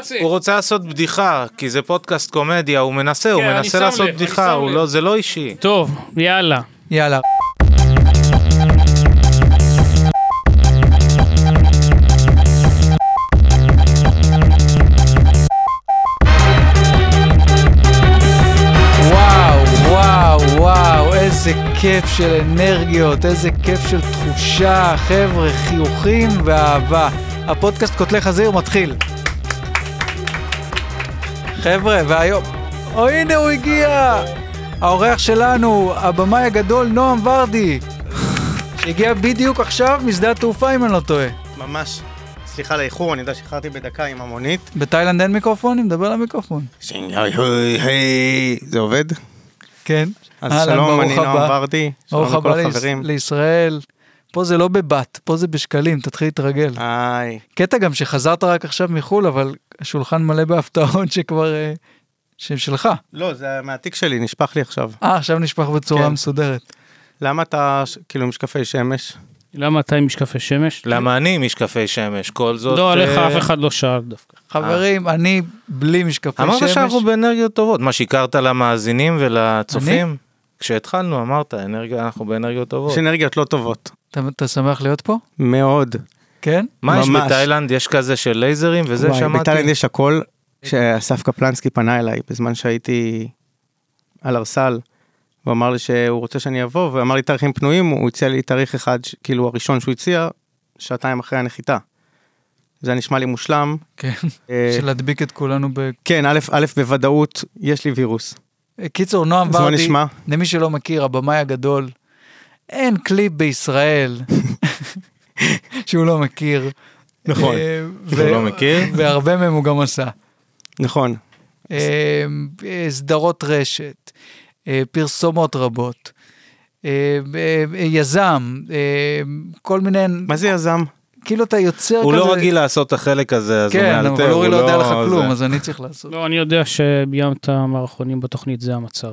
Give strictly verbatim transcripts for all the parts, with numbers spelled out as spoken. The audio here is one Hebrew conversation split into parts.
קמצי. הוא רוצה לעשות בדיחה, כי זה פודקאסט קומדיה, הוא מנסה, הוא מנסה לעשות בדיחה, זה לא אישי. טוב, יאללה. יאללה. איזה כיף של אנרגיות, איזה כיף של תחושה, חבר'ה, חיוכים ואהבה. הפודקאסט קוטלי חזיר מתחיל. חבר'ה, והיום, או הנה הוא הגיע, האורח שלנו, הבמאי הגדול נועם ורדי, שהגיע בדיוק עכשיו משדה התעופה אם אני לא טועה. ממש, סליחה לאיחור, אני יודע שאיחרתי בדקה עם המונית. בתאילנד אין מיקרופון? אני מדבר למיקרופון. זה עובד? כן. אז שלום, אני נועם ורדי, שלום לכל החברים. לישראל, פה זה לא בבת, פה זה בשקלים, תתחיל להתרגל. איי. קטע גם שחזרת רק עכשיו מחול, אבל השולחן מלא בהפתעות שכבר, שהם שלך. לא, זה מהתיק שלי, נשפך לי עכשיו. אה, עכשיו נשפך בצורה מסודרת. למה אתה, כאילו, משקפי שמש? למה אתה עם משקפי שמש? למה אני עם משקפי שמש? כל זאת... לא, עליך אף אחד לא שאל דווקא. חברים, אני בלי משקפי שמש. אמרת שאנחנו באנרגיות טובות. מה, שיקרת למאזינים ולצופים? כשהתחלנו, אמרת, אנחנו באנרגיות טובות. יש אנרגיות לא טובות. אתה שמח להיות פה? מאוד. כן? מה יש בתאילנד? יש כזה של לייזרים וזה שמעתי? בתאילנד יש הכל. כשאסף קפלנסקי פנה אליי, בזמן שהייתי על ארסל, הוא אמר לי שהוא רוצה שאני אבוא, ואמר לי תאריכים פנויים, הוא הציע לי תאריך אחד, כאילו הראשון שהוא הציע, שעתיים אחרי הנחיתה. זה נשמע לי מושלם. כן, של להדביק את כולנו ב... כן, א', א', בוודאות, יש לי וירוס. קיצור, נועם ורדי, למי שלא מכיר, הבמאי הגדול, אין קליפ בישראל שהוא לא מכיר. נכון, שהוא לא מכיר. והרבה מהם הוא גם עשה. נכון. סדרות רשת, פרסומות רבות, יזם, כל מיני... מה זה יזם? כאילו אתה יוצר כזה... הוא לא רגיל לעשות את החלק הזה, אז הוא מאלתר. כן, אבל אורי לא יודע לך כלום, אז אני צריך לעשות. לא, אני יודע שביימת המערכונים בתוכנית, זה המצב.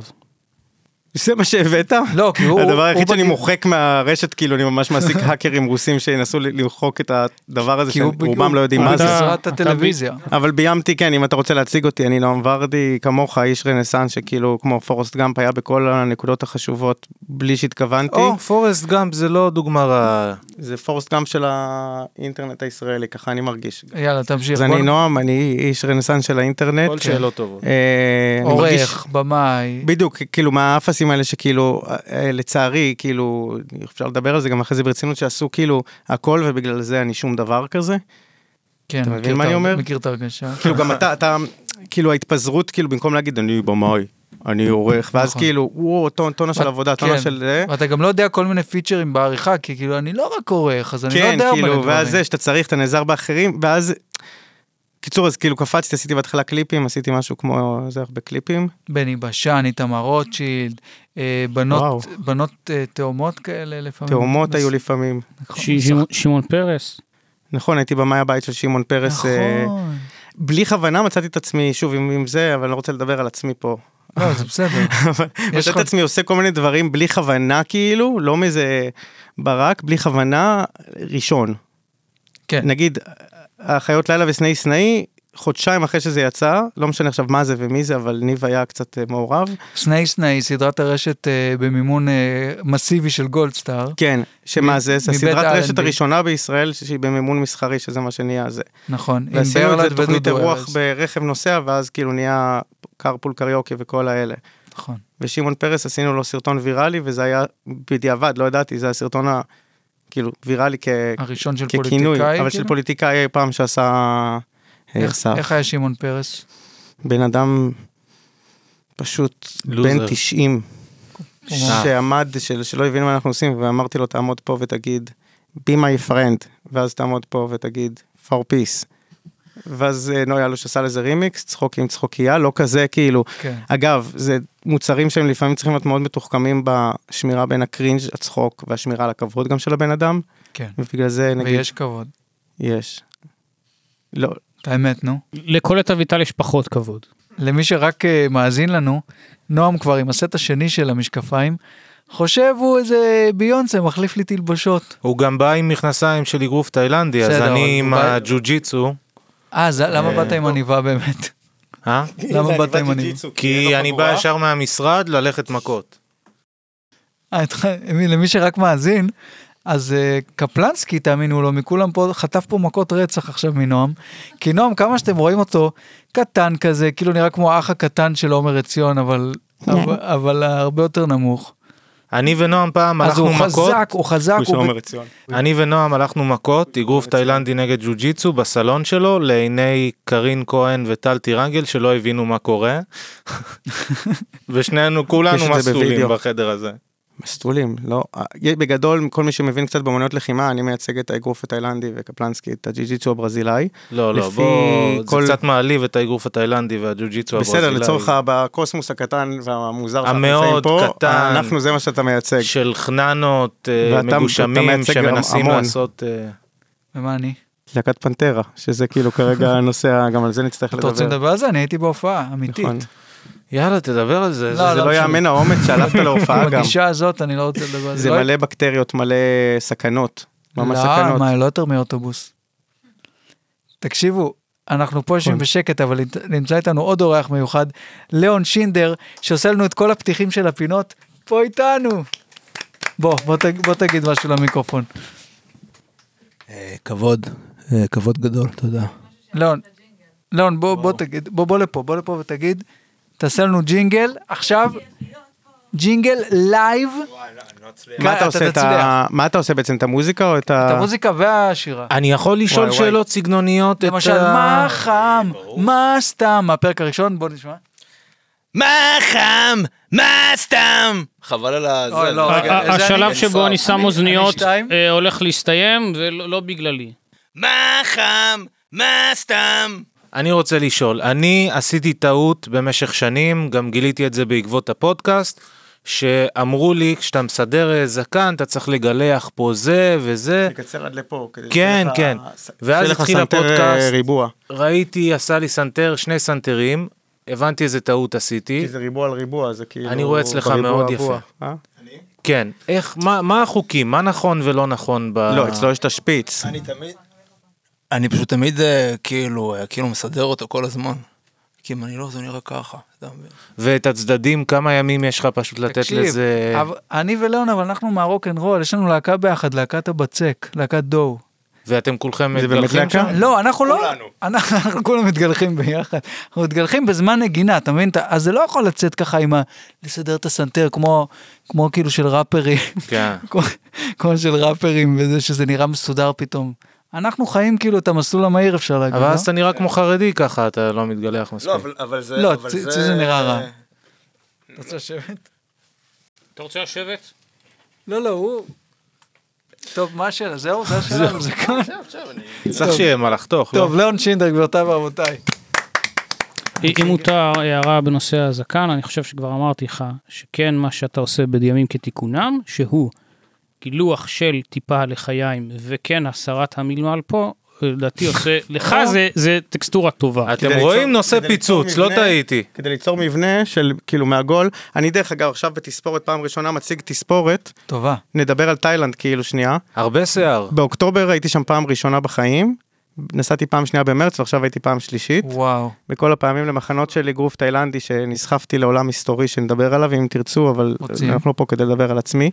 זה מה שהבאת? לא, כי הוא... הדבר היחיד שאני מוחק מהרשת, כאילו אני ממש מעסיק האקרים רוסים שינסו למחוק את הדבר הזה, שרובם לא יודעים מה זה. בעזרת הטלוויזיה. אבל ביימתי, כן, אם אתה רוצה להציג אותי, אני נועם ורדי, כמוך, איש רנסנס, שכאילו כמו פורסט גאמפ היה בכל הנקודות החשובות, בלי שהתכוונתי. או, פורסט גאמפ זה לא דוגמה רעה. זה פורסט גאמפ של האינטרנט הישראלי, ככה אני מרגיש. יאללה, תמשיך. אז אני נועם, אני איש רנסנס של האינטרנט. כל שאלות טובות. עורך, במאי. בדיוק, כאילו מהאפסים האלה שכאילו, לצערי, כאילו, אפשר לדבר על זה גם אחרי זה ברצינות, שעשו כאילו הכל, ובגלל זה אני שום דבר כזה. כן, אתה מבין מה אני אומר? מכיר את הרגשה. כאילו גם אתה, אתה, כאילו ההתפזרות, כאילו במקום להגיד, אני במאי, אני עורך, ואז כאילו, וואו, טונה של עבודה, טונה של זה. ואתה גם לא יודע כל מיני פיצ'רים בעריכה, כי כאילו, אני לא רק עורך, אז אני לא יודע כן, כאילו, ואז זה, שאתה צריך, אתה נעזר באחרים, ואז... קיצור, אז כאילו קפצתי, עשיתי בהתחלה קליפים, עשיתי משהו כמו, זה הרבה קליפים. בני בשן, איתמר רוטשילד, בנות, בנות תאומות כאלה לפעמים. תאומות היו לפעמים. שמעון פרס. נכון, הייתי במאי הבית של שמעון פרס. נכון. בלי כוונה מצאתי את עצמי, שוב, עם זה, אבל אני לא רוצה לדבר על עצמי פה. לא, זה בסדר. מצאתי את עצמי עושה כל מיני דברים בלי כוונה כאילו, לא מאיזה ברק, בלי כוונה ראשון. כן. נגיד, החיות לילה וסנאי סנאי, חודשיים אחרי שזה יצא, לא משנה עכשיו מה זה ומי זה, אבל ניב היה קצת מעורב. סנאי סנאי, סדרת הרשת במימון מסיבי של גולדסטאר. כן, שמה זה? זה סדרת הרשת הראשונה בישראל, שהיא במימון מסחרי, שזה מה שנהיה זה. נכון. ועשינו את זה תוכנית אירוח ברכב נוסע, ואז כאילו נהיה קרפול קריוקי וכל האלה. נכון. ושמעון פרס עשינו לו סרטון ויראלי, וזה היה בדיעבד, לא ידעתי, זה הסרטון ה... כאילו, ויראלי כ... הראשון של ככינוי, פוליטיקאי, אבל כאילו? של פוליטיקאי פעם שעשה... איך, איך היה שמעון פרס? בן אדם פשוט לוזר. בן תשעים, שעמד, של, שלא הבין מה אנחנו עושים, ואמרתי לו, תעמוד פה ותגיד, be my friend, ואז תעמוד פה ותגיד, for peace. ואז נוי אלוש עשה לזה רימיקס, צחוק עם צחוקייה, לא כזה כאילו. כן. אגב, זה מוצרים שהם לפעמים צריכים להיות מאוד מתוחכמים בשמירה בין הקרינג', הצחוק, והשמירה על הכבוד גם של הבן אדם. כן. ובגלל זה נגיד... ויש כבוד. יש. לא. האמת, נו. לקולט אביטל יש פחות כבוד. למי שרק uh, מאזין לנו, נועם כבר עם הסט השני של המשקפיים, חושב הוא איזה ביונסה, מחליף לי תלבושות. הוא גם בא עם מכנסיים של אגרוף תאילנדי, אז אני עם הג'ו-ג'יצו. אה, למה באת עם עניבה באמת? אה? למה באת עם עניבה? כי אני בא ישר מהמשרד ללכת מכות. למי שרק מאזין, אז קפלנסקי, תאמינו לו, מכולם פה, חטף פה מכות רצח עכשיו מנועם, כי נועם, כמה שאתם רואים אותו, קטן כזה, כאילו נראה כמו האח הקטן של עומר עציון, אבל, אבל, אבל הרבה יותר נמוך. אני ונועם פעם הלכנו מכות. אז הוא חזק, הוא חזק. הוא ב... אני ונועם הלכנו מכות, אגרוף תאילנדי נגד ג'ו-ג'יצו בסלון שלו, לעיני קרין כהן וטל טירנגל, שלא הבינו מה קורה. ושנינו, כולנו מסטולים בחדר הזה. מסטולים, לא. בגדול, כל מי שמבין קצת באמנויות לחימה, אני מייצג את האגרוף התאילנדי וקפלנסקי, את הג'ו-ג'יצו הברזילאי. לא, לא, בוא, זה קצת מעליב את האגרוף התאילנדי והג'ו-ג'יצו הברזילאי. בסדר, לצורך בקוסמוס הקטן והמוזר המאוד קטן, אנחנו זה מה שאתה מייצג. של חננות מגושמים שמנסים לעשות... ומה אני? להקת פנטרה, שזה כאילו כרגע הנושא, גם על זה נצטרך לדבר. אתה רוצה לדבר על זה? אני הייתי בהופעה, אמיתית. יאללה, תדבר על זה. זה לא יאמן האומץ שהלכת להופעה גם. בגישה הזאת אני לא רוצה לדבר על זה. זה מלא בקטריות, מלא סכנות. ממש סכנות. לא, מה, לא יותר מאוטובוס. תקשיבו, אנחנו פה יושבים בשקט, אבל נמצא איתנו עוד אורח מיוחד, ליאון שינדר, שעושה לנו את כל הפתיחים של הפינות, פה איתנו. בוא, בוא תגיד משהו למיקרופון. כבוד, כבוד גדול, תודה. ליאון, ליאון, בוא תגיד, בוא לפה, בוא לפה ותגיד, תעשה לנו ג'ינגל, עכשיו, ג'ינגל לייב. מה אתה עושה בעצם, את המוזיקה או את ה... את המוזיקה והשירה. אני יכול לשאול שאלות סגנוניות? למשל, מה חם, מה סתם, הפרק הראשון, בוא נשמע. מה חם, מה סתם. חבל על הזה. השלב שבו אני שם אוזניות הולך להסתיים, ולא בגללי. מה חם, מה סתם. אני רוצה לשאול, אני עשיתי טעות במשך שנים, גם גיליתי את זה בעקבות הפודקאסט, שאמרו לי, כשאתה מסדר זקן, אתה צריך לגלח פה זה וזה. תקצר עד לפה. כן, כן. ואז התחיל הפודקאסט, ריבוע. ראיתי, עשה לי סנטר, שני סנטרים, הבנתי איזה טעות עשיתי. כי זה ריבוע על ריבוע, זה כאילו... אני רואה אצלך מאוד יפה. כן, איך, מה החוקים, מה נכון ולא נכון ב... לא, אצלו יש את השפיץ. אני תמיד... אני פשוט תמיד כאילו, כאילו מסדר אותו כל הזמן. כי אם אני לא, זה נראה ככה. ואת הצדדים, כמה ימים יש לך פשוט לתת לזה... אני ולאון, אבל אנחנו מהרוק אנד רול, יש לנו להקה ביחד, להקת הבצק, להקת דו. ואתם כולכם מתגלחים שם? לא, אנחנו לא, אנחנו כולם מתגלחים ביחד. אנחנו מתגלחים בזמן נגינה, אתה מבין? אז זה לא יכול לצאת ככה עם ה... לסדר את הסנטר, כמו כאילו של ראפרים. כן. כמו של ראפרים, וזה שזה נראה מסודר פתאום. אנחנו חיים כאילו את המסלול המהיר, אפשר להגיד. אבל אז אתה נראה כמו חרדי ככה, אתה לא מתגלח מספיק. לא, אבל זה... לא, זה נראה רע. אתה רוצה לשבת? אתה רוצה לשבת? לא, לא, הוא... טוב, מה השאלה? זהו, זה השאלה, זה כאן. צריך שיהיה מה לחתוך. טוב, ליאון שינדר, גבירותיי ורבותיי. אם מותר הערה בנושא הזקן, אני חושב שכבר אמרתי לך, שכן מה שאתה עושה בימים כתיקונם, שהוא גילוח של טיפה לחיים, וכן הסרת המלמל פה, לדעתי עושה, לך זה טקסטורה טובה. אתם רואים נושא פיצוץ, לא טעיתי. כדי ליצור מבנה של כאילו מעגול, אני דרך אגב עכשיו בתספורת פעם ראשונה מציג תספורת. טובה. נדבר על תאילנד כאילו שנייה. הרבה שיער. באוקטובר הייתי שם פעם ראשונה בחיים, נסעתי פעם שנייה במרץ ועכשיו הייתי פעם שלישית. וואו. בכל הפעמים למחנות של אגרוף תאילנדי שנסחפתי לעולם היסטורי שנדבר עליו אם תרצו, אבל אנחנו לא פה כדי לדבר על עצמי.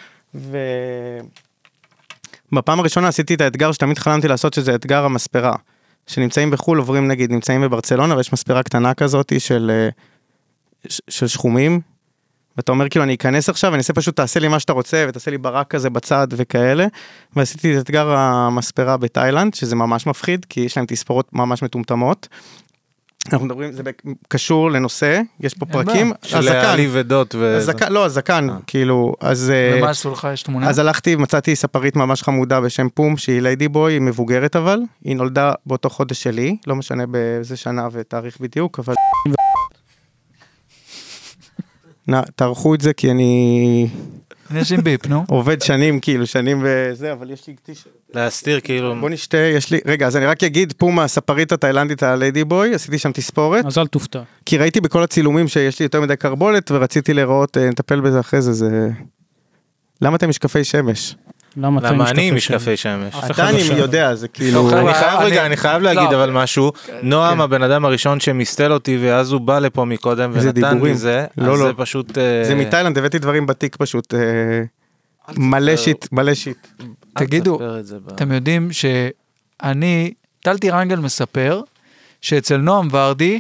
ובפעם הראשונה עשיתי את האתגר שתמיד חלמתי לעשות, שזה אתגר המספרה, שנמצאים בחול, עוברים נגיד, נמצאים בברצלונה, ויש מספרה קטנה כזאת של, של שחומים, ואתה אומר כאילו אני אכנס עכשיו, ואני אעשה פשוט, תעשה לי מה שאתה רוצה, ותעשה לי ברק כזה בצד וכאלה, ועשיתי את אתגר המספרה בתאילנד, שזה ממש מפחיד, כי יש להם תספורות ממש מטומטמות, אנחנו מדברים, זה קשור לנושא, יש פה פרקים, של עלי ודות ו... לא, הזקן, כאילו, אז... ומה עשו לך, יש תמונה? אז הלכתי, מצאתי ספרית ממש חמודה בשם פום, שהיא ליידי בוי, היא מבוגרת אבל, היא נולדה באותו חודש שלי, לא משנה באיזה שנה ותאריך בדיוק, אבל... נא, תערכו את זה, כי אני... יש עם ביפ, נו. עובד שנים, כאילו, שנים וזה, אבל יש לי... להסתיר, כאילו... בוא נשתה, יש לי... רגע, אז אני רק אגיד, פום, הספרית התאילנדית הליידי בוי, עשיתי שם תספורת. אז אל תופתע. כי ראיתי בכל הצילומים שיש לי יותר מדי קרבולת, ורציתי לראות, נטפל בזה אחרי זה, זה... למה אתם משקפי שמש? למה אתה עם למה אני עם משקפי משקפי שמש? אף אחד אתה לא אני שאל. יודע, זה כאילו... לא, אני חייב אני- רגע, אני חייב להגיד לא, אבל משהו, נועם כן. הבן אדם הראשון שמסתל אותי ואז הוא בא לפה מקודם איזה ונתן לי דיבורים. זה, לא, אז לא. זה פשוט... אה, זה מתאילנד, הבאתי דברים בתיק פשוט. אה, מלא שיט, מלא שיט. אל תגידו, תספר את זה ב- אתם יודעים שאני, טל טירנגל מספר, שאצל נועם ורדי,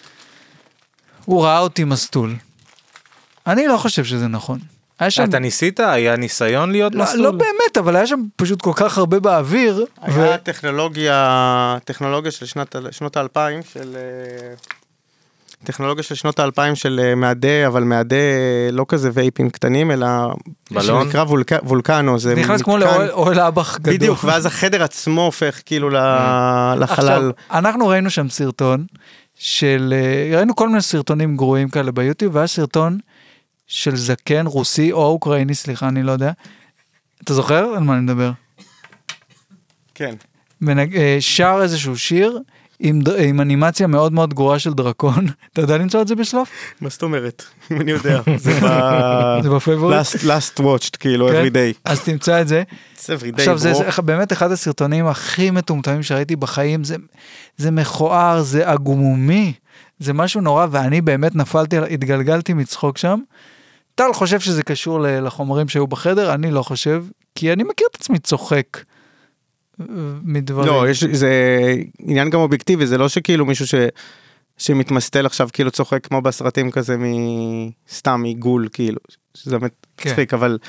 הוא ראה אותי מסטול. אני לא חושב שזה נכון. היה שם... אתה ניסית? היה ניסיון להיות לא, מסלול? לא באמת, אבל היה שם פשוט כל כך הרבה באוויר. ו... היה טכנולוגיה, טכנולוגיה של שנת, שנות האלפיים, של... אה, טכנולוגיה של שנות האלפיים של אה, מעדי, אבל מעדי אה, לא כזה וייפים קטנים, אלא... בלון? שנקרא וולק, וולקנו, זה נכנס כמו מתקן- לאוהל אוהל אב"ח גדול. בדיוק, ואז החדר עצמו הופך כאילו ל- עכשיו, לחלל. אנחנו ראינו שם סרטון של, אה, ראינו כל מיני סרטונים גרועים כאלה ביוטיוב, והיה סרטון של זקן רוסי או אוקראיני, סליחה, אני לא יודע. אתה זוכר על מה אני מדבר? כן. מנג... אה, שר איזשהו שיר עם, ד... עם אנימציה מאוד מאוד גרועה של דרקון. אתה יודע למצוא את זה בשלוף? מה זאת אומרת? אם אני יודע. זה ב... זה בפייבוריט? last, last watched, כאילו, כן? every day. אז תמצא את זה. It's every day, עכשיו, זה, bro. זה באמת אחד הסרטונים הכי מטומטמים שראיתי בחיים. זה, זה מכוער, זה עגומומי, זה משהו נורא, ואני באמת נפלתי, התגלגלתי מצחוק שם. טל חושב שזה קשור ל- לחומרים שהיו בחדר, אני לא חושב, כי אני מכיר את עצמי צוחק אה, מדברים. לא, יש, זה עניין גם אובייקטיבי, זה לא שכאילו מישהו ש... שמתמסטל עכשיו כאילו צוחק כמו בסרטים כזה מסתם עיגול כאילו, שזה באמת כן. מצחיק, אבל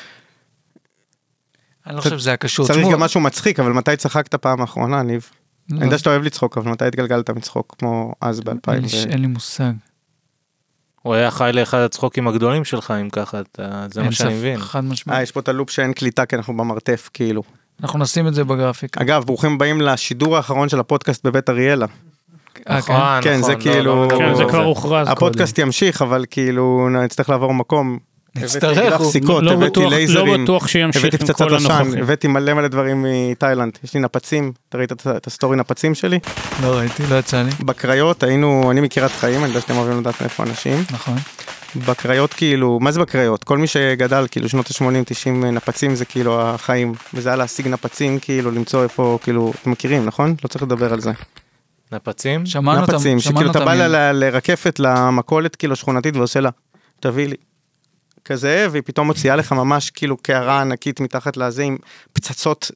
אני לא חושב שזה היה קשור. צריך תשמעו, גם משהו מצחיק, אבל מתי צחקת פעם האחרונה, ניב? לא, אני יודע שאתה אוהב לצחוק, אבל מתי התגלגלת מצחוק כמו אז ב-אלפיים? אין לי- אין לי מושג. הוא היה חי לאחד הצחוקים הגדולים שלך, אם ככה, אתה- זה מה אין שאני ספק, מבין. חד אה, משמעית. יש פה את הלופ שאין קליטה, כי אנחנו במרתף, כאילו. אנחנו נשים את זה בגרפיקה. אגב, ברוכים הבאים לשידור האחרון של הפודקאסט בבית אריאלה. אה, כן? נכון, כן, זה נכון, כאילו- לא, לא מדברים כן, על זה כבר הוכרז קודם. הפודקאסט ימשיך, אבל כאילו נצטרך לעבור מקום. נצטרך, הבאתי הוא- סיכות, לא הבאתי בטוח- לייזרים, לא בטוח שימשיך הבאתי עם פצצת כל עשן, הנוכחים. הבאתי מלא מלא דברים מתאילנד. יש לי נפצים, אתה ראית את- את הסטורי נפצים שלי? לא ראיתי, לא יצא לי. בקריות היינו, אני מכירת חיים, אני יודע שאתם אוהבים לדעת מאיפה אנשים. נכון. בקריות כאילו, מה זה בקריות? כל מי שגדל כאילו שנות ה-שמונים תשעים נפצים זה כאילו החיים, וזה היה להשיג נפצים כאילו למצוא איפה כאילו, אתם מכירים נכון? לא צריך לדבר על זה. נפצים? שמענו אותם, נפצים, שמענו שכאילו אתה בא אותם. ל- לרקפת למכולת כאילו שכונתית ועושה לה, תביא לי. כזה, והיא פתאום מוציאה לך ממש כאילו קערה ענקית מתחת לזה עם פצצות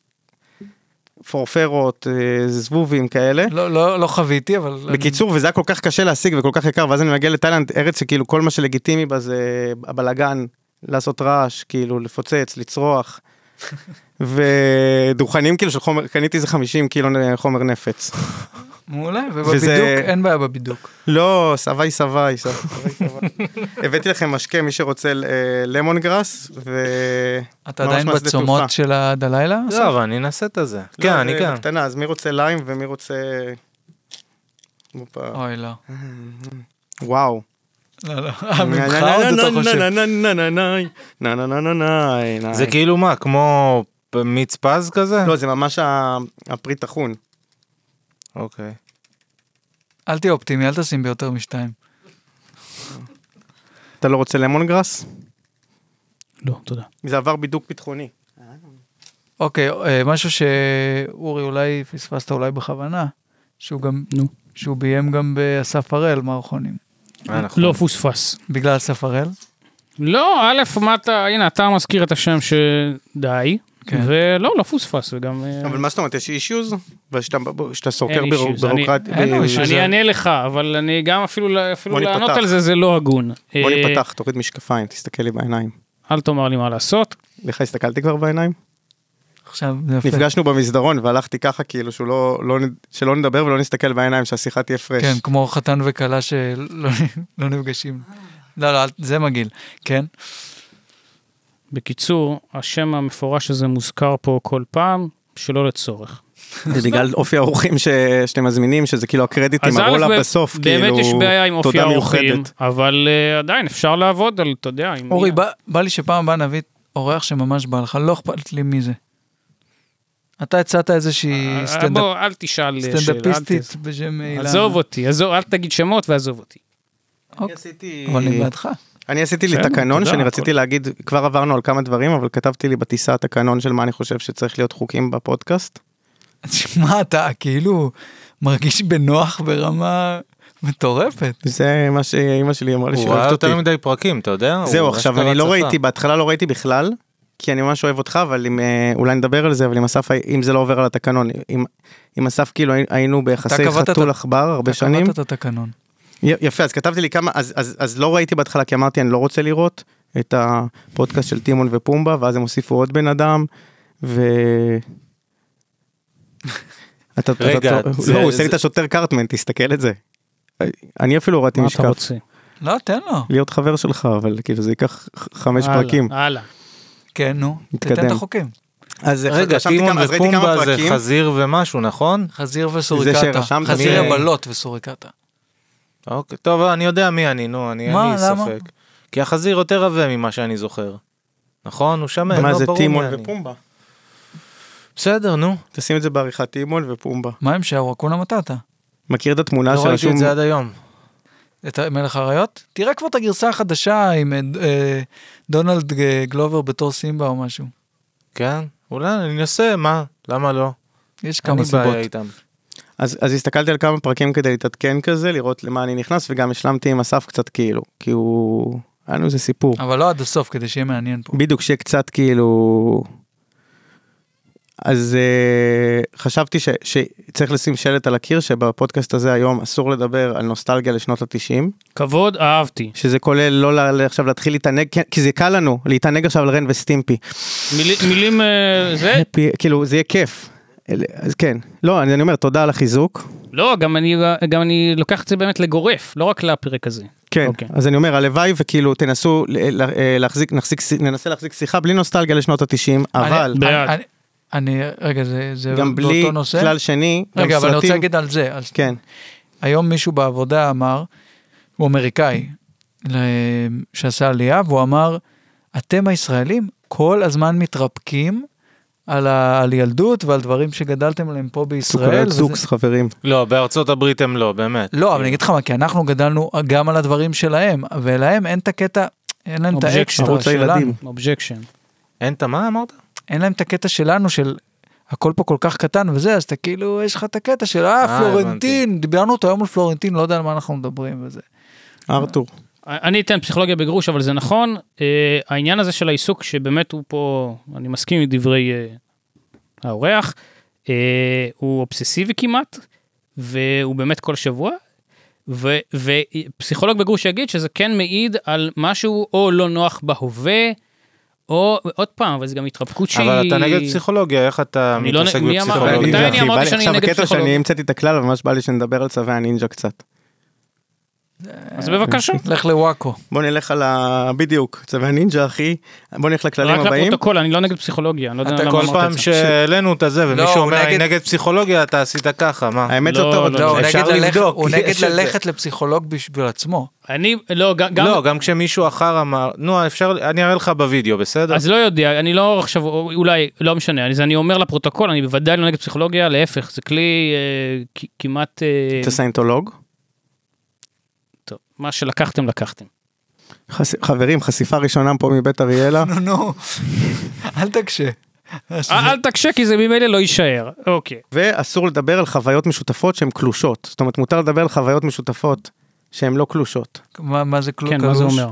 פורפרות, אה, זבובים כאלה. לא, לא, לא חוויתי, אבל... בקיצור, וזה היה כל כך קשה להשיג וכל כך יקר, ואז אני מגיע לתאילנד, ארץ שכאילו כל מה שלגיטימי בה זה הבלגן, לעשות רעש, כאילו לפוצץ, לצרוח, ודוכנים כאילו של חומר, קניתי איזה חמישים קילו חומר נפץ. מעולה, ובבידוק, וזה- אין בעיה בבידוק. לא, סבי סבי, סבי סבי. הבאתי לכם משקה, מי שרוצה למון גראס, ו... אתה ממש עדיין מהשדה בצומות תעופה. של עד הלילה? לא, אבל אני אנסה את הזה. כן, לא, אני זה כאן. בקטנה, אז מי רוצה ליים ומי רוצה... הופה. אוי, לא. וואו. לא, לא. ממך עוד אתה חושב. זה כאילו מה, כמו מיץ פז כזה? לא, זה ממש ה- הפרי טחון. אוקיי. אל תהיה אופטימי, אל תשים ביותר משתיים. אתה לא רוצה למון גראס? לא, תודה. זה עבר בידוק ביטחוני. אוקיי, אה, משהו שאורי אולי פספסת אולי בכוונה, שהוא גם, נו. שהוא ביים גם באסף הראל מערכונים. אה, נכון. לא פוספס. בגלל אסף הראל? לא, א', מה אתה, הנה, אתה מזכיר את השם שדי, כן. ולא, לא פוספס, וגם... אה, אבל מה זאת אומרת, יש אישיוז? ושאתה סורקר אין issues, בירוקרטי. אין לו ב- issues. אני אענה לך, אבל אני גם אפילו, אפילו בוא לענות ניפתח. על זה, זה לא הגון. בוא אה, ניפתח, תוריד משקפיים, תסתכל לי בעיניים. אל תאמר לי מה לעשות. לך הסתכלתי כבר בעיניים? עכשיו, זה יפה. נפגשנו במסדרון והלכתי ככה כאילו שהוא לא, לא, שלא נדבר ולא נסתכל בעיניים, שהשיחה תהיה פרש. כן, כמו חתן וכלה שלא לא נפגשים. לא, לא, אל- זה מגעיל. כן? בקיצור, השם המפורש הזה מוזכר פה כל פעם, שלא לצורך. זה בגלל אופי האורחים ש... שאתם מזמינים, שזה כאילו הקרדיטים, אז א', הרולה ב- בסוף, באמת כאילו, יש בעיה עם אופי תודה האורחים, מיוחדת. אבל uh, עדיין אפשר לעבוד על, אתה יודע, עם אורי, מי- בא, בא לי שפעם הבאה נביא אורח שממש בא לך, לא אכפת לי מי זה. אתה הצעת איזושהי אה, סטנדאפ, בוא, אל תשאל שאלה, אל סטנדאפיסטית תס- בשם אילן. עזוב אותי, עזוב, אל תגיד שמות ועזוב אותי. אני עשיתי... אבל אני בעדך. אני עשיתי לי בסדר, תקנון תודה, שאני הכל. רציתי להגיד, כבר עברנו על כמה דברים, אבל כתבתי לי בטיסה תקנון של מה אני חושב שצריך להיות חוקים בפודקאסט. שמע, אתה כאילו מרגיש בנוח ברמה מטורפת. זה מה שאמא שלי אמרה לי הוא שאוהבת ראה אותי. יותר מדי פרקים, אתה יודע? זהו, הוא עכשיו אשכרה אני לא צפה. ראיתי, בהתחלה לא ראיתי בכלל, כי אני ממש אוהב אותך, אבל אם, אה, אולי נדבר על זה, אבל עם אסף, אם זה לא עובר על התקנון, עם, עם אסף כאילו היינו ביחסי קבעת את חתול ה- עכבר הרבה אתה שנים. קבעת את התקנון. י- יפה, אז כתבתי לי כמה, אז, אז, אז לא ראיתי בהתחלה, כי אמרתי, אני לא רוצה לראות את הפודקאסט של טימון ופומבה, ואז הם הוסיפו עוד בן אדם, ו... אתה, רגע, אתה, זה- לא, הוא עושה לי זה- את השוטר קרטמן, תסתכל את זה. אני אפילו הורדתי מה אתה משקף. רוצה? לא, תן לו. להיות חבר שלך, אבל כאילו זה ייקח ח- חמש הלאה, פרקים. הלאה. כן, נו. נתקדם. תתן את החוקים. אז רגע, רשמתי טימון כמה- אז ראיתי כמה ופומבה זה פרקים. חזיר ומשהו, נכון? חזיר זה וסוריקטה. שרשמת, חזיר אני- הבלות וסוריקטה. אוקיי, טוב, אני יודע מי אני, נו, אני אין מה, לי למה? ספק. כי החזיר יותר עבה ממה שאני זוכר. נכון? הוא שמן, מה לא זה ברור טימון מי אני. ופומבה? בסדר, נו. תשים את זה בעריכת טימון ופומבה. מה עם שרו? כולה מטאטה. מכיר את התמונה לא ראיתי שרשום... את זה עד היום. את מלך האריות? תראה כבר את הגרסה החדשה עם אה, דונלד אה, גלובר בתור סימבה או משהו. כן? אולי אני אנסה, מה? למה לא? יש אין כמה לי בעיה סיבות. איתם. אז, אז הסתכלתי על כמה פרקים כדי להתעדכן כזה, לראות למה אני נכנס, וגם השלמתי עם אסף קצת כאילו, כי הוא... היה לנו איזה סיפור. אבל לא עד הסוף, כדי שיהיה מעניין פה. בדיוק, שיהיה קצת כאילו... אז uh, חשבתי ש, שצריך לשים שלט על הקיר, שבפודקאסט הזה היום אסור לדבר על נוסטלגיה לשנות ה-תשעים, כבוד, אהבתי. שזה כולל לא לה, עכשיו להתחיל להתענג, כי, כי זה קל לנו, להתענג עכשיו על רן וסטימפי. מילי- מילים אה, זה? פי, כאילו, זה יהיה כיף. אל- אז כן. לא, אני, אני אומר, תודה על החיזוק. לא, גם אני, גם אני לוקח את זה באמת לגורף, לא רק לפרק הזה. כן, אוקיי. אז אני אומר, הלוואי וכאילו תנסו ל- ל- להחזיק, נחזיק, ננסה להחזיק שיחה בלי נוסטלגיה לשנות ה-תשעים, אבל אני- בעד. אני- אני, רגע, זה זה גם בלי באותו נושא? כלל שני, גם רגע, אבל אני רוצה סרטים- להגיד על זה. אז כן, היום מישהו בעבודה אמר, הוא אמריקאי, ל- שעשה עלייה, והוא אמר, אתם הישראלים כל הזמן מתרפקים על, ה, על ילדות ועל דברים שגדלתם עליהם פה בישראל. סוכריות וזה- סוקס, חברים. לא, בארצות הברית הם לא, באמת. לא, אבל אני אגיד לך מה, כי אנחנו גדלנו גם על הדברים שלהם, ולהם אין את הקטע, אין להם את Objection. האקסטרה ערוץ שלנו. הילדים. אובג'קשן. אין את מה אמרת? אין להם את הקטע שלנו של הכל פה כל כך קטן וזה, אז אתה כאילו, יש לך את הקטע של, אה, אה, פלורנטין, דיברנו אותו היום על פלורנטין, לא יודע על מה אנחנו מדברים וזה. ארתור. אני אתן פסיכולוגיה בגרוש, אבל זה נכון, אה, העניין הזה של העיסוק, שבאמת הוא פה, אני מסכים עם דברי אה, האורח, אה, הוא אובססיבי כמעט, והוא באמת כל שבוע, ו- ופסיכולוג בגרוש יגיד שזה כן מעיד על משהו או לא נוח בהווה, או עוד פעם, אבל זה גם התרפקות שהיא... אבל אתה נגד פסיכולוגיה, איך אתה אני לא- מתעסק מי אמר? בפסיכולוגיה? מתי נינג'ה, אני אחי, אמרתי בא לי- שאני עכשיו נגד הקטע פסיכולוגיה? שאני המצאתי את הכלל, אבל ממש בא לי שנדבר על צווי הנינג'ה קצת. אז בבקשה. לך לוואקו. בוא נלך על ה... בדיוק, צווי הנינג'ה, אחי. בוא נלך לכללים רק הבאים. לפרוטוקול, אני לא נגד פסיכולוגיה, אני לא יודע אתה למה כל אמרת פעם את זה. שהעלינו את הזה, לא, ומישהו הוא אומר, אני נגד- נגד פסיכולוגיה, אתה עשית ככה, מה? האמת לא, זה טוב, לא, לא, הוא אפשר נגד ללכת- לבדוק, הוא יש נגד את זה. ללכת לפסיכולוג בשביל עצמו. אני, לא, גם... גם- לא, גם כשמישהו אחר אמר, נו, אפשר, אני אראה לך בווידאו, בסדר? אז לא יודע, אני לא עכשיו, אולי, לא משנה, אז אני אומר לפרוטוקול, אני בוודאי לא נגד פסיכולוגיה, להפך, זה כלי אה, כ- כמעט... אה, אתה סיינטולוג? טוב, מה שלקחתם, לקחתם. חס- חברים, חשיפה ראשונה פה מבית אריאלה. נו, נו, אל תקשה. אל אל תקשה, כי זה ממילא לא יישאר. אוקיי. ואסור לדבר על חוויות משותפות שהן קלושות. זאת אומרת, מותר לדבר על חוויות משותפות שהן לא קלושות. מה מה זה קלוש? כן, מה זה אומר?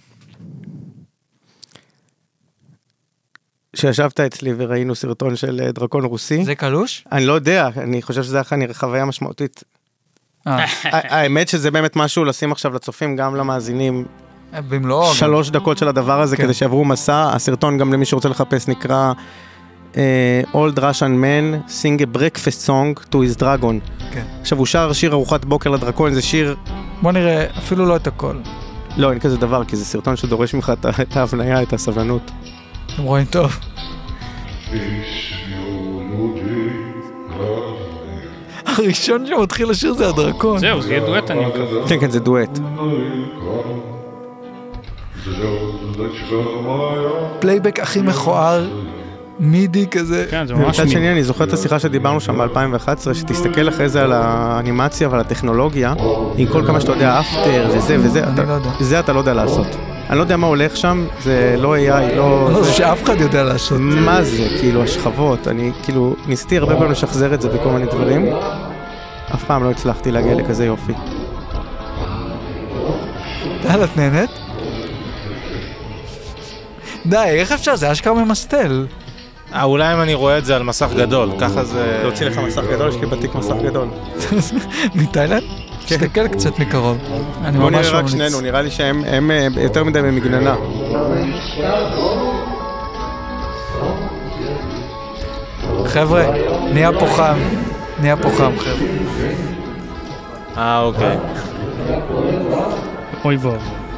כשישבת אצלי וראינו סרטון של אה, דרקון רוסי, זה קלוש? אני לא יודע, אני חושב שזה היה כנראה חוויה משמעותית. אה, ה- האמת שזה באמת משהו לשים עכשיו לצופים, גם למאזינים, במלואו. גם. שלוש דקות של הדבר הזה כן. כדי שעברו מסע. הסרטון גם למי שרוצה לחפש נקרא אה, Old Russian Man Sing a Breakfast Song to his Dragon. כן. עכשיו הוא שר שיר ארוחת בוקר לדרקון, זה שיר, בוא נראה, אפילו לא את הכל. לא אין כזה דבר, כי זה סרטון שדורש ממך את ה- את ההבניה, את הסבלנות. אתם רואים טוב. הראשון שמתחיל לשיר זה הדרקון. זהו, זה יהיה דואט, אני מקווה. כן, כן, זה דואט. פלייבק הכי מכוער מידי כזה. כן, זה ממש ומצד מידי. שני, אני זוכר את השיחה שדיברנו שם ב-אלפיים ואחת עשרה, שתסתכל אחרי זה על האנימציה ועל הטכנולוגיה, עם כל כמה שאתה יודע, אפטר וזה וזה, אני אתה- לא יודע. זה אתה לא יודע לעשות. אני לא יודע מה הולך שם, זה לא איי איי, לא... לא, זה- זה שאף אחד יודע לעשות. מה זה, כאילו, השכבות, אני כאילו, ניסיתי הרבה פעמים לשחזר את זה בכל מיני דברים, אף פעם לא הצלחתי להגיע לכזה יופי. טל, את נהנית? די, איך אפשר? זה אשכרה ממסטל. אה, אולי אם אני רואה את זה על מסך גדול, ככה זה... להוציא לך מסך גדול, יש לי בתיק מסך גדול. מתאילנד? תסתכל קצת מקרוב. אני בוא ממש נראה רק ממליץ. שנינו, נראה לי שהם הם, אה, יותר מדי במגננה. חבר'ה, נהיה פה חם. נהיה פה חם, חבר'ה. אה, אוקיי. אוי ואבוי.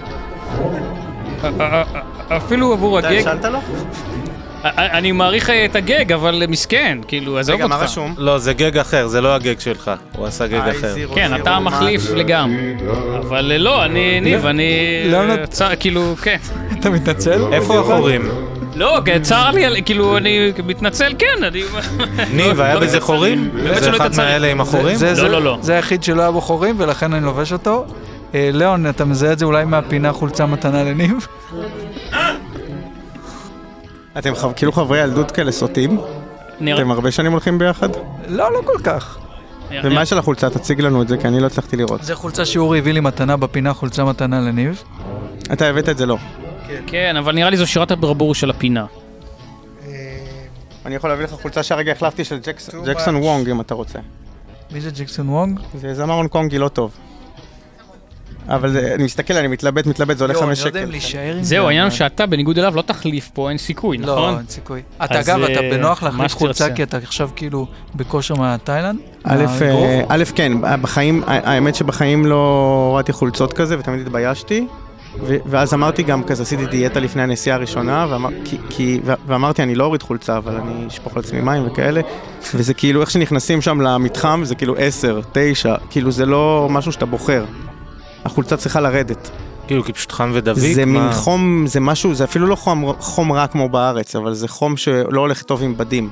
אפילו עבור הגג, ישנת לו? אני מעריך את הגג, אבל מסכן, כאילו, עזוב רגע, מה אותך. רשום? לא, זה גג אחר, זה לא הגג שלך. הוא עשה גג אחר. כן, אתה מחליף לגמרי. אבל לא, אני, ניב, אני... לא, לא. צר- כאילו, כן. אתה מתנצל? איפה החורים? לא, כן, צר לי, על- כאילו, אני מתנצל, כן, אני... ניב, היה לא בזה מתנצל. חורים? באמת זה שלא אחד התנצלתי. מהאלה עם החורים? זה- לא, זה- לא, לא. זה היחיד שלא היה בו חורים, ולכן אני לובש אותו. אה, ליאון, אתה מזהה את זה אולי מהפינה חולצה מתנה לניב? אתם חב- כאילו חברי ילדות כאלה סוטים? נראה- אתם הרבה שנים הולכים ביחד? לא, לא כל כך. ומה של החולצה? תציג לנו את זה, כי אני לא הצלחתי לראות. זה חולצה שאורי הביא לי מתנה בפינה חולצה מתנה לניב. אתה הבאת את זה לא. כן, אבל נראה לי זו שירת הברבור של הפינה. אני יכול להביא לך חולצה שהרגע החלפתי של ג'קס- Too ג'קסון much. וונג, אם אתה רוצה. מי זה ג'קסון וונג? זה זמר הונג קונגי לא טוב. אבל זה- אני מסתכל, אני מתלבט, מתלבט, זה עולה יואו, חמש אני לא יודע שקל. אם להישאר עם זה. זהו, העניין הוא אבל- שאתה, בניגוד אליו, לא תחליף פה, אין סיכוי, לא, נכון? אין סיכוי. אתה אז, אגב, אתה אה, בנוח מה להחליף חולצה, שתרצה. כי אתה עכשיו כאילו בכושר מהתאילנד? א', מהאגרוף? אה, א', כן, בחיים, האמת שבחיים לא הורדתי חולצות כזה ותמיד התביישתי. ו- ואז אמרתי גם כזה, עשיתי דיאטה לפני הנסיעה הראשונה, ואמר, כי, כי, ו- ואמרתי, אני לא אוריד חולצה, אבל אני אשפוך לעצמי מים וכאלה, וזה כאילו, איך שנכנסים שם למתחם, זה כאילו עשר, תשע, כאילו זה לא משהו שאתה בוחר. החולצה צריכה לרדת. כאילו, כי פשוט חם ודביק? זה מה? מין חום, זה משהו, זה אפילו לא חום, חום רע כמו בארץ, אבל זה חום שלא הולך טוב עם בדים.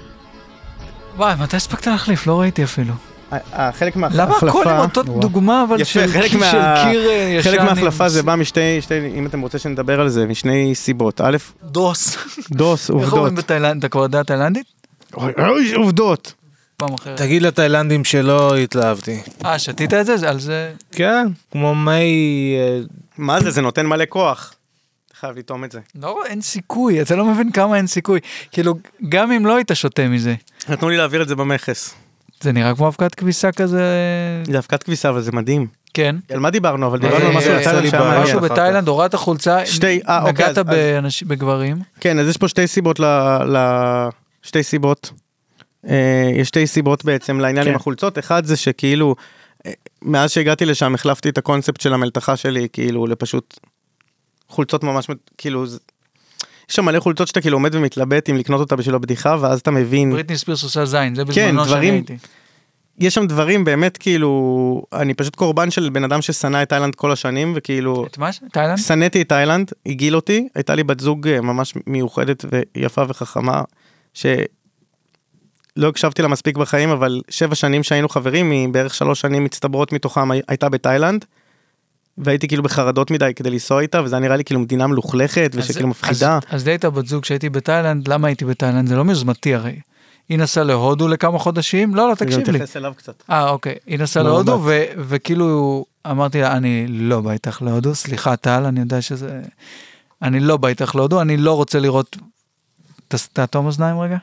וואי, מתי הספקת להחליף? לא ראיתי אפילו. חלק למה מההחלפה... הכל עם אותו דוגמה, אבל יפה, של חלק של מה- קיר אה, ישן? חלק עם- מההחלפה זה בא משתי, שתי, אם אתם רוצים שנדבר על זה, משני סיבות. א', דוס. דוס, איך עובדות. אומרים בתאילנד? אתה כבר יודע תאילנדית? אוי, אוי, עובדות. פעם אחרת. תגיד לתאילנדים שלא התלהבתי. אה, שתית את זה? זה- על זה... כן, כמו מי... אה, מה זה? זה נותן מלא כוח. אתה חייב לטעום את זה. לא, אין סיכוי, אתה לא מבין כמה אין סיכוי. כאילו, גם אם לא היית שותה מזה. נתנו לי להעביר את זה במכס. זה נראה כמו אבקת כביסה כזה... זה אבקת כביסה, אבל זה מדהים. כן. על מה דיברנו? אבל דיברנו על אה, משהו אה, בתאילנד לי שהיה בעיה. מעניין. משהו אחר כך. בתאילנד, הורדת חולצה, שתי- אה, אוקיי, נגעת אז- באנש- בגברים. כן, אז יש פה שתי סיבות ל... ל... שתי סיבות. אה, יש שתי סיבות בעצם לעניין כן. עם החולצות. אחד זה שכאילו, אה, מאז שהגעתי לשם החלפתי את הקונספט של המלתחה שלי, כאילו, לפשוט חולצות ממש, כאילו, זה- יש שם מלא חולצות שאתה כאילו עומד ומתלבט אם לקנות אותה בשביל הבדיחה, ואז אתה מבין, בריטני ספירס עושה זין, זה כן, בזמנו שאני דברים- הייתי. יש שם דברים באמת כאילו, אני פשוט קורבן של בן אדם ששנא את תאילנד כל השנים, וכאילו, את מה? תאילנד? שנאתי את תאילנד, הגיל אותי, הייתה לי בת זוג אה, ממש מיוחדת ויפה וחכמה, שלא הקשבתי לה מספיק בחיים, אבל שבע שנים שהיינו חברים, היא בערך שלוש שנים מצטברות מתוכם הי- הייתה בתאילנד, והייתי כאילו בחרדות מדי כדי לנסוע איתה, וזה היה נראה לי כאילו מדינה מלוכלכת, אז- ושכאילו מפחידה. אז- אז די הייתה בת זוג שהייתי בתאילנד, למה הייתי בתאילנד? זה לא מיוזמתי הרי. היא נסעה להודו לכמה חודשים? לא, לא, אני גם תקשיב לי. מתייחס אליו קצת. אה, אוקיי. היא נסעה לא, להודו, בת. ו- וכאילו אמרתי לה, אני לא בא איתך להודו, סליחה טל, אני יודע שזה... אני לא בא איתך להודו, אני לא רוצה לראות... ת- תאטום אוזניים רגע?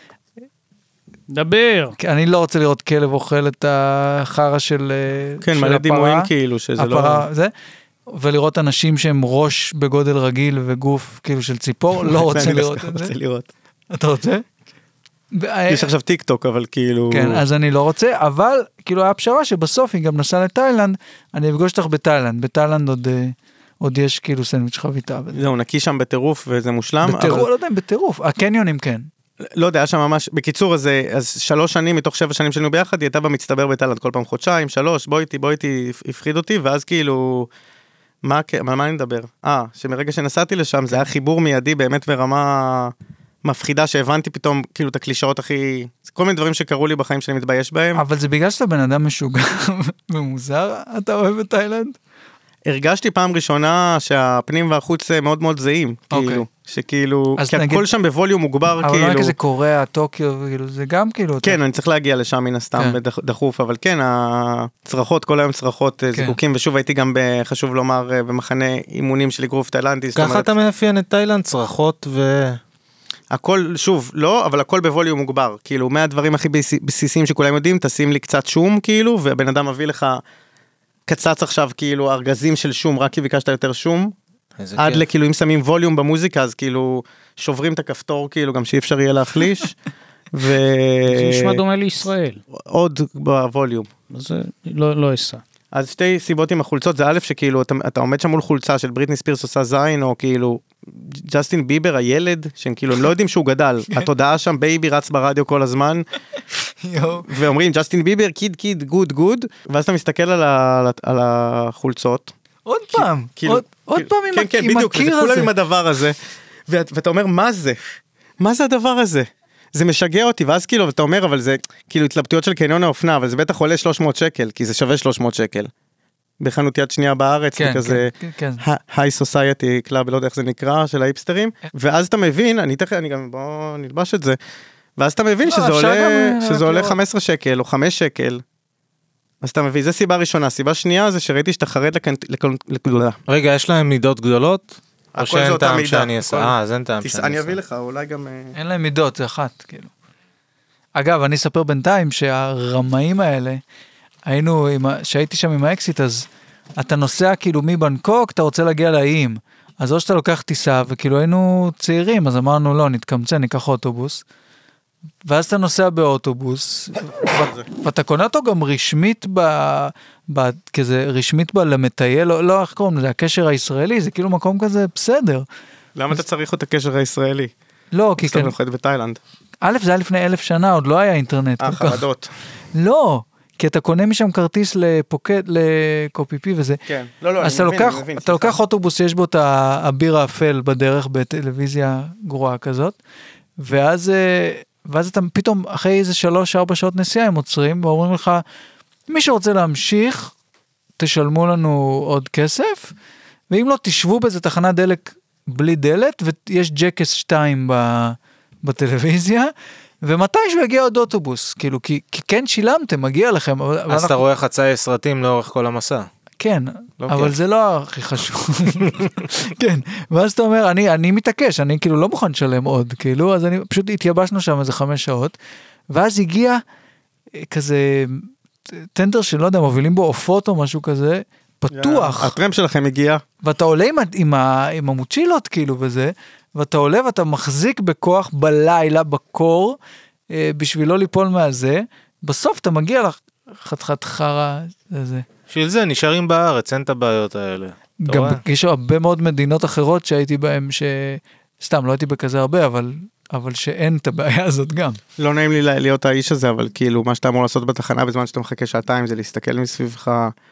דבר. כי אני לא רוצה לראות כלב אוכל את החרא של אה, כן, של מלא הפרה. דימויים כאילו, שזה לא... הפרה, זה, ולראות אנשים שהם ראש בגודל רגיל וגוף כאילו של ציפור, לא רוצה אני לראות דווקא את זה. רוצה לראות. אתה רוצה? ו- יש עכשיו טיק טוק, אבל כאילו... כן, אז אני לא רוצה, אבל כאילו היה פשרה שבסוף היא גם נסעה לתאילנד, אני אפגוש אותך בתאילנד, בתאילנד עוד, אה, עוד יש כאילו סנדוויץ' חביתה. וזה. זהו, נקי שם בטירוף וזה מושלם. בטירוף, אבל- לא יודע אם בטירוף, הקניונים כן. לא יודע, היה שם ממש, בקיצור, אז, אז שלוש שנים מתוך שבע שנים שלנו ביחד, היא הייתה במצטבר בתאילנד, כל פעם חודשיים, שלוש, בואי איתי, בואי איתי, הפחיד אותי, ואז כאילו, מה, על מה אני מדבר? אה, שמרגע שנסעתי לשם, זה היה חיבור מיידי באמת ברמה מפחידה שהבנתי פתאום כאילו את הקלישאות הכי, זה כל מיני דברים שקרו לי בחיים שאני מתבייש בהם. אבל זה בגלל שאתה בן אדם משוגע ומוזר, אתה אוהב את תאילנד? הרגשתי פעם ראשונה שהפנים והחוץ מאוד מאוד זהים, אוקיי. כאילו, שכאילו, אז כי נגיד- הכל שם בווליום מוגבר, אבל כאילו, לא כזה קוריאה, טוקיו, כאילו, זה גם כאילו... כן, אתה- אני צריך להגיע לשם מן הסתם כן. בדח- דחוף, אבל כן, הצרחות, כל היום צרחות, כן. זיקוקים, ושוב הייתי גם, ב- חשוב לומר, במחנה אימונים של אגרוף תאילנדי, זאת ככה אומרת, אתה מאפיין את תאילנד, צרחות ו... הכל, שוב, לא, אבל הכל בווליום מוגבר, כאילו, מהדברים הכי בסיס- בסיסיים שכולם יודעים, תשים לי קצת שום, כאילו, והבן אדם מביא לך קצץ עכשיו, כאילו, ארגזים של שום, רק כי ביקשת יותר שום, איזה עד כיף. לכאילו, אם שמים ווליום במוזיקה, אז כאילו, שוברים את הכפתור, כאילו, גם שאי אפשר יהיה להחליש, ו... זה נשמע דומה לישראל, עוד בווליום. אז זה לא לא אסע. אז שתי סיבות עם החולצות, זה א' שכאילו, אתה, אתה עומד שם מול חולצה של בריטני ספירס עושה זין, או כאילו, ג'סטין ביבר, הילד, שהם כאילו, הם לא יודעים שהוא גדל, התודעה שם, בייבי רץ ברדיו כל הזמן, יואו. ואומרים, ג'סטין ביבר, קיד קיד, גוד גוד, ואז אתה מסתכל על, ה, על החולצות, עוד פעם, כאילו, עוד- עוד כאילו, פעם עם כן, ה- כן, עם בדיוק, וזה הקיר כולם הזה. עם הדבר הזה, ואת, ואתה אומר, מה זה? מה זה הדבר הזה? זה משגע אותי, ואז כאילו, אתה אומר, אבל זה, כאילו, התלבטויות של קניון האופנה, אבל זה בטח עולה שלוש מאות שקל, כי זה שווה שלוש מאות שקל. בחנות יד שנייה בארץ, כן, וכזה, כן, כן, כן. היי סוסייטי קלאב, לא יודע איך זה נקרא, של האיפסטרים, ואז אתה מבין, אני תכף, אני גם, בוא נלבש את זה, ואז אתה מבין לא, שזה אפשר עולה, גם, אה, שזה רק עולה לראות. חמישה עשר שקל, או חמישה שקל, אז אתה מבין, זה סיבה ראשונה, סיבה שנייה זה שראיתי שאתה חרד לקנטולה. רגע, יש להם מידות גדולות? או הכל זה שאין אותה טעם מידה, שאני אעשה? הכל- אה, אז אין טעם שאני אני אעשה. אביא לך, אולי גם... אה, אין להם מידות, זה אחת, כאילו. אגב, אני אספר בינתיים שהרמאים האלה, היינו, עם ה- שהייתי שם עם האקסיט, אז אתה נוסע כאילו מבנקוק, אתה רוצה להגיע לאיים. אז או שאתה לוקח טיסה, וכאילו היינו צעירים, אז אמרנו, לא, נתקמצן, ניקח אוטובוס. ואז אתה נוסע באוטובוס, ו- ואתה קונה אותו גם רשמית ב... ב... כזה רשמית ב... למטייל, לא, לא, איך קוראים לזה, הקשר הישראלי, זה כאילו מקום כזה בסדר. למה אתה צריך את הקשר הישראלי? לא, כי כי כאן כן, נוחת בתאילנד. א', זה היה לפני אלף שנה, עוד לא היה אינטרנט. אה, כל כך. חרדות. לא, כי אתה קונה משם כרטיס לפוקט, לקופיפי וזה. כן. לא, לא, אז אתה לוקח, אתה לוקח אוטובוס שיש בו את האביר האפל בדרך בטלוויזיה גרועה כזאת, ואז, אה, ואז אתה פתאום אחרי איזה שלוש, ארבע שעות נסיעה הם עוצרים ואומרים לך, מי שרוצה להמשיך, תשלמו לנו עוד כסף, ואם לא, תשבו באיזה תחנת דלק בלי דלת, ויש ג'קס שתיים ב, בטלוויזיה, ומתישהו יגיע עוד אוטובוס, כאילו, כי, כי כן שילמתם, מגיע לכם. אבל- אבל אז אתה אנחנו- רואה חצאי סרטים לאורך כל המסע. כן, לא אבל כיף. זה לא הכי חשוב. כן, ואז אתה אומר, אני, אני מתעקש, אני כאילו לא מוכן לשלם עוד, כאילו, אז אני פשוט התייבשנו שם איזה חמש שעות, ואז הגיע אה, כזה טנדר שלא יודע, מובילים בו עופות או משהו כזה, פתוח, הטרמפ שלכם הגיע. ואתה עולה עם, ה- עם, ה, עם המוצ'ילות כאילו וזה, ואתה עולה ואתה מחזיק בכוח בלילה, בקור, אה, בשביל לא ליפול מהזה, בסוף אתה מגיע לחתיכת חרא, זה. בשביל זה נשארים בארץ, אין את הבעיות האלה. אתה גם רואה? יש הרבה מאוד מדינות אחרות שהייתי בהן, ש... סתם, לא הייתי בכזה הרבה, אבל, אבל שאין את הבעיה הזאת גם. לא נעים לי להיות האיש הזה, אבל כאילו, מה שאתה אמור לעשות בתחנה בזמן שאתה מחכה שעתיים, זה להסתכל מסביבך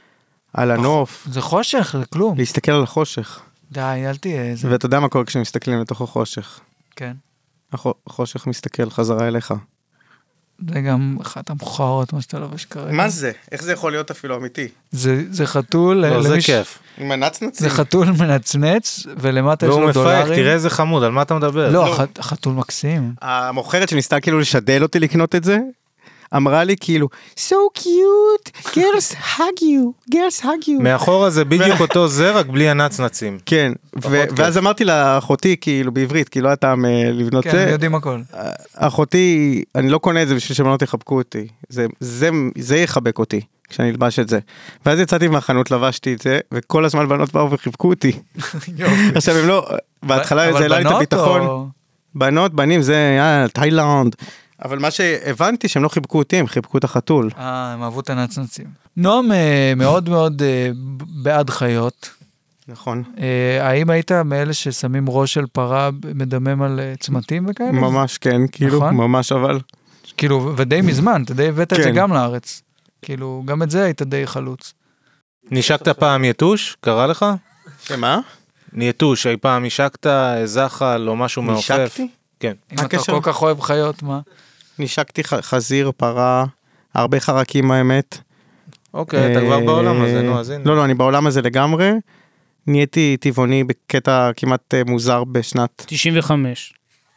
על הנוף, זה חושך, זה כלום. להסתכל על החושך. די, אל תהיה איזה... ואתה יודע מה קורה כשמסתכלים לתוך החושך. כן. החושך מסתכל חזרה אליך. זה גם אחת המכוערות, מה שאתה לובש כרגע. מה זה? איך זה יכול להיות אפילו אמיתי? זה, זה חתול, לא, זה למי ש- כיף. עם הנצנצים. זה חתול מנצנץ, ולמטה יש והוא לו מפייק, דולרים. תראה איזה חמוד, על מה אתה מדבר? לא, לא. הח- החתול מקסים. המוכרת שניסתה כאילו לשדל אותי לקנות את זה, אמרה לי כאילו, so cute, girls hug you, girls hug you. מאחורה זה בדיוק אותו זה, רק בלי הנצנצים. כן, ו- כיף. ואז אמרתי לאחותי, כאילו בעברית, כאילו לא הטעם אה, לבנות כן, זה, יודעים הכל. אחותי, אני לא קונה את זה בשביל שבנות יחבקו אותי, זה, זה, זה יחבק אותי, כשאני אלבש את זה. ואז יצאתי מהחנות, לבשתי את זה, וכל הזמן בנות באו וחיבקו אותי. עכשיו הם לא, בהתחלה זה העלה לי את הביטחון, או- בנות, בנים, זה, אה, תאילנד. אבל מה שהבנתי שהם לא חיבקו אותי, הם חיבקו את החתול. אה, הם אהבו את הנצנצים. נועם אה, מאוד מאוד אה, בעד חיות. נכון. אה, האם היית מאלה ששמים ראש של פרה מדמם על אה, צמתים וכאלה? ממש כן, כאילו, נכון? ממש אבל. כאילו, ודי מזמן, אתה די הבאת את זה כן. גם לארץ. כאילו, גם את זה היית די חלוץ. נשקת פעם יתוש? קרה לך? שמה? יתוש, אי פעם השקת זחל או משהו מעופף? נשקתי? כן. אם אתה הקשר- כל כך אוהב חיות, מה? נשקתי ח- חזיר, פרה, הרבה חרקים האמת. אוקיי, אתה כבר בעולם הזה, נו, אז הנה. לא, לא, אני בעולם הזה לגמרי. נהייתי טבעוני בקטע כמעט אה, מוזר בשנת... תשעים וחמש,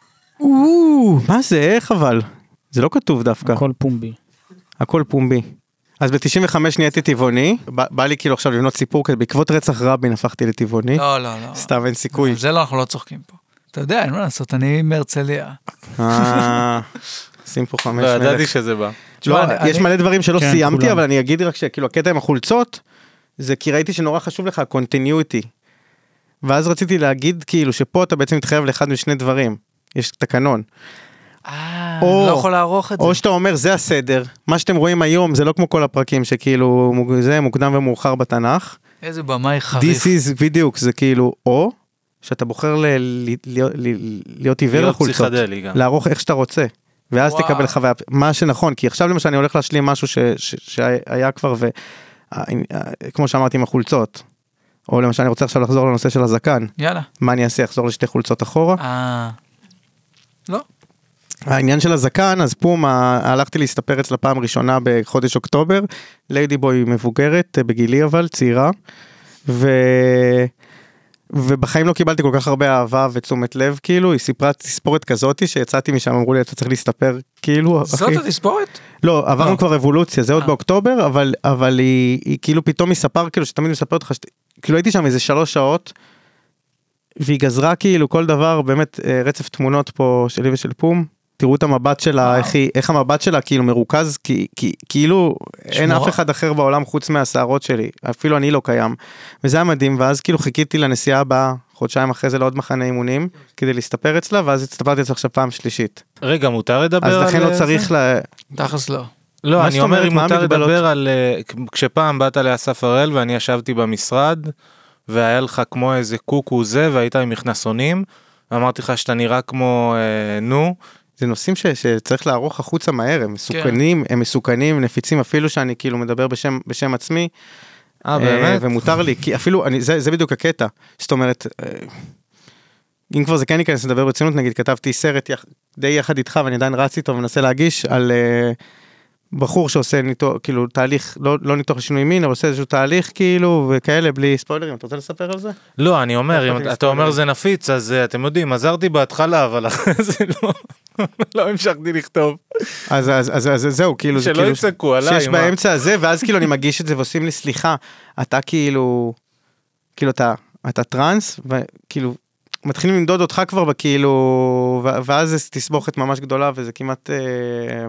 מה זה, איך אבל? זה לא כתוב דווקא. הכל פומבי. הכל פומבי. אז ב-תשעים וחמש נהייתי טבעוני, בא, בא לי כאילו עכשיו לבנות סיפור, כזה, בעקבות רצח רבין הפכתי לטבעוני. לא, לא, לא. סתם אין סיכוי. על זה לא, אנחנו לא צוחקים פה. אתה יודע, אין מה לעשות, אני מהרצליה. אה, שים פה חמש לא, ידעתי מלך. שזה בא. לא, אני- יש מלא דברים שלא כן, סיימתי, כולם. אבל אני אגיד רק שכאילו הקטע עם החולצות, זה כי ראיתי שנורא חשוב לך ה-continuity. ואז רציתי להגיד כאילו שפה אתה בעצם מתחייב לאחד משני דברים. יש תקנון. אה, או- אני לא יכול לערוך את זה. או שאתה אומר זה הסדר, מה שאתם רואים היום זה לא כמו כל הפרקים שכאילו מוג- זה מוקדם ומאוחר בתנ"ך. איזה במאי This חריף. is בדיוק, זה כאילו, או שאתה בוחר ל- ל- להיות- ל- להיות עיוור להיות לחולצות, פסיכדלי גם. לערוך איך שאתה רוצה, ואז וואו. תקבל חוויה, מה שנכון, כי עכשיו למשל אני הולך להשלים משהו ש- ש- שהיה כבר, וכמו שאמרתי עם החולצות, או למשל אני רוצה עכשיו לחזור לנושא של הזקן, יאללה. מה אני אעשה, אחזור לשתי חולצות אחורה? אה. לא. העניין של הזקן, אז פום, ה- הלכתי להסתפר אצלה פעם ראשונה בחודש אוקטובר, ליידי בוי מבוגרת, בגילי אבל, צעירה, ו... ובחיים לא קיבלתי כל כך הרבה אהבה ותשומת לב, כאילו, היא סיפרה תספורת כזאתי, שיצאתי משם, אמרו לי, אתה צריך להסתפר, כאילו, זאת התספורת? לא, עברנו לא. כבר אבולוציה, זה עוד אה. באוקטובר, אבל, אבל היא, היא כאילו פתאום מספר, כאילו, שתמיד מספרת לך, שת... כאילו הייתי שם איזה שלוש שעות, והיא גזרה כאילו כל דבר, באמת אה, רצף תמונות פה שלי ושל פום, תראו את המבט שלה, איך, היא, איך המבט שלה כאילו מרוכז, כי, כי, כאילו אין שמוע. אף אחד אחר בעולם חוץ מהשערות שלי, אפילו אני לא קיים, וזה היה מדהים, ואז כאילו חיכיתי לנסיעה הבאה, חודשיים אחרי זה לעוד מחנה אימונים, כדי להסתפר אצלה, ואז הצטפרתי אצלה עכשיו פעם שלישית. רגע, מותר לדבר אז על לכן לא זה? צריך ל... תכלס לא. לא, מה אני זאת אומר אומרת, אם מה מותר המגבלות? לדבר על... אה, כשפעם באת לאסף הראל ואני ישבתי במשרד, והיה לך כמו איזה קוקו זה, והיית עם מכנסונים, אמרתי לך שאתה נראה כמו אה, נו, זה נושאים ש, שצריך לערוך החוצה מהר, הם מסוכנים, הם מסוכנים, נפיצים, אפילו שאני כאילו מדבר בשם, בשם עצמי, אה באמת? ומותר לי, כי אפילו, אני, זה, זה בדיוק הקטע, זאת אומרת, אה, אם כבר זה כן ייכנס לדבר ברצינות, נגיד, כתבתי סרט יח, די יחד איתך, ואני עדיין רץ איתו ומנסה להגיש על אה, בחור שעושה ניתוח, כאילו תהליך, לא, לא ניתוח לשינוי מין, אבל עושה איזשהו תהליך כאילו, וכאלה, בלי ספוילרים, אתה רוצה לספר על זה? לא, אני אומר, לא אם יכולתי אתה אומר לספר. זה נפיץ, אז אה, אתם יודעים, עזרתי בהתחלה, אבל אחרי זה לא, לא המשכתי לכתוב. אז, אז, אז, אז זהו, כאילו, זה שלא כאילו, יצעקו עליי, שיש מה? באמצע הזה, ואז כאילו אני מגיש את זה ועושים לי סליחה, אתה כאילו, כאילו אתה, אתה טרנס, וכאילו, מתחילים למדוד אותך כבר, וכאילו, ו- ואז זה תסבוכת ממש גדולה, וזה כמעט, אה,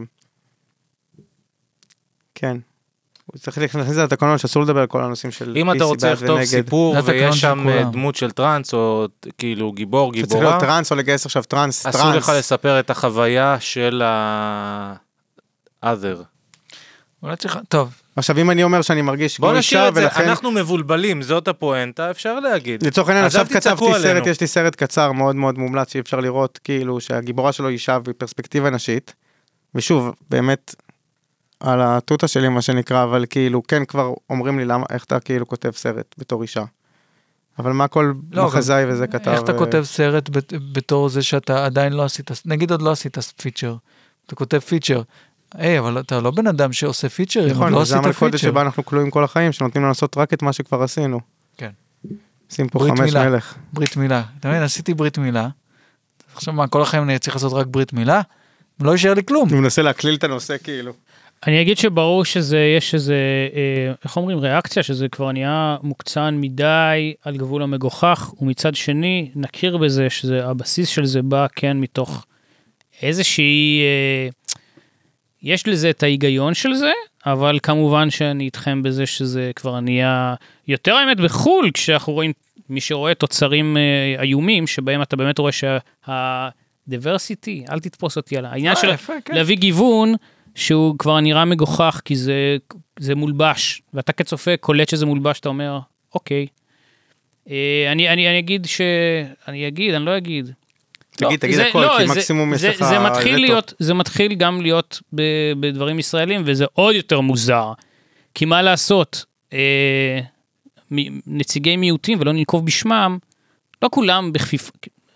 כן. צריך להכניס את זה לתקנון, שאסור לדבר על כל הנושאים של אם אתה P C רוצה בעד לכתוב ונגד. סיפור זה התקנון ויש של שם אה, כולם. דמות של טרנס, או כאילו גיבור, שצריך גיבורה, להיות טרנס, או לגייס עכשיו טרנס, אסור טרנס. לך לספר את החוויה של ה-other. אולי צריך... טוב. עכשיו, אם אני אומר שאני מרגיש בוא כמו נשאיר אישה, את זה, ולכן, אנחנו מבולבלים, זאת הפואנטה, אפשר להגיד. לצורך העניין, אז אל עכשיו תצעקו כתבתי עלינו. סרט, יש לי סרט קצר מאוד מאוד מומלץ, שאי אפשר לראות, כאילו, שהגיבורה שלו אישה בפרספקטיבה נשית, ושוב, באמת, על התותה שלי, מה שנקרא, אבל כאילו, כן כבר אומרים לי, למה, איך אתה כאילו כותב סרט בתור אישה? אבל מה כל לא, מחזאי וזה כתב? איך אתה אה, כותב סרט בת- בתור זה שאתה עדיין לא עשית, נגיד עוד לא עשית פיצ'ר, אתה כותב פיצ'ר, היי, אבל אתה לא בן אדם שעושה פיצ'רים, עוד נכון, לא וזה עשית המלכודת פיצ'ר. שבה אנחנו כלואים כל החיים, שנותנים לנו לעשות רק את מה שכבר עשינו. כן. שים פה ברית חמש מילה. מלך. ברית מילה. אתה מבין, עשיתי ברית מילה, עכשיו מה, כל החיים אני צריך לעשות רק ברית מילה? לא יישאר לי כלום. אני מנסה להקליל את הנושא כאילו. אני אגיד שברור שזה, יש איזה, אה, איך אומרים, ריאקציה, שזה כבר נהיה מוקצן מדי על גבול המגוחך, ומצד שני, נכיר בזה שזה, הבסיס של זה בא, כן, מתוך איזושהי, אה, יש לזה את ההיגיון של זה, אבל כמובן שאני איתכם בזה שזה כבר נהיה יותר האמת בחול, כשאנחנו רואים, מי שרואה תוצרים אה, איומים, שבהם אתה באמת רואה שה-diversity, אל תתפוס אותי על העניין אה, של יפה, כן. להביא גיוון, שהוא כבר נראה מגוחך, כי זה, זה מולבש, ואתה כצופה קולט שזה מולבש, אתה אומר, אוקיי. אה, אני, אני, אני אגיד ש... אני אגיד, אני לא אגיד. תגיד, לא, תגיד זה- הכל, לא, כי זה- מקסימום יש זה- לך זה מתחיל רטו. להיות, זה מתחיל גם להיות ב, בדברים ישראלים, וזה עוד יותר מוזר. כי מה לעשות, אה, מ- נציגי מיעוטים, ולא ננקוב בשמם, לא כולם בכפיף...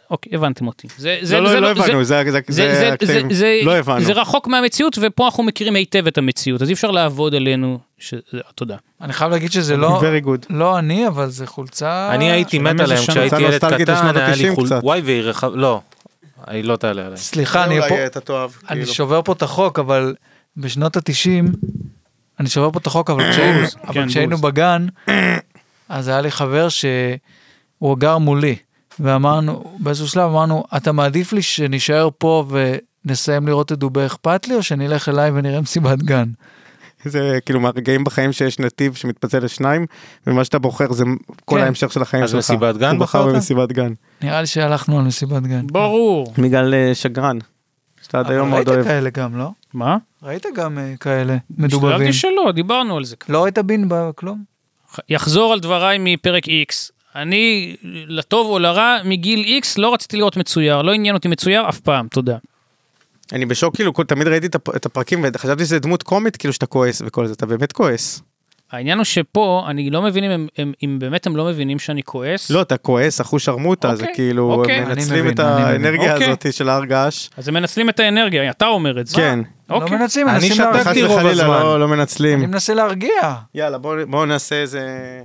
אוקיי, הבנתם אותי. זה, זה, לא, זה, לא, לא זה, הבנו, זה, זה, זה, זה, זה, הקטעים. זה, זה, לא הבנו. זה רחוק מהמציאות, ופה אנחנו מכירים היטב את המציאות, אז אי אפשר לעבוד עלינו, ש... תודה. אני חייב להגיד שזה לא, Very good. לא אני, אבל זה חולצה... אני הייתי של מת איזה עליהם שנה. כשהייתי קצת ילד נוסטלגית קטן, לשנות היה לי ה-תשעים חול... קצת. וואי והיא רחב... לא, היא לא תעלה עליי. סליחה, אני אולי פה... אתה תאהב, אני כאילו. שובר פה את החוק, אבל בשנות ה-תשעים, אני שובר פה את החוק, אבל כשהיינו, אבל כן, כשהיינו בוז. בגן, אז היה לי חבר שהוא גר מולי, ואמרנו, באיזשהו שלב אמרנו, אתה מעדיף לי שנשאר פה ונסיים לראות את דובה אכפת לי, או שנלך אליי ונראה מסיבת גן? זה כאילו מהרגעים בחיים שיש נתיב שמתפצל לשניים, ומה שאתה בוחר זה כל כן. ההמשך של החיים אז שלך. מסיבת גן הוא בחר בחרת? במסיבת גן. נראה לי שהלכנו על מסיבת גן. ברור. בגלל אה, שגרן. שאתה עד היום אבל מאוד ראית אוהב. כאלה גם, לא? מה? ראית גם אה, כאלה מדובבים. השתלבתי שלא, דיברנו על זה. לא ראית בין בכלום? יחזור על דבריי מפרק X. אני, לטוב או לרע, מגיל X לא רציתי לראות מצויר, לא עניין אותי מצויר אף פעם, תודה. אני בשוק, כאילו, כל- תמיד ראיתי את הפ- את הפרקים, וחשבתי שזה דמות קומית, כאילו שאתה כועס וכל זה, אתה באמת כועס. העניין הוא שפה, אני לא מבין אם, הם, הם, אם באמת הם לא מבינים שאני כועס. לא, אתה כועס, אחוש שרמוטה, זה אוקיי, כאילו, אוקיי. הם אני מנצלים מבין, את אני מבין. האנרגיה אוקיי. הזאת של ההר געש. אז הם מנצלים את האנרגיה, אתה אומר את זה. כן. לא אוקיי. מנסים, אני מנסים שתקתי להרגיע. חס רוב וחלילה, הזמן. לא לא אני מנצלים. מנסה להרגיע. יאללה, בואו בוא נעשה איזה...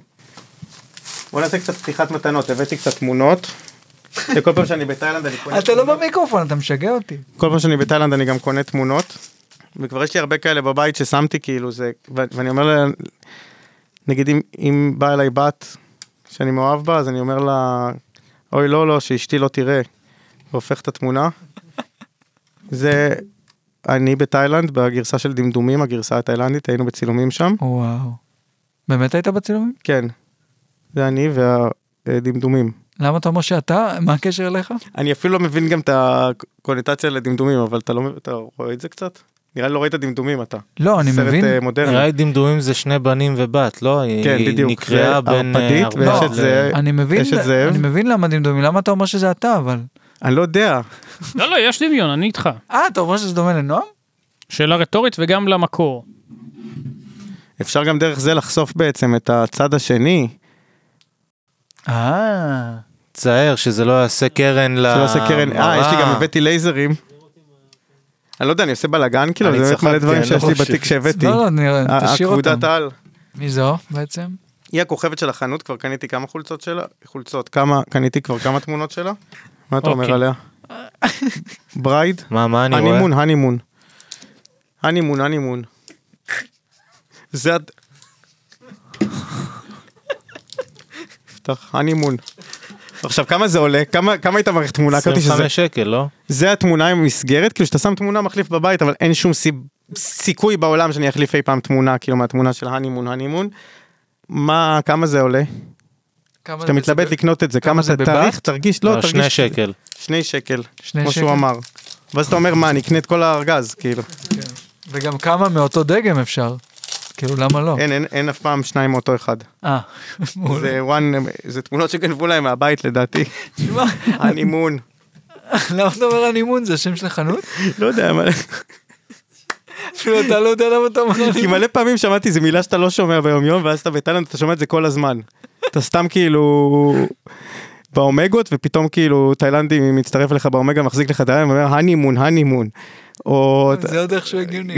בואו נעשה קצת פתיחת מתנות, הבאתי קצת תמונות. כל פעם שאני בתאילנד אני קונה אתה לא תמונות. במיקרופון, אתה משגע אותי. כל פעם שאני בתאילנד אני גם קונה תמונות. וכבר יש לי הרבה כאלה בבית ששמתי כאילו זה, ו- ואני אומר לה, נגיד אם, אם באה אליי בת שאני מאוהב בה, אז אני אומר לה, אוי לא לא, שאשתי לא תראה, והופך את התמונה. זה אני בתאילנד, בגרסה של דמדומים, הגרסה התאילנדית, היינו בצילומים שם. וואו. באמת היית בצילומים? כן, זה אני והדמדומים. למה אתה אומר שאתה? מה הקשר אליך? אני אפילו לא מבין גם את הקונוטציה לדמדומים, אבל אתה, לא, אתה רואה את זה קצת? נראה לי לא ראית דמדומים אתה. לא, אני סרט מבין. אה, מודרני. נראה לי דמדומים זה שני בנים ובת, לא? כן, היא בדיוק. נקראה זה בין... ערפדית אה, ויש ארבע את ל- זה. אני מבין, יש את זאב. אני מבין למה דמדומים, למה אתה אומר שזה אתה, אבל... אני לא יודע. לא, לא, יש דמיון, אני איתך. אה, אתה אומר שזה דומה לנועם? שאלה רטורית וגם למקור. אפשר גם דרך זה לחשוף בעצם את הצד השני, אה. צער שזה לא יעשה קרן ל... שלא עושה קרן, אה, יש לי גם הבאתי לייזרים. אני לא יודע, אני עושה בלאגן, כאילו, אני זה באמת צחקתי, מלא דברים אני שיש לא לי חושב. בתיק שהבאתי. לא, לא, נראה, תשאיר אותם. הכבודת על. מי זו בעצם? היא הכוכבת של החנות, כבר קניתי כמה חולצות שלה, חולצות, כמה, קניתי כבר כמה תמונות שלה. מה אתה אומר אוקיי. עליה? ברייד? מה, מה אני רואה? הנימון, הנימון. הנימון, הנימון. זה... הד- פתח, הנימון. עכשיו, כמה זה עולה? כמה, כמה היית מערכת תמונה? עשרים קראתי שזה... וחמש שקל, לא? זה התמונה עם מסגרת, כאילו שאתה שם תמונה מחליף בבית, אבל אין שום סיב... סיכוי בעולם שאני אחליף אי פעם תמונה, כאילו מהתמונה של הנימון, הנימון. מה, כמה זה עולה? כמה אתה זה מתלבט בצד- לקנות את זה, כמה כמה זה אתה בבת? תאריך, תרגיש, לא, לא, תרגיש. שני שקל. שני שקל, שני כמו שקל? שהוא אמר. ואז אתה אומר, מה, אני אקנה את כל הארגז, כאילו. וגם כמה מאותו דגם אפשר. כאילו, למה לא? אין, אין, אין אף פעם שניים מאותו אחד. אה. זה one, זה תמונות שגנבו להם מהבית לדעתי. תשמע, הנימון. למה אתה אומר הנימון? זה השם של החנות? לא יודע, מה... אפילו אתה לא יודע למה אתה אומר כי הנימון. מלא פעמים שמעתי, זו מילה שאתה לא שומע ביום יום, ואז אתה בתאילנד, אתה שומע את זה כל הזמן. אתה סתם כאילו באומגות, ופתאום כאילו תאילנדי מצטרף לך באומגה, מחזיק לך את העין, ואומר, הנימון, הנימון. או... זה עוד איכשהו הגיוני.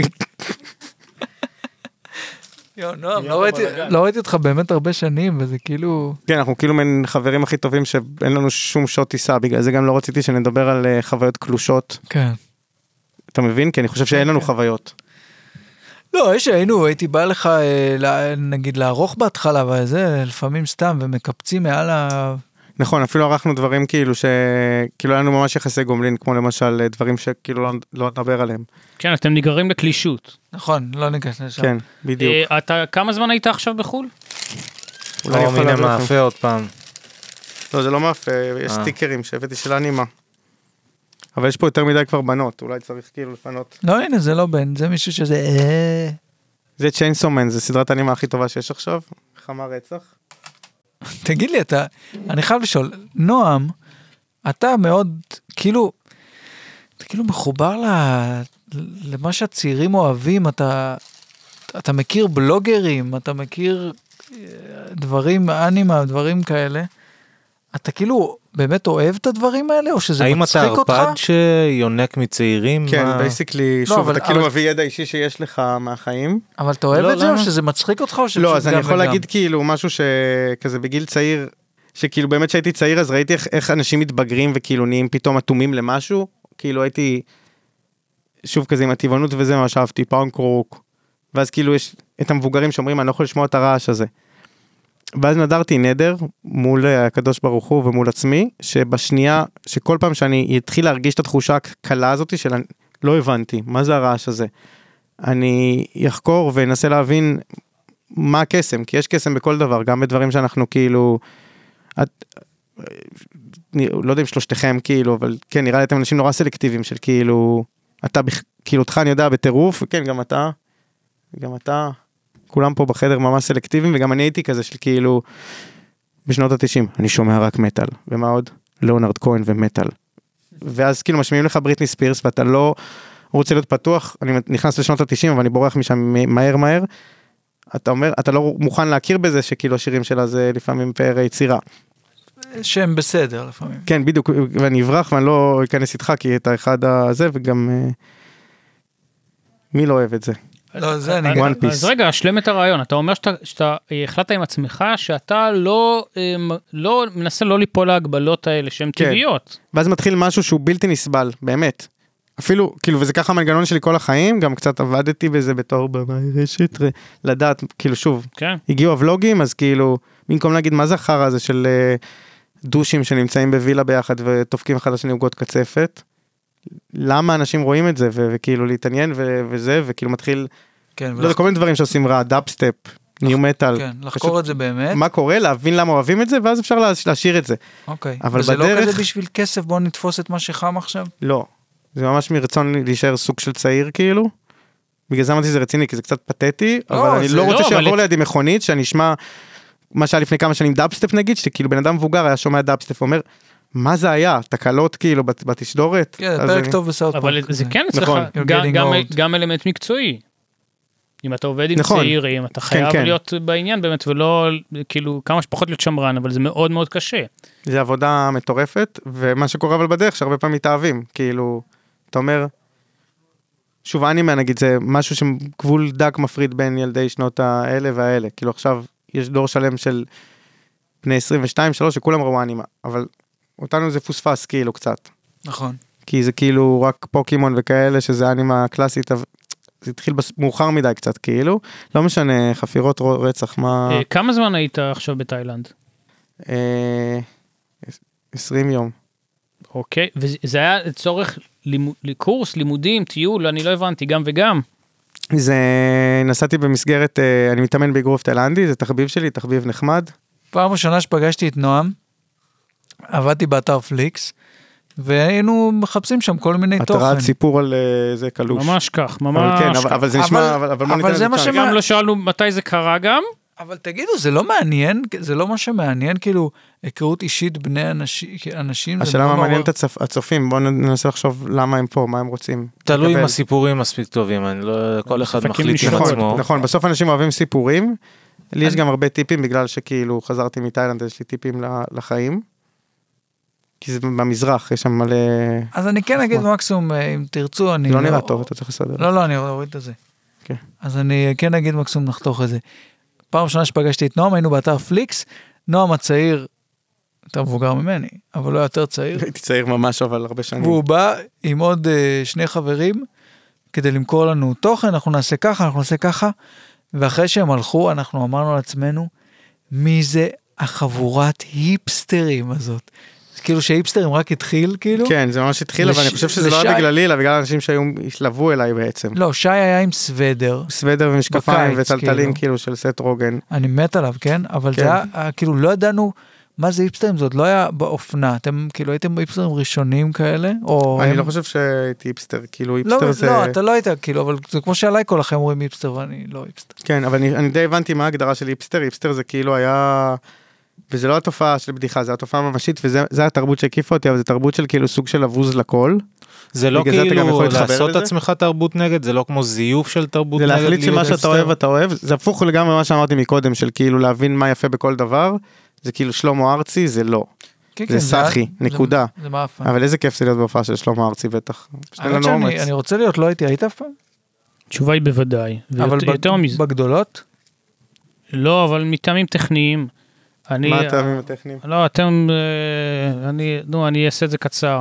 יו, נועם, לא ראיתי- לא ראיתי אותך באמת הרבה שנים, וזה כאילו... כן, אנחנו כאילו מן חברים הכי טובים שאין לנו שום שעות טיסה, בגלל זה גם לא רציתי שנדבר על אה, חוויות קלושות. כן. אתה מבין? כי אני חושב שאין לנו חוויות. לא, יש שהיינו, הייתי בא לך, אה, ל- נגיד, לערוך בהתחלה, וזה, לפעמים סתם, ומקפצים מעל ה... נכון, אפילו ערכנו דברים כאילו ש... כאילו היה לנו ממש יחסי גומלין, כמו למשל אה, דברים שכאילו לא, לא נדבר עליהם. כן, אתם נגררים לקלישות. נכון, לא ניכנס לשם. כן, בדיוק. אה, אתה, כמה זמן היית עכשיו בחו"ל? אולי או יכול מיני להביא לכם. מאפה עוד פעם. לא, זה לא מאפה, יש אה. סטיקרים שהבאתי של אנימה. אבל יש פה יותר מדי כבר בנות, אולי צריך כאילו לפנות. לא, הנה, זה לא בן, זה מישהו שזה... אה. זה צ'יינסומן, זה סדרת האנימה הכי טובה שיש עכשיו. חמה רצח. תגיד לי, אתה, אני חייב לשאול, נועם, אתה מאוד, כאילו, אתה כאילו מחובר ל, למה שהצעירים אוהבים, אתה, אתה מכיר בלוגרים, אתה מכיר אה, דברים, אנימה, דברים כאלה, אתה כאילו באמת אוהב את הדברים האלה, או שזה האם מצחיק אתה אותך? ערפד שיונק מצעירים? כן, מה- בייסיקלי, לא, שוב, אבל- אתה כאילו אבל- מביא ידע אישי שיש לך מהחיים. אבל אתה אוהב לא, את זה, או למה? שזה מצחיק אותך, או שזה לא, פשוט אז אני גם יכול וגם? להגיד כאילו משהו שכזה בגיל צעיר, שכאילו באמת שהייתי צעיר, אז ראיתי איך, איך אנשים מתבגרים וכאילו נהיים פתאום אטומים למשהו, כאילו הייתי, שוב כזה עם הטבעונות וזה מה שאהבתי, פאנק רוק, ואז כאילו יש את המבוגרים שאומרים, אני לא יכול לשמוע את הרעש הזה. ואז נדרתי נדר מול הקדוש ברוך הוא ומול עצמי, שבשנייה, שכל פעם שאני אתחיל להרגיש את התחושה הקלה הזאת של לא הבנתי, מה זה הרעש הזה? אני יחקור ואנסה להבין מה הקסם, כי יש קסם בכל דבר, גם בדברים שאנחנו כאילו, את, לא יודע אם שלושתכם כאילו, אבל כן, נראה לי אתם אנשים נורא סלקטיביים של כאילו, אתה, כאילו אותך אני יודע בטירוף, וכן, גם אתה, גם אתה, כולם פה בחדר ממש סלקטיביים, וגם אני הייתי כזה של כאילו, בשנות ה-תשעים, אני שומע רק מטל, ומה עוד? ליאונרד כהן ומטל. ואז כאילו משמיעים לך בריטני ספירס, ואתה לא רוצה להיות פתוח, אני נכנס לשנות ה-תשעים, אבל אני בורח משם מהר מהר, אתה אומר, אתה לא מוכן להכיר בזה, שכאילו השירים שלה זה לפעמים פאר יצירה. שהם בסדר לפעמים. כן, בדיוק, ואני אברח, ואני לא אכנס איתך, כי אתה אחד הזה, וגם, מי לא אוהב את זה? לא, זה אני... One Piece. אז רגע, אשלם את הרעיון. אתה אומר שאתה, שאתה החלטת עם עצמך שאתה לא, לא מנסה לא ליפול להגבלות האלה שהן כן. טבעיות. ואז מתחיל משהו שהוא בלתי נסבל, באמת. אפילו, כאילו, וזה ככה המנגנון שלי כל החיים, גם קצת עבדתי בזה בתור במאי רשת, לדעת, כאילו, שוב, כן. הגיעו הוולוגים, אז כאילו, במקום להגיד מה זה החרא הזה של דושים שנמצאים בווילה ביחד ותופקים אחד לשני עוגות קצפת, למה אנשים רואים את זה, ו- וכאילו להתעניין ו- וזה, וכאילו מתחיל, כן, לא יודע, כל מיני דברים שעושים רע, דאפסטפ, ניו מטל, כן, לחקור את זה באמת. מה קורה, להבין למה אוהבים את זה, ואז אפשר לה- להשאיר את זה. אוקיי. אבל וזה לא בדרך- כזה בשביל כסף, בוא נתפוס את מה שחם עכשיו? לא, זה ממש מרצון להישאר סוג של צעיר כאילו, בגלל זה אמרתי זה רציני, כי זה קצת פתטי, לא, אבל אני זה לא לא, רוצה אבל שיעבור את- לידי מכונית, שאני אשמע מה שהיה לפני כמה שנים דאפסטפ נגיד, שכאילו בן אדם מבוגר היה שומע דאפסטפ, אומר, מה זה היה? תקלות כאילו בת- בתשדורת? כן, אז פרק אני- טוב בסאוט פארק. אבל זה כן אצלך, נכון. You're גם, getting גם, old. גם אלמנט מקצועי. אם אתה עובד עם נכון. צעירים, אתה חייב כן. להיות בעניין באמת, ולא, כאילו, כמה שפחות להיות שמרן, אבל זה מאוד מאוד קשה. זה עבודה מטורפת, ומה שקורה אבל בדרך, שהרבה פעמים מתאהבים, כאילו, אתה אומר, שוב, אנימה נגיד, זה משהו שגבול דק מפריד בין ילדי שנות האלה והאלה, כאילו עכשיו יש דור שלם של בני עשרים ושתיים שלוש שכולם ראו אנימה, אבל אותנו זה פוספס כאילו קצת, נכון. כי זה כאילו רק פוקימון וכאלה, שזה אנימה קלאסית, אבל זה התחיל בס- מאוחר מדי קצת כאילו, לא משנה, חפירות ר- רצח, מה... אה, כמה זמן היית עכשיו בתאילנד? אה, עשרים יום. אוקיי, וזה היה לצורך לימוד, קורס, לימודים, טיול, אני לא הבנתי, גם וגם. זה, נסעתי במסגרת, אה, אני מתאמן באגרוף תאילנדי, זה תחביב שלי, תחביב נחמד. פעם ראשונה שפגשתי את נועם, עבדתי באתר פליקס, והיינו מחפשים שם כל מיני אתה תוכן. ראה סיפור על אה, זה קלוש. ממש כך, ממש אבל כן, כך. אבל, אבל זה אבל- נשמע, אבל, אבל בוא אבל ניתן זה לזה מה צ'אנס. שמה- גם לא שאלנו מתי זה קרה גם. אבל תגידו, זה לא מעניין, זה לא מה שמעניין, כאילו, היכרות אישית בני אנשים, אנשים, זה השאלה מאוד מה מעניין מעורר. את הצופ- הצופים, בואו ננסה לחשוב למה הם פה, מה הם רוצים. תלוי אם לקבל. הסיפורים מספיק טובים, אני לא, כל אחד ספקים מחליט עם משלו. נכון, עצמו. נכון, בסוף אנשים אוהבים סיפורים, לי יש גם הרבה טיפים, בגלל שכאילו חזרתי מתאילנד, יש לי טיפים ל- לחיים, כי זה במזרח, יש שם מלא, אז אני כן אגיד מקסימום, אה, אם תרצו, אני... לא נראה טוב, אתה צריך לסדר. לא, לא, אני אוריד את זה. כן. אז אני כן אגיד מקסימום נחתוך את זה. פעם ראשונה שפגשתי את נועם, היינו באתר פליקס, נועם הצעיר, יותר מבוגר ממני, אבל לא יותר צעיר, הייתי צעיר ממש, אבל הרבה שנים. והוא בא עם עוד אה, שני חברים, כדי למכור לנו תוכן, אנחנו נעשה ככה, אנחנו נעשה ככה, ואחרי שהם הלכו, אנחנו אמרנו לעצמנו, מי זה החבורת היפסטרים הזאת? כאילו שהיפסטרים רק התחיל, כאילו? כן, זה ממש התחיל, אבל לש- אני חושב שזה לא לשי- היה בגללי, אלא בגלל אנשים שהיו, התלוו אליי בעצם. לא, שי היה עם סוודר, סוודר ומשקפיים בקיץ, וטלטלים כאילו. כאילו של סט רוגן. אני מת עליו, כן? אבל כן. זה היה, היה, כאילו, לא ידענו מה זה היפסטרים, זאת לא היה באופנה. אתם, כאילו, הייתם היפסטרים ראשונים כאלה? או אני הם... לא חושב שהייתי היפסטר, כאילו לא, היפסטר זה... לא, אתה לא היית, כאילו, אבל זה כמו שעליי כל לכם אומרים היפסטר ואני לא היפסטר. כן, אבל אני, אני די הבנתי מה ההגדרה של היפסטר, היפסטר זה כאילו היה... וזה לא התופעה של בדיחה, זה התופעה ממשית, וזה זה התרבות שהקיפה אותי, אבל זה תרבות של כאילו סוג של אבוז לכל. זה לא בגלל זה אתה גם כאילו יכול להתחבר לעשות לזה? עצמך תרבות נגד, זה לא כמו זיוף של תרבות זה נגד. להחליט שמה להיות שאתה היפסטר. אוהב אתה אוהב, זה הפוך לגמרי מה שאמרתי מקודם, של כאילו להבין מה יפה בכל דבר, זה כאילו שלמה ארצי, זה לא. כן, זה כן, סחי, זה- נקודה. זה- זה מאפן. אבל איזה כיף זה להיות בהופעה של שלמה ארצי בטח. שתן האמת לנו שאני אומץ. אני רוצה להיות, לא הייתי, היית אף פעם? התשובה היא בוודאי. אבל ויותר יותר בג- מזה. בגדולות? לא, אבל מטעמים טכניים. אני... מה הטעמים הטכניים? לא, אתם... אה, אני... נו, אני אעשה את זה קצר.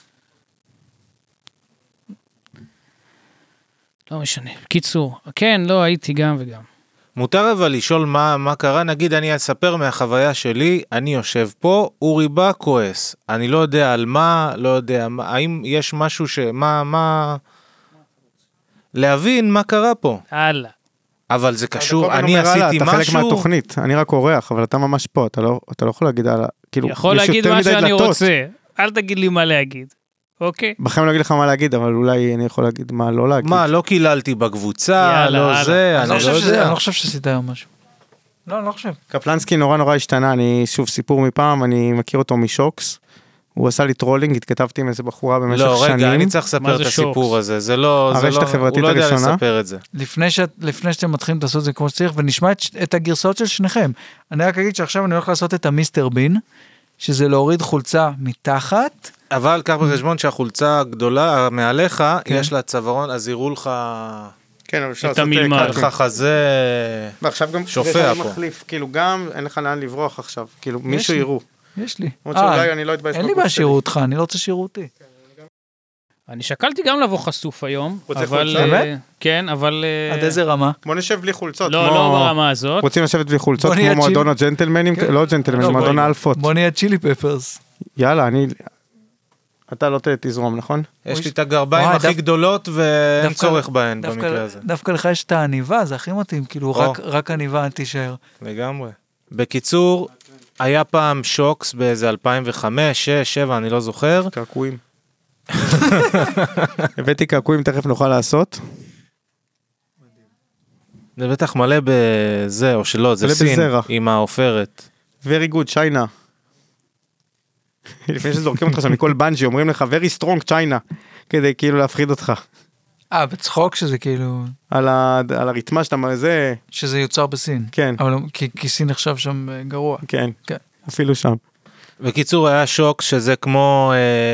לא משנה. בקיצור, כן, לא, הייתי גם וגם. מותר אבל לשאול מה, מה קרה, נגיד אני אספר מהחוויה שלי, אני יושב פה, אורי בא כועס, אני לא יודע על מה, לא יודע, מה, האם יש משהו ש... מה, מה... להבין מה קרה פה, הלאה. אבל זה קשור, אתה כל אני הזמן אומר, "הלאה, עשיתי אתה חלק משהו, מהתוכנית, אני רק אורח, אבל אתה ממש פה, אתה לא, אתה לא יכול להגיד על ה... כאילו, יכול יש להגיד יותר מה מדי שאני דלתות. רוצה. אל תגיד לי מה להגיד. אוקיי? בחיים לא אגיד לך מה להגיד, אבל אולי אני יכול להגיד מה לא להגיד. מה, לא קיללתי בקבוצה, יאללה, לא הלאה. זה, אני אני לא לא חושב שזה- יודע. אני לא חושב שעשית היום משהו. לא, אני לא חושב. קפלנסקי נורא נורא השתנה, אני שוב סיפור מפעם, אני מכיר אותו משוקס. הוא עשה לי טרולינג, התכתבתי עם איזה בחורה במשך לא, שנים. רגע, אני צריך מה לספר זה את הסיפור שוקס? הזה, זה לא, זה הרשת לא, החברתית הוא לא יודע הראשונה. לספר את זה. לפני, שאת, לפני שאתם מתחילים לעשות את זה כמו שצריך, ונשמע את, את הגרסאות של שניכם. אני רק אגיד שעכשיו אני הולך לעשות את המיסטר בין, שזה להוריד חולצה מתחת. אבל קח בחשבון שהחולצה הגדולה מעליך, כן. יש לה צווארון, אז יראו לך, כן, אבל אפשר את לעשות המלמל. קאט. לך חזה, ועכשיו גם שופע יש לי פה. מחליף, כאילו גם אין לך לאן לברוח עכשיו, כאילו מישהו לי. יראו. יש לי. למרות אה, שאולי אני לא אתבייש אין לי בגוף בעיה שלי. שיראו אותך, אני לא רוצה שיראו אותי. אני שקלתי גם לבוא חשוף היום. רוצה אבל, חולצה? אה, באמת? כן, אבל... אה, עד איזה רמה? בוא נשב בלי חולצות, לא, כמו... לא ברמה הזאת. רוצים לשבת בלי חולצות בוא נהיה כמו צ'יל. מועדון הג'נטלמנים? כן. לא ג'נטלמנים, לא, מועדון בואי. האלפות. בוא נהיה צ'ילי פפרס. יאללה, אני... אתה לא ת- תזרום, נכון? יש לי את הגרביים וואי, הכי דווקא- גדולות ואין דווקא- צורך בהן דווקא- במקרה הזה. דווקא לך יש את העניבה, זה הכי מתאים, כאילו או. רק- רק עניבה אל תישאר. לגמרי. בקיצור, היה פעם שוקס באיזה אלפיים וחמש, שש, שבע, אני לא זוכר. קעקועים. הבאתי קעקועים, תכף נוכל לעשות. זה בטח מלא בזה, או שלא, זה מלא סין, בזרע. עם העופרת. Very good, צ'יינה. לפני שזורקים אותך שם מכל בנג'י, אומרים לך very strong צ'יינה, כדי כאילו להפחיד אותך. אה, בצחוק שזה כאילו, על ה- על הרתמה שאתה, זה, שזה יוצר בסין. כן, אבל כי- כי סין נחשב שם אה, גרוע. כן, כן. אפילו שם. בקיצור, היה שוקס שזה כמו,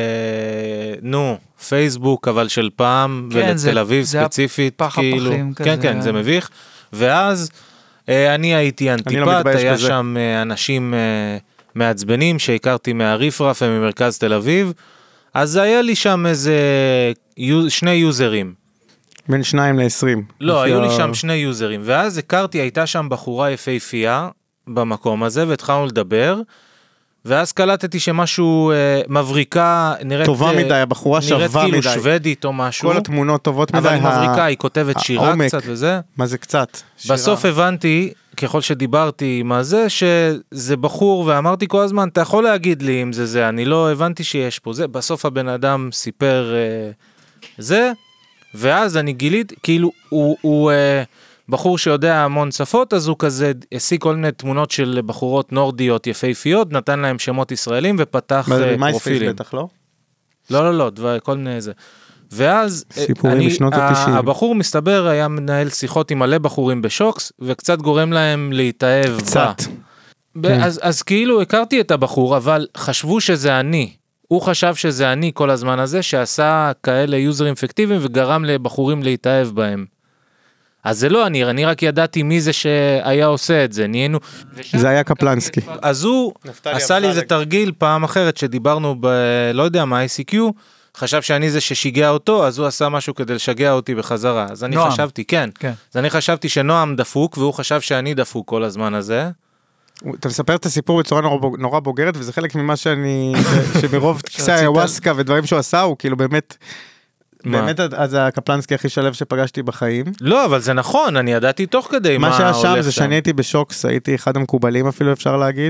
אה, נו, פייסבוק, אבל של פעם, כן, ולתל זה- אביב זה ספציפית, הפח כאילו, הפחים כן, כזה. כן, זה מביך. ואז אה, אני הייתי אנטיפט, מתבייש היה בזה. שם אה, אנשים אה, מעצבנים שהכרתי מהריפרף וממרכז תל אביב, אז היה לי שם איזה יו- שני יוזרים. בין שניים לעשרים. לא, לפי היו לי ה- שם שני יוזרים, ואז הכרתי, הייתה שם בחורה יפהפייה במקום הזה, והתחלנו לדבר, ואז קלטתי שמשהו אה, מבריקה, נראית... טובה אה, מדי, הבחורה נראית שווה כאילו מדי. שוודית או משהו, כל התמונות טובות מדי. אבל היא ה- מבריקה, היא כותבת שירה העומק. קצת וזה. מה זה קצת? שירה. בסוף הבנתי, ככל שדיברתי עם הזה, שזה בחור, ואמרתי כל הזמן, אתה יכול להגיד לי אם זה זה, אני לא הבנתי שיש פה זה, בסוף הבן אדם סיפר אה, זה, ואז אני גיליתי, כאילו, הוא, הוא אה, בחור שיודע המון שפות, אז הוא כזה השיג כל מיני תמונות של בחורות נורדיות יפהפיות, נתן להם שמות ישראלים ופתח מה זה, אה, במייספייס פרופילים. בטח, לא? לא, לא, לא, דבר, כל מיני זה. ואז אה, סיפורים אני, משנות ה- ה-תשעים. הבחור מסתבר היה מנהל שיחות עם מלא בחורים בשוקס, וקצת גורם להם להתאהב בה. קצת. ב- כן. אז, אז כאילו הכרתי את הבחור, אבל חשבו שזה אני. הוא חשב שזה אני כל הזמן הזה, שעשה כאלה יוזרים פיקטיביים וגרם לבחורים להתאהב בהם. אז זה לא אני, אני רק ידעתי מי זה שהיה עושה את זה, נהיינו... זה היה קפלנסקי. אז הוא נפתלי עשה לי איזה אמסלם. תרגיל פעם אחרת שדיברנו ב... לא יודע מה, איי סי קיו, חשב שאני זה ששיגע אותו, אז הוא עשה משהו כדי לשגע אותי בחזרה. אז אני נועם. חשבתי, כן. כן. אז אני חשבתי שנועם דפוק, והוא חשב שאני דפוק כל הזמן הזה. אתה מספר את הסיפור בצורה נורא בוג- נורא בוגרת, וזה חלק ממה שאני, ש- שמרוב טקסי שרצית- היוואסקה ודברים שהוא עשה, הוא כאילו באמת, מה? באמת אז זה הקפלנסקי הכי שלב שפגשתי בחיים. לא, אבל זה נכון, אני ידעתי תוך כדי מה מה הולך שהיה שם. שם זה שאני הייתי בשוקס, הייתי אחד המקובלים אפילו אפשר להגיד.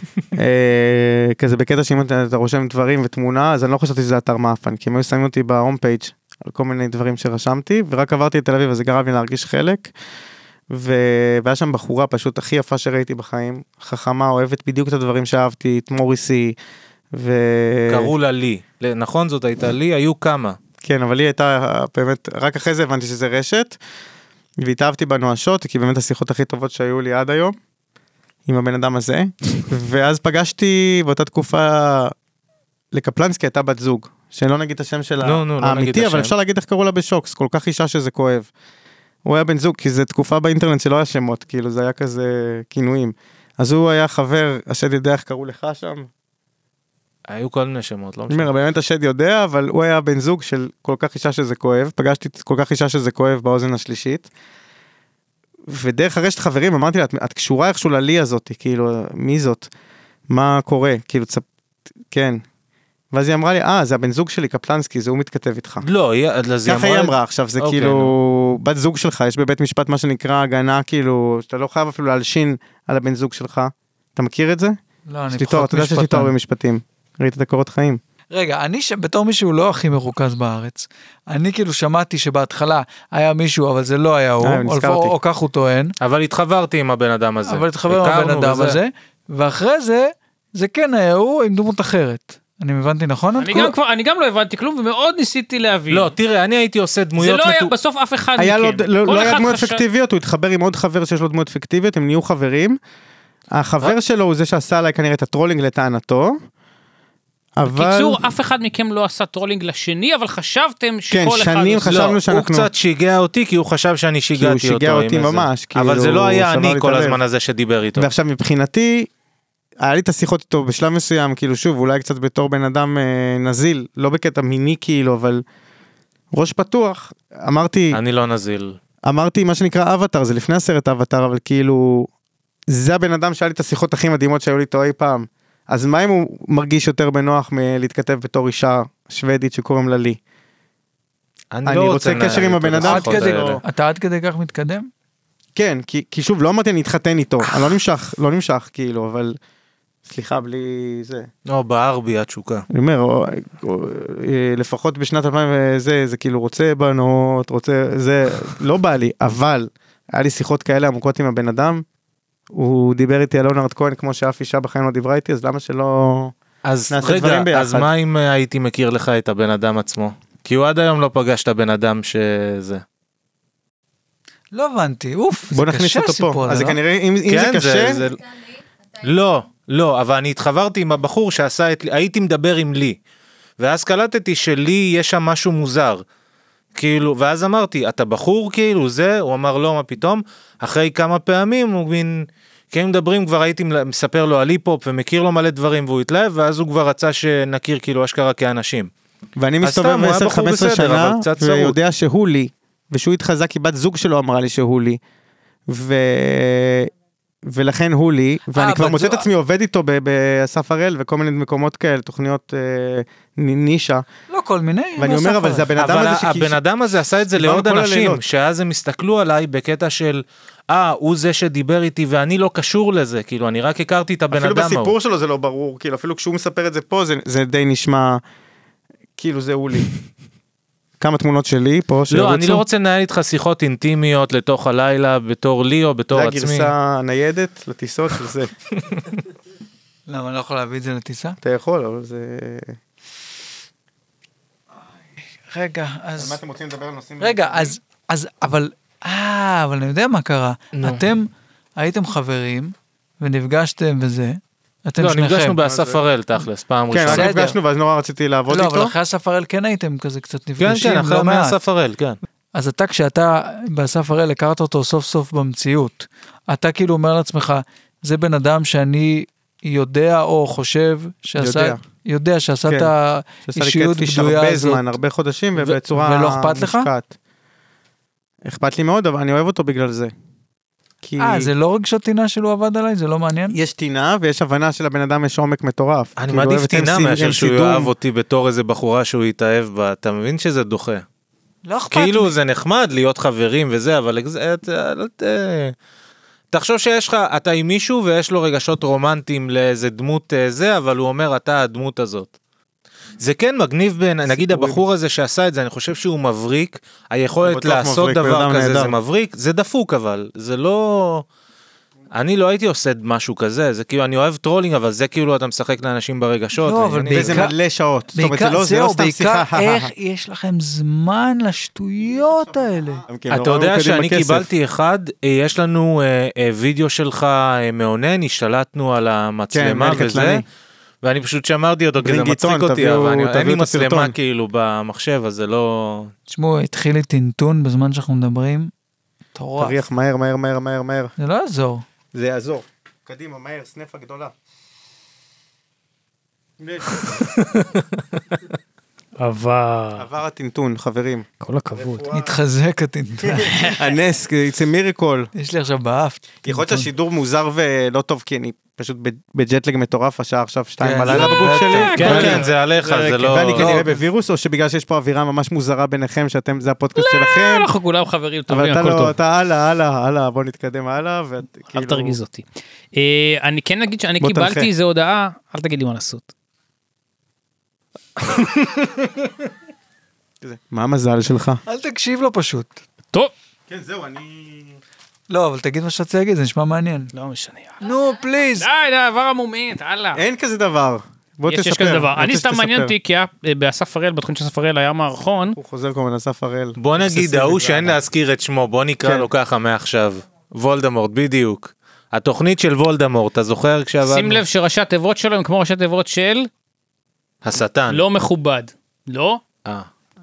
אה, כזה בקטע שאם אתה אתה רושם דברים ותמונה, אז אני לא חשבתי שזה אתר מאפן, כי הם היו שמים אותי בהום פייג' על כל מיני דברים שרשמתי, ורק עברתי לתל אביב, אז זה גרם לי להרגיש חלק. ו- והיה שם בחורה פשוט הכי יפה שראיתי בחיים, חכמה, אוהבת בדיוק את הדברים שאהבתי, את מוריסי, ו... קראו לה לי. נכון, זאת הייתה לי, היו כמה. כן, אבל היא הייתה באמת, רק אחרי זה הבנתי שזה רשת, והתאהבתי בה נואשות, כי באמת השיחות הכי טובות שהיו לי עד היום. עם הבן אדם הזה, ואז פגשתי באותה תקופה, לקפלנסקי הייתה בת זוג, שלא נגיד את השם שלה לא, לא, לא האמיתי, אבל אפשר להגיד איך קראו לה בשוקס, כל כך אישה שזה כואב. הוא היה בן זוג, כי זו תקופה באינטרנט שלא היה שמות, כאילו זה היה כזה כינויים. אז הוא היה חבר, השד יודע איך קראו לך שם? היו כל מיני שמות, לא אני אומר, באמת השד יודע, אבל הוא היה בן זוג של כל כך אישה שזה כואב, פגשתי כל כך אישה שזה כואב באוזן השלישית, ודרך הרשת חברים אמרתי לה, את, את קשורה איכשהו ללי הזאת, כאילו, מי זאת? מה קורה? כאילו, צפ... כן. ואז היא אמרה לי, אה, זה הבן זוג שלי, קפלנסקי, זה הוא מתכתב איתך. לא, היא אמרה... ככה היא אמרה, עכשיו זה כאילו, בת זוג שלך, יש בבית משפט מה שנקרא הגנה, כאילו, שאתה לא חייב אפילו להלשין על הבן זוג שלך. אתה מכיר את זה? לא, אני אתה פחות יודע שיש לי תואר משפטן. במשפטים. ראית את הקורות חיים. רגע, אני ש... בתור מישהו לא הכי מרוכז בארץ, אני כאילו שמעתי שבהתחלה היה מישהו, אבל זה לא היה הוא, אה, או, נזכרתי. או, או כך הוא טוען, אבל התחברתי עם הבן אדם הזה. אבל התחבר עם הבן הכרנו אדם וזה. הזה, ואחרי זה, זה כן היה הוא עם דמות אחרת. אני הבנתי נכון? אני גם כבר, אני גם לא הבנתי כלום, ומאוד ניסיתי להבין. לא, תראה, אני הייתי עושה זה דמויות... לא היה מתו- בסוף אף אחד היה לו, מכם. לא, כל לא היה אחד דמויות חשב- פיקטיביות, הוא התחבר עם עוד חבר שיש לו דמויות פיקטיביות, הם נהיו חברים. החבר שלו הוא זה שעשה עליי כנראה את הטרולינג לטענתו. אבל... בקיצור, אף אחד מכם לא עשה טרולינג לשני, אבל חשבתם כן, שכל אחד... שנים עושה- חשבנו לא, שאנחנו... הוא קצת שיגע אותי, כי הוא חשב שאני שיגעתי אותו. שיגע עם אותי איזה- ממש, אבל כאילו, זה לא היה שבר אני לי כל את הלב. הזמן הזה שדיבר איתו. ועכשיו מבחינתי, היה לי את השיחות איתו בשלב מסוים, כאילו שוב, אולי קצת בתור בן אדם אה, נזיל, לא בקטע מיני כאילו, אבל ראש פתוח, אמרתי, אני לא נזיל. אמרתי מה שנקרא אבטר, זה לפני הסרט אבטר, אבל כאילו, זה הבן אדם שהיה לי את השיחות הכי מדהימות שהיו לי איתו אי פעם. אז מה אם הוא מרגיש יותר בנוח מלהתכתב בתור אישה שוודית שקוראים לה לי? אני לא רוצה לנהל קשר עם איתו הבן את אדם, עד השיחות כדי, האלה. אתה עד כדי כך מתקדם? כן, כי, כי שוב, לא אמרתי אני אתחתן איתו, אני לא נמשך, לא נמשך כאילו, אבל סליחה, בלי זה. לא, בער בי התשוקה. אני אומר, או, או, אה, לפחות בשנת אלפיים וזה, זה כאילו רוצה בנות, רוצה, זה לא בא לי, אבל היה לי שיחות כאלה עמוקות עם הבן אדם, הוא דיבר איתי על אונרד כהן כמו שאף אישה בחיים לא דיברה איתי, אז למה שלא... אז נעשה רגע, דברים ביחד. אז מה אם אה, הייתי מכיר לך את הבן אדם עצמו? כי הוא עד היום לא פגש את הבן אדם שזה. לא הבנתי, אוף, זה בוא נכניס קשה אותו הסיפור פה, הזה, אז זה לא? כנראה, אם, אם זה כן, קשה, זה... לא, לא, אבל אני התחברתי עם הבחור שעשה את... הייתי מדבר עם לי, ואז קלטתי שלי יש שם משהו מוזר. כאילו, ואז אמרתי, אתה בחור כאילו, זה? הוא אמר לא, מה פתאום? אחרי כמה פעמים הוא מין... כי הם מדברים, כבר הייתי מספר לו על היפ-הופ ומכיר לו מלא דברים והוא התלהב, ואז הוא כבר רצה שנכיר כאילו אשכרה כאנשים. ואני אז מסתובב סתם, הוא היה עשר בחור חמש עשרה בסדר, שנה, אבל קצת צרוד. ויודע שהוא לי, ושהוא התחזק, כי בת זוג שלו אמרה לי שהוא לי, ו... ולכן הוא לי, ואני אה, כבר בת מוצא את זוג- עצמי עובד איתו ב- באסף הראל, וכל מיני מקומות כאלה, תוכניות אה, נ- נישה, לא כל מיני. ואני לא אומר, ספר. אבל זה הבן אדם אבל הזה שכי- הבן אדם הזה עשה את זה דיברנו לעוד כל אנשים, הלילות. שאז הם הסתכלו עליי בקטע של, אה, הוא זה שדיבר איתי ואני לא קשור לזה, כאילו, אני רק הכרתי את הבן אפילו אדם ההוא. בסיפור שלו זה לא ברור, כאילו אפילו כשהוא מספר את זה פה, זה, זה די נשמע, כאילו זה הוא לי. כמה תמונות שלי פה לא, שירוצו. אני לא רוצה לנהל איתך שיחות אינטימיות לתוך הלילה, בתור לי או בתור זה עצמי. הגרסה הניידת לטיסות של זה. למה אני לא יכול להביא את זה לטיסה? אתה יכול, אבל זה... רגע, אז... אתם רוצים לדבר על נושאים? רגע, אז, אז, אבל, אה, אבל אני יודע מה קרה. נו. אתם הייתם חברים, ונפגשתם וזה, אתם לא, שניכם. נפגשנו באסף הראל תכלס, פעם כן, רק ראשונה. בסדר. נפגשנו ואז נורא רציתי לעבוד לא, איתו. אבל אחרי אסף הראל כן הייתם כזה קצת כן, נפגשים, כן, אחרי לא מעט. מאסף הראל, כן. אז אתה, כשאתה באסף הראל הכרת אותו סוף סוף במציאות, אתה כאילו אומר לעצמך, זה בן אדם שאני יודע או חושב שעשה, יודע. יודע שעשה כן. את שעשה לי האישיות קטפיש בדויה הרבה הזאת. זמן, הרבה חודשים, ובצורה ולא אכפת לך? מושקעת. אכפת לי מאוד, אבל אני אוהב אותו בגלל זה. כי אה, זה לא רגשות טינה שלו עבד עליי? זה לא מעניין? יש טינה ויש הבנה של הבן אדם יש עומק מטורף. אני כאילו, מעדיף אוהב את טינה אם סי- מאשר אם שהוא סידום. יאהב אותי בתור איזה בחורה שהוא יתאהב בה, אתה מבין שזה דוחה. לא אכפת כאילו לי. זה נחמד להיות חברים וזה, אבל את- את- את- תחשוב שיש לך, אתה עם מישהו ויש לו רגשות רומנטיים לאיזה דמות אה, זה, אבל הוא אומר אתה הדמות הזאת. זה כן מגניב בין, נגיד סיפורים. הבחור הזה שעשה את זה, אני חושב שהוא מבריק, היכולת בטוח לעשות מבריק, בן דבר אדם כזה נהדר. זה מבריק, זה דפוק אבל, זה לא... אני לא הייתי עושה משהו כזה, זה כאילו, אני אוהב טרולינג, אבל זה כאילו אתה משחק לאנשים ברגשות. לא, אבל ועניינים. וזה בעיקר- מלא שעות. זאת אומרת, בעיקר, זה לא- זה לא זהו, סתם בעיקר שיחה. איך יש לכם זמן לשטויות האלה. כן, אתה נורא יודע ממוקדים שאני בכסף. קיבלתי אחד, אה, יש לנו אה, אה, וידאו שלך אה, מעונן, השתלטנו על המצלמה מייל וזה, קטלני. ואני פשוט שמרתי אותו, כי זה ברינגיטון, מצחיק אותי, תביאו- אבל אני- אין תביאו לי את מצלמה הסרטון. כאילו במחשב, אז זה לא... תשמעו, התחיל לי טינטון בזמן שאנחנו מדברים. מטורף. תריח מהר, מהר, מהר, מהר, מהר. זה לא יעזור. זה יעזור. קדימה, מהר, סנפה גדולה. עבר, עבר הטינטון, חברים. כל הכבוד. מתחזק הטינטון. הנס, it's a miracle. יש לי עכשיו באף. יכול להיות שהשידור מוזר ולא טוב, כי אני פשוט בג'טלג מטורף, השעה עכשיו שתיים כן, בלילה זה בגוף בטח. שלי. כן, ואני- כן, זה עליך, זה לא... ואני כנראה לא. בווירוס, או שבגלל שיש פה אווירה ממש מוזרה ביניכם, שאתם, זה הפודקאסט שלכם, אנחנו כולם חברים אבל טובים, אתה הכל לא, טוב. אתה הלאה, הלאה, הלאה, בוא נתקדם הלאה, ואת אל כאילו... תרגיז אותי. אה, אני כן אגיד שאני בוא קיבלתי תנחה. איזה הודעה, אל תגיד לי מה לעשות. מה המזל שלך? אל תקשיב לו פשוט. טוב. כן, זהו, אני... לא, אבל תגיד מה שאתה רוצה להגיד, זה נשמע מעניין. לא משנה. נו, פליז. די, די, עבר המומנט, הלאה. אין כזה דבר. בוא יש, תספר. יש כזה דבר. רוצה אני סתם שתספר. מעניין אותי, כי היה, אה, באסף הראל, בתוכנית של אסף הראל היה מערכון, הוא חוזר כל הזמן אסף הראל. בוא נגיד, אובססיבי ההוא כבר. שאין להזכיר את שמו, בוא נקרא כן. לו ככה מעכשיו. וולדמורט, בדיוק. התוכנית של וולדמורט, אתה זוכר כשעבדנו? שים לב שראשי התיבות שלו הם כמו ראשי התיבות של השטן. לא מכובד. לא? אה.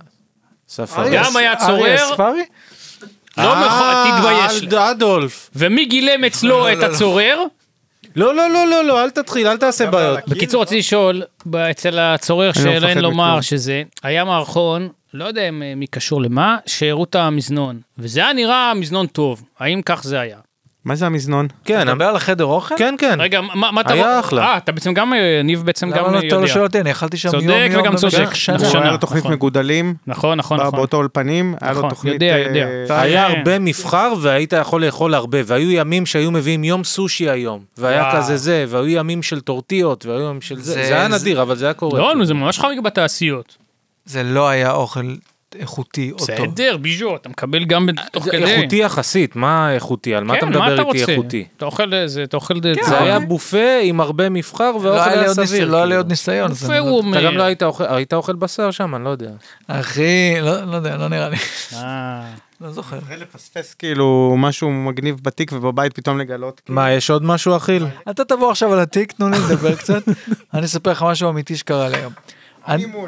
אסף אריה הראל. גם היה אריה צורר. אספרי? לא מכובד, תתבייש. אד- אדולף. ומי גילם אצלו את הצורר? לא, לא, לא, לא, לא, אל תתחיל, אל תעשה בעיות. בקיצור, רציתי לשאול, ב- אצל הצורר אני לא שאין מפחד לומר מכלום. שזה, היה מערכון, לא יודע אם, אה, מי קשור למה, שהראו את המזנון. וזה היה נראה מזנון טוב. האם כך זה היה? מה זה המזנון? כן, אתה מדבר על החדר אוכל? כן, כן. רגע, מה מה אתה... היה אחלה. אה, אתה בעצם גם, אה, ניב בעצם גם למה אה, לא אתה לא יודע. שואל אותי? אני אכלתי שם צודק יום יום וגם צודק. במשך שנה. נכון. היה לו תוכנית נכון. מגודלים, נכון, נכון, בא נכון. באותו אולפנים, היה לו נכון, תוכנית... יודע, יודע. אה, היה אה. הרבה מבחר והיית יכול לאכול הרבה, והיו ימים שהיו מביאים יום סושי היום, והיה וואו. כזה זה, והיו ימים של טורטיות, והיו ימים של זה, זה- זה היה זה- נדיר, אבל זה היה קורה. לא, נו, זה ממש חריג בתעשיות. זה לא היה אוכל איכותי או טוב. בסדר, ביז'ו, אתה מקבל גם תוך זה כדי. איכותי יחסית, מה איכותי? על מה אתה כן, מה אתה מדבר איתי רוצה? איכותי? אתה אוכל איזה, אתה אוכל... את זה היה בופה עם הרבה מבחר לא ואוכל היה לי היה עוד ניס- סביר. לא היה לי כאילו. עוד ניסיון. אז בופה אני לא- הוא אתה אומר. גם לא היית אוכל, היית אוכל בשר שם, אני לא יודע. אחי, לא לא יודע, לא נראה לי. אה, לא זוכר. זה לפספס כאילו משהו מגניב בתיק ובבית פתאום לגלות. מה, יש עוד משהו אכיל? אתה תבוא עכשיו על התיק, תנו לי לדבר קצת. אני אספר לך משהו אמיתי שקרה לי היום. אני- הנימון.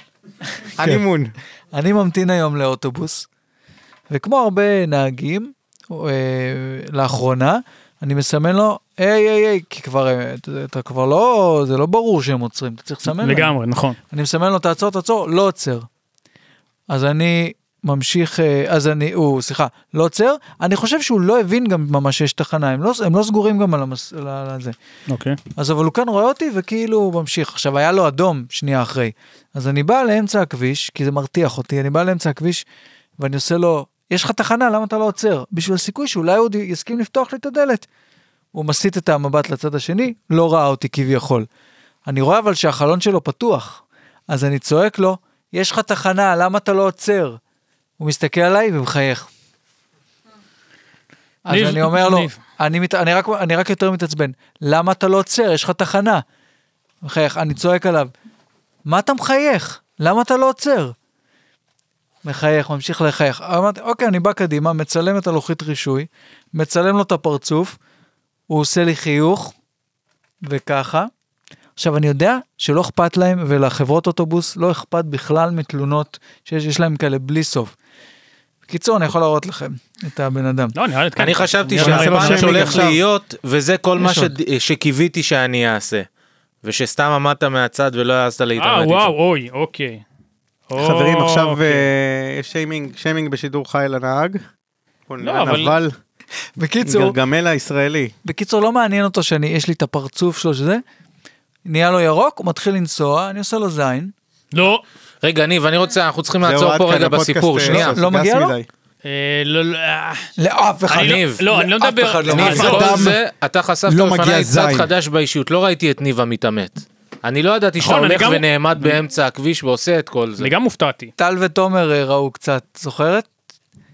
הנימון. אני ממתין היום לאוטובוס, וכמו הרבה נהגים, אה, לאחרונה, אני מסמן לו, היי, היי, היי, כי כבר, אה, אתה- אתה כבר לא, זה לא ברור שהם עוצרים, אתה צריך לסמן להם. לגמרי, נכון. אני מסמן לו, תעצור, תעצור, לא עוצר. אז אני ממשיך, אה, אז אני, הוא, סליחה, לא עוצר, אני חושב שהוא לא הבין גם ממש שיש תחנה, הם לא, הם לא סגורים גם על המס, על ה- על זה. אוקיי. אז אבל הוא כאן רואה אותי וכאילו הוא ממשיך. עכשיו היה לו אדום שנייה אחרי. אז אני בא לאמצע הכביש, כי זה מרתיח אותי, אני בא לאמצע הכביש ואני עושה לו, יש לך תחנה, למה אתה לא עוצר? בשביל הסיכוי שאולי הוא יסכים לפתוח לי את הדלת. הוא מסיט את המבט לצד השני, לא ראה אותי כביכול. אני רואה אבל שהחלון שלו פתוח. אז אני צועק לו, יש לך תחנה, למה אתה לא עוצר? הוא מסתכל עליי ומחייך. אז ניב, אני אומר לו, ניב. אני, מת, אני, רק, אני רק יותר מתעצבן, למה אתה לא עוצר? יש לך תחנה. מחייך, אני צועק עליו, מה אתה מחייך? למה אתה לא עוצר? מחייך, ממשיך לחייך. אמרתי, אוקיי, אני בא קדימה, מצלם את הלוחית רישוי, מצלם לו את הפרצוף, הוא עושה לי חיוך, וככה. עכשיו, אני יודע שלא אכפת להם, ולחברות אוטובוס לא אכפת בכלל מתלונות שיש יש להם כאלה בלי סוף. בקיצור, אני יכול להראות לכם את הבן אדם. לא, נראה לי... אני חשבתי נראה לי- נעשה לו שהפאנץ' שיימינג הולך עכשיו. להיות, וזה כל מה יש עוד. ש- שקיוויתי שאני אעשה. ושסתם עמדת מהצד ולא העזת אה, להתעמת איתו. וואו, אוי, אוקיי. חברים, עכשיו אוקיי. אה, יש שיימינג, שיימינג בשידור חי לנהג. לא, אבל- אבל בקיצור, גרגמל הישראלי. בקיצור, לא מעניין אותו שאני, יש לי את הפרצוף שלו שזה, נהיה לו ירוק, הוא מתחיל לנסוע, אני עושה לו זין. לא, רגע, ניב, אני רוצה, אנחנו צריכים זהו, לעצור עד פה כאן, רגע הפודקאסט, בסיפור, אה, שנייה. לא- לא גס מגיע לו? מדי. אה, לא, לא, אה, לאף אחד. אני לא- ניב. לא, אני לא לאף מדבר... אחד לא אני ניב, מגיע. לא- כל אדם זה, אתה חשפת לא מגיע לפניי צד זין. חדש באישיות, לא ראיתי את ניב המתעמת. אני לא ידעתי שאתה נכון, אני הולך גם- ונעמד באמצע הכביש ועושה את כל זה. אני גם הופתעתי. טל ותומר אה, ראו קצת, זוכרת?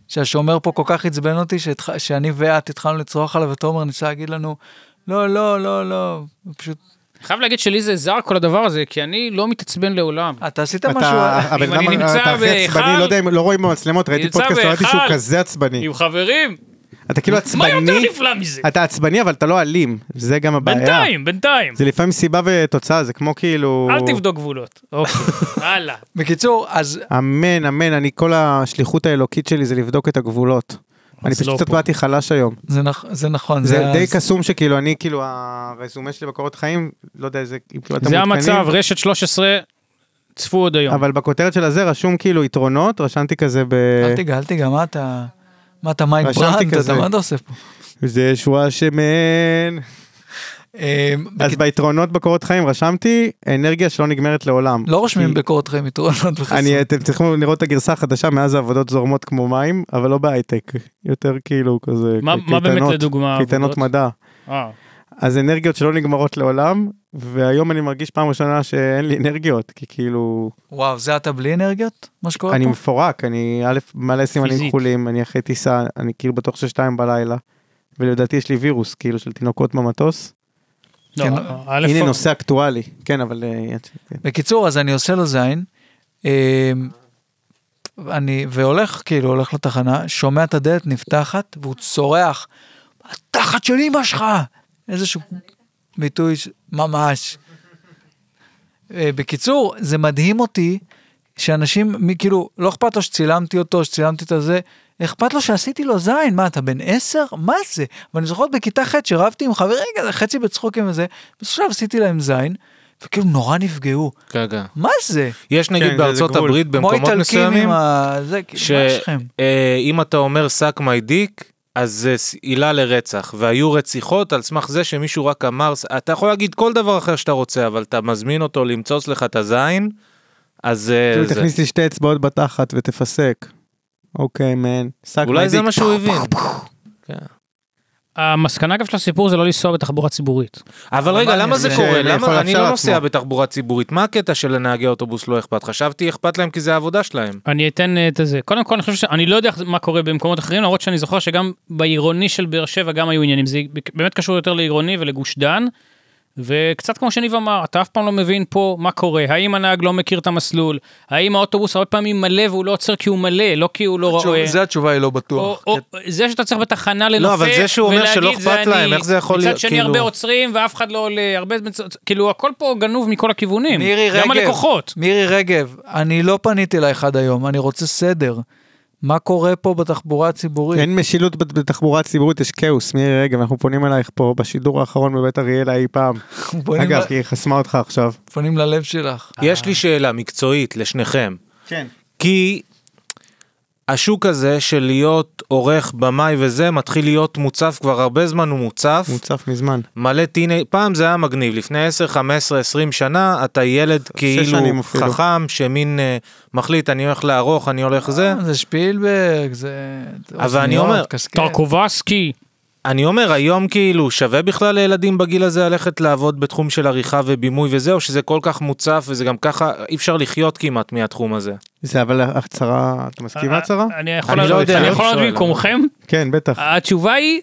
שהשומר פה כל כך עצבן אותי, שהתח... שאני ואת התחלנו לצרוח עליו, ותומר ניסה להגיד לנו, לא, לא, לא, לא, פשוט... אני חייב להגיד שלי זה זר כל הדבר הזה, כי אני לא מתעצבן לעולם. אתה עשית אתה- משהו... הבן אם אדם- אני נמצא אתה הכי עצבני, בהיכל- לא יודע אם לא רואים במצלמות, ראיתי נמצא פודקאסט, ראיתי שהוא בהיכל. כזה עצבני. עם חברים, אתה כאילו מה יותר עצבני, נפלא מזה? אתה עצבני אבל אתה לא אלים, זה גם הבעיה. בינתיים, בינתיים. זה לפעמים סיבה ותוצאה, זה כמו כאילו... אל תבדוק גבולות. אוקיי, הלאה. בקיצור, אז אמן, אמן, אני כל השליחות האלוקית שלי זה לבדוק את הגבולות. אני פשוט לא קצת פה. באתי חלש היום. זה, נכ... זה נכון. זה די אז- קסום שכאילו אני, כאילו הרזומה שלי בקורות חיים, לא יודע איזה, אם כאילו אתם זה מעודכנים, המצב, רשת שלוש עשרה, צפו עוד היום. אבל בכותרת של הזה רשום כאילו יתרונות, רשמתי כזה ב... אל תיגע, אל תיגע, מה אתה... מה אתה מיינד רשמתי ברנד? כזה. אתה מה אתה עושה פה? זה שואה שמן. אה, אז בקיצ- ביתרונות בקורות חיים רשמתי, אנרגיה שלא נגמרת לעולם. לא רושמים כי- בקורות חיים יתרונות וחסרונות. אני, אתם צריכים לראות את הגרסה החדשה, מאז העבודות זורמות כמו מים, אבל לא בהייטק, יותר כאילו כזה, מה- קייטנות- מה באמת לדוגמה קייטנות עבודות? מדע. אה, אז אנרגיות שלא נגמרות לעולם, והיום אני מרגיש פעם ראשונה שאין לי אנרגיות, כי כאילו, וואו, זה אתה בלי אנרגיות? מה שקורה אני פה? מפורק, אני א', מלא סימנים פיזית. כחולים, אני אחרי טיסה, אני כאילו בטוח ששתיים בלילה, ולדעתי יש לי וירוס, כאילו של תינוקות במטוס. לא, כן, א', הנה נושא אקטואלי, כן, אבל... אה, כן. בקיצור, אז אני עושה לו זין, אה, אני, והולך, כאילו, הולך לתחנה, שומע את הדלת נפתחת, והוא צורח, התחת של אמא שלך! איזשהו ביטוי, ש- ממש. אה, בקיצור, זה מדהים אותי, שאנשים, מי, כאילו, לא אכפת לו שצילמתי אותו, שצילמתי את הזה, אכפת לו שעשיתי לו זין, מה, אתה בן עשר? מה זה? ואני זוכר בכיתה ח' שרבתי עם חברים, רגע, חצי בצחוקים וזה, בסוף עשיתי להם זין, וכאילו נורא נפגעו. רגע. מה זה? יש נגיד כן, בארצות זה גבול. הברית כמו במקומות איטלקים מסוימים, עם ה... זה, מה יש לכם? שאם אתה אומר סק מי דיק, אז זה עילה לרצח, והיו רציחות על סמך זה שמישהו רק אמר, אתה יכול להגיד כל דבר אחר שאתה רוצה, אבל אתה מזמין אותו למצוץ לך את הזין, אז אה, כאילו זה- תכניס לי שתי אצבעות בתחת ותפסק. אוקיי, מן. שק אולי זה מדיק. מה שהוא הבין. כן. המסקנה אגב של הסיפור זה לא לנסוע בתחבורה ציבורית. אבל רגע, מה למה אני זה עושה? קורה? שיכול למה אני לאפשר לא נוסע לעצמו. בתחבורה ציבורית? מה הקטע של נהגי אוטובוס לא אכפת? חשבתי אכפת להם כי זה העבודה שלהם. אני אתן אה, את זה. קודם כל אני חושב שאני לא יודע מה קורה במקומות אחרים, למרות שאני זוכר שגם בעירוני של באר שבע גם היו עניינים. זה באמת קשור יותר לעירוני ולגוש דן, וקצת כמו שניב אמר, אתה אף פעם לא מבין פה מה קורה. האם הנהג לא מכיר את המסלול? האם האוטובוס הרבה פעמים מלא והוא לא עוצר כי הוא מלא, לא כי הוא לא רואה? זה התשובה היא לא או, בטוח. או זה שאתה צריך בתחנה לנופף, לא, אבל זה שהוא אומר שלא ולהגיד, אכפת זה להם, אני. איך זה יכול להיות, מצד שני כאילו- הרבה עוצרים ואף אחד לא עולה, הרבה, כאילו הכל פה גנוב מכל הכיוונים. מירי גם רגב. הלקוחות. מירי רגב, אני לא פניתי אלייך עד היום, אני רוצה סדר. מה קורה פה בתחבורה הציבורית? אין משילות בת- בתחבורה הציבורית, יש כאוס, מירי רגב, אנחנו פונים אלייך פה בשידור האחרון בבית אריאלה אי פעם. פונים אגב, ל- כי היא חסמה אותך עכשיו. פונים ללב שלך. יש לי שאלה מקצועית לשניכם. כן. כי השוק הזה של להיות עורך במאי וזה מתחיל להיות מוצף, כבר הרבה זמן הוא מוצף. מוצף מזמן. מלא טיני, פעם זה היה מגניב, לפני עשר, חמש עשרה, עשרים שנה, אתה ילד כאילו שנים אפילו. חכם, שמין אה, מחליט, אני הולך לערוך, אני הולך זה. זה שפילברג, זה... אבל אני אוזניות, אומר, קסקט. טרקובסקי. אני אומר, היום כאילו שווה בכלל לילדים בגיל הזה ללכת לעבוד בתחום של עריכה ובימוי וזה, או שזה כל כך מוצף וזה גם ככה, אי אפשר לחיות כמעט מהתחום הזה. זה אבל הצהרה, אתה מסכים להצהרה? אני יכול אני לא לענות- יודע, אני אני יכול לענות שואל, במקומכם? כן, בטח. התשובה היא,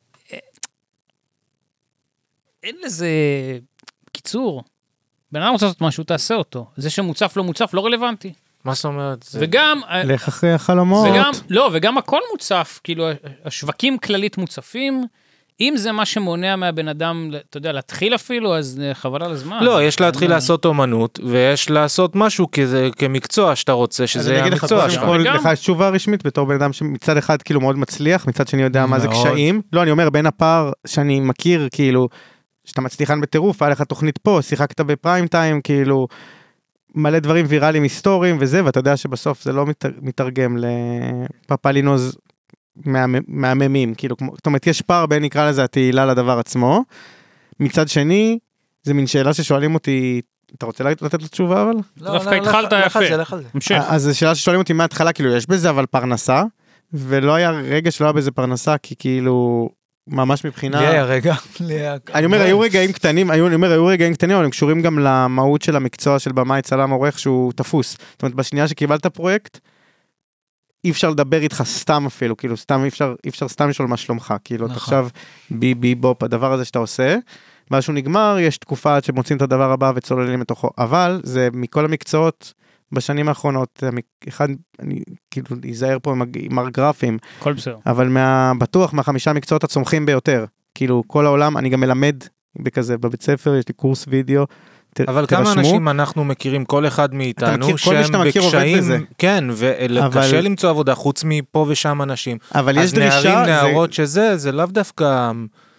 אין לזה קיצור. בן אדם רוצה לעשות משהו, תעשה אותו. זה שמוצף לא מוצף לא רלוונטי. מה זאת אומרת? זה- וגם, לך אחרי החלומות. וגם, לא, וגם הכל מוצף, כאילו, השווקים כללית מוצפים, אם זה מה שמונע מהבן אדם, אתה יודע, להתחיל אפילו, אז אה, חבל על הזמן. לא, יש להתחיל אה, לעשות אומנות, ויש לעשות משהו כזה, כמקצוע שאתה רוצה, אז שזה אני אגיד לך, המקצוע קודם שלך. כל, וגם- לך יש תשובה רשמית בתור בן אדם שמצד אחד כאילו מאוד מצליח, מצד שני יודע מה זה מאוד. קשיים. לא, אני אומר, בין הפער שאני מכיר, כאילו, שאתה מצליחן בטירוף, היה לך תוכנית פה, שיחקת בפריים טיים, כאילו, מלא דברים ויראליים היסטוריים וזה, ואתה יודע שבסוף זה לא מת- מתרגם לפפלינוז מהמ- מהממים, כאילו, כמו- זאת אומרת, יש פער בין, נקרא לזה, התהילה לדבר עצמו. מצד שני, זה מין שאלה ששואלים אותי, אתה רוצה לתת לו תשובה אבל? לא, דווקא לא, לך- התחלת לך על יפה. זה, לך על זה. המשך. אז זו שאלה ששואלים אותי מההתחלה, כאילו, יש בזה אבל פרנסה, ולא היה רגע שלא היה בזה פרנסה, כי כאילו, ממש מבחינה... לי היה רגע. לי היה- אני אומר, היו רגעים קטנים, היו, אני אומר, היו רגעים קטנים, אבל הם קשורים גם למהות של המקצוע של במאי צלם עורך שהוא תפוס. זאת אומרת, בשנייה שקיבלת פרויקט, אי אפשר לדבר איתך סתם אפילו, כאילו סתם אי אפשר, אי אפשר סתם לשאול מה שלומך, כאילו אתה עכשיו בי בי בופ, הדבר הזה שאתה עושה, ואז שהוא נגמר, יש תקופה עד שמוצאים את הדבר הבא וצוללים לתוכו, אבל זה מכל המקצועות בשנים האחרונות, אחד, אני כאילו ייזהר פה עם הגרפים, כל בסדר. אבל מה, בטוח מהחמישה המקצועות הצומחים ביותר, כאילו כל העולם, אני גם מלמד בכזה, בבית ספר, יש לי קורס וידאו, אבל כמה אנשים אנחנו מכירים, כל אחד מאיתנו, שהם בקשיים, כן, וקשה למצוא עבודה, חוץ מפה ושם אנשים. אבל יש דרישה... אז נערים, נערות שזה, זה לאו דווקא...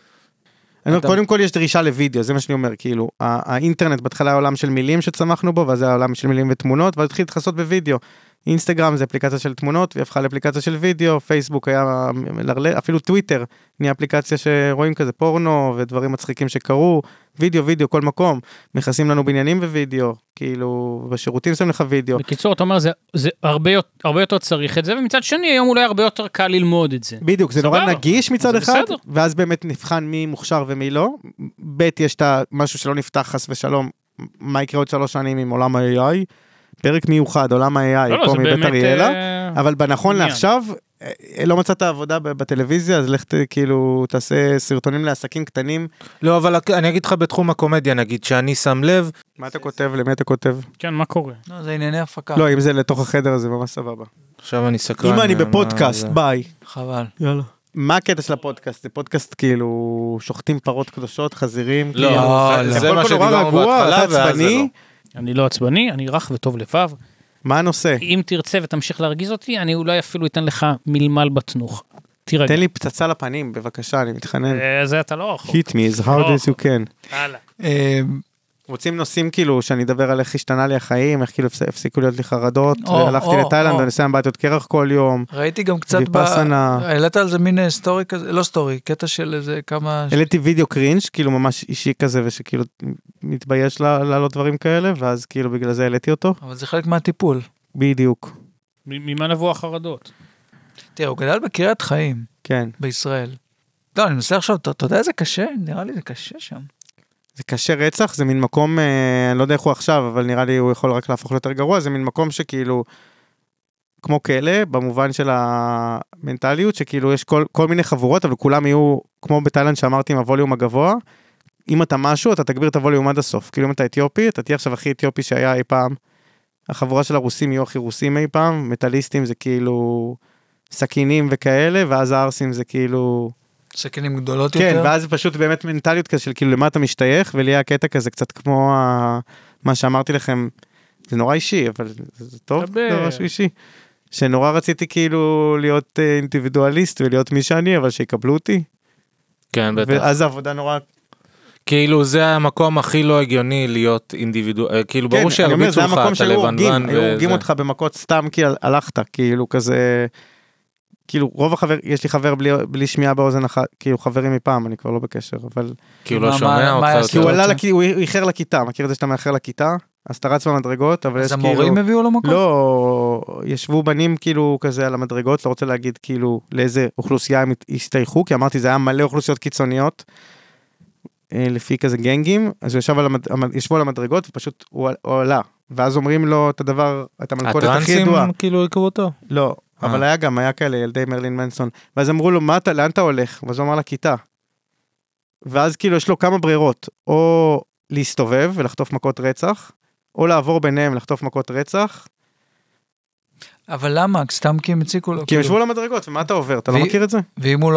קודם כל יש דרישה לוידאו, זה מה שאני אומר, כאילו, האינטרנט בהתחלה העולם של מילים שצמחנו בו, ואז זה העולם של מילים ותמונות, ואז התחיל להתחסות בוידאו. אינסטגרם זה אפליקציה של תמונות, והיא הפכה לאפליקציה של וידאו, פייסבוק היה, אפילו טוויטר, נהיה אפליקציה שרואים כזה פורנו, ודברים מצחיקים שקרו, וידאו, וידאו, כל מקום, מכסים לנו בניינים בוידאו, כאילו, בשירותים שמים לך וידאו. בקיצור, אתה אומר, זה, זה הרבה, הרבה יותר צריך את זה, ומצד שני, היום אולי הרבה יותר קל ללמוד את זה. בדיוק, זה נורא נגיש מצד אחד, בסדר. ואז באמת נבחן מי מוכשר ומי לא. ב' יש את משהו שלא נפתח חס ושלום, מה יקרה עוד שלוש שנים עם עולם ה-איי איי, פרק מיוחד, עולם ה-איי איי, לא, פה לא, מבית אריאלה, אה... אבל בנכון לעכשיו, לא מצאת עבודה בטלוויזיה, אז לך כאילו תעשה סרטונים לעסקים קטנים. לא, אבל אני אגיד לך בתחום הקומדיה, נגיד, שאני שם לב. מה אתה כותב? למי אתה כותב? כן, מה קורה? לא, זה ענייני הפקה. לא, אם זה לתוך החדר, זה ממש סבבה. עכשיו אני סקרן. אם אני בפודקאסט, ביי. חבל. יאללה. מה הקטע של הפודקאסט? זה פודקאסט כאילו, שוחטים פרות קדושות, חזירים, לא, כאילו, זה מה שדיברנו בהתחלה, ואז זה לא. אני לא עצבני, אני רך וטוב לבב. מה הנושא? אם תרצה ותמשיך להרגיז אותי, אני אולי אפילו אתן לך מלמל בתנוך. תירגע. תן לי פצצה לפנים, בבקשה, אני מתחנן. זה אתה לא רחוק. hit me as hard as you can. הלאה. רוצים נושאים כאילו, שאני אדבר על איך השתנה לי החיים, איך כאילו הפסיקו להיות לי חרדות, או, והלכתי או, לתאילנד, או. ואני עושה אמבטיות קרח כל יום. ראיתי גם קצת, ב... ויפאסנה. העלית על זה מין סטורי כזה, לא סטורי, קטע של איזה כמה... העליתי וידאו קרינג', כאילו ממש אישי כזה, ושכאילו מתבייש לעלות דברים כאלה, ואז כאילו בגלל זה העליתי אותו. אבל זה חלק מהטיפול. בדיוק. ממה נבוא החרדות? תראה, הוא גדל בקריית חיים, כן. בישראל. לא, אני מנסה עכשיו, אתה יודע איזה קשה? נראה לי זה קשה שם. זה קשה רצח, זה מין מקום, אה, אני לא יודע איך הוא עכשיו, אבל נראה לי הוא יכול רק להפוך ליותר גרוע, זה מין מקום שכאילו, כמו כאלה, במובן של המנטליות, שכאילו יש כל, כל מיני חבורות, אבל כולם יהיו, כמו בתאילנד שאמרתי, עם הווליום הגבוה, אם אתה משהו, אתה תגביר את הווליום עד הסוף, כאילו אם אתה אתיופי, אתה תהיה עכשיו הכי אתיופי שהיה אי פעם, החבורה של הרוסים יהיו הכי רוסים אי פעם, מטליסטים זה כאילו סכינים וכאלה, ואז הארסים זה כאילו... סכינים גדולות כן, יותר. ואז זה פשוט באמת מנטליות כזה של כאילו למה אתה משתייך, ולי היה קטע כזה קצת כמו ה... מה שאמרתי לכם, זה נורא אישי, אבל זה טוב, זה משהו אישי. שנורא רציתי כאילו להיות אינדיבידואליסט ולהיות מי שאני, אבל שיקבלו אותי. כן, בטח. ואז העבודה נורא... כאילו זה המקום הכי לא הגיוני להיות אינדיבידואל, כאילו ברור שהרביצו לך, אתה לבנבן. היו הורגים אותך במכות סתם כי הלכת, כאילו כזה... כאילו רוב החבר, יש לי חבר בלי, בלי שמיעה באוזן אחת, כאילו חברים מפעם, אני כבר לא בקשר, אבל... כי הוא לא שומע אותך. כי הוא עלה, הוא איחר לכיתה, מכיר את זה שאתה מאחר לכיתה? אז אתה רץ במדרגות, אבל יש כאילו... אז המורים הביאו לו מקום? לא, ישבו בנים כאילו כזה על המדרגות, לא רוצה להגיד כאילו לאיזה אוכלוסייה הם הסתייכו, כי אמרתי זה היה מלא אוכלוסיות קיצוניות, לפי כזה גנגים, אז הוא ישב על, המד... ישבו על המדרגות ופשוט הוא, הוא עלה, ואז אומרים לו את הדבר, את המלכודת הכי ידועה. הטרנסים כאילו יקרו אותו? לא. אבל היה גם, היה כאלה, ילדי מרלין מנסון, ואז אמרו לו, מה אתה, לאן אתה הולך? ואז הוא אמר לכיתה. ואז כאילו יש לו כמה ברירות, או להסתובב ולחטוף מכות רצח, או לעבור ביניהם ולחטוף מכות רצח. אבל למה? סתם כי הם הציקו לו. כי הם ישבו למדרגות, ומה אתה עובר? אתה לא מכיר את זה? ואם הוא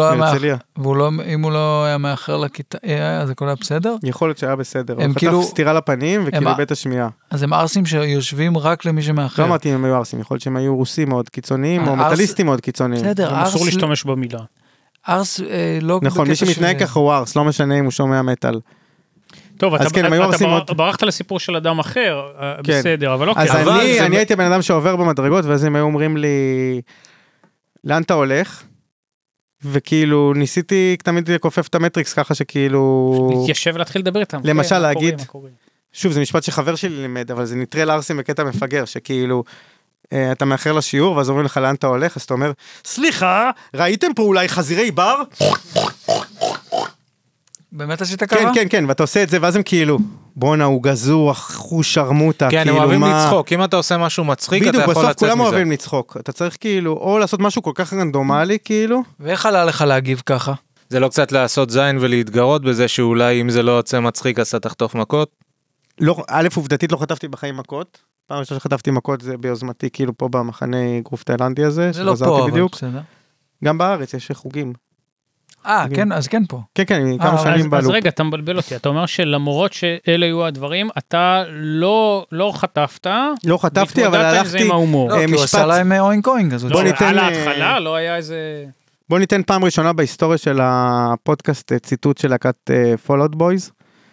לא היה מאחר לכיתה, אז הכל היה בסדר? יכול להיות שהיה בסדר. הוא חטף סתירה לפנים וכאילו בית השמיעה. אז הם ארסים שיושבים רק למי שמאחר. לא אמרתי אם הם היו ארסים, יכול להיות שהם היו רוסים מאוד קיצוניים, או מטליסטים מאוד קיצוניים. בסדר, אסור להשתמש במילה. ארס לא... נכון, מי שמתנהג ככה הוא ארס, לא משנה אם הוא שומע מטל. טוב, אתה ברחת לסיפור של אדם אחר, בסדר, אבל אוקיי. אז אני הייתי בן אדם שעובר במדרגות, ואז הם היו אומרים לי, לאן אתה הולך? וכאילו ניסיתי תמיד לקופף את המטריקס ככה שכאילו... להתיישב ולהתחיל לדבר איתם. למשל להגיד, שוב זה משפט שחבר שלי לימד, אבל זה נטרל ארסים בקטע מפגר, שכאילו אתה מאחר לשיעור, ואז אומרים לך לאן אתה הולך, אז אתה אומר, סליחה, ראיתם פה אולי חזירי בר? באמת עשית ככה? כן, כן, כן, ואתה עושה את זה, ואז הם כאילו, בונה, הוא גזוח, הוא שרמוטה, כן, הם כאילו אוהבים מה... לצחוק, אם אתה עושה משהו מצחיק, אתה בדיוק, יכול בסוף לצאת כולם מזה. אוהבים לצחוק. אתה צריך כאילו, או לעשות משהו כל כך רנדומלי, כאילו. ואיך עלה לך להגיב ככה? זה לא קצת לעשות זין ולהתגרות בזה שאולי אם זה לא יוצא מצחיק, אז אתה תחטוף מכות? לא, א', עובדתית לא חטפתי בחיים מכות. פעם ראשונה שחטפתי מכות זה ביוזמתי, כאילו פה במחנה גרוף תאילנדי הזה. זה לא שחזרתי פה, אבל בדיוק. בסדר. גם בארץ יש חוגים. אה, כן, אז כן פה. כן, כן, אני אה, כמה אז- שנים אז בלופ. רגע, אתה מבלבל אותי, אתה אומר שלמרות שאלה היו הדברים, אתה לא לא חטפת, לא חטפתי, אבל והתמודדת עם זה הלכתי... עם ההומור. לא, אה, כי הוא משפט- עשה להם אוינג אוינג, אז הוא בוא לא, ניתן, על אה, ההתחלה לא היה איזה... בוא ניתן פעם ראשונה בהיסטוריה של הפודקאסט אה, ציטוט של להקת פולאוט בויז.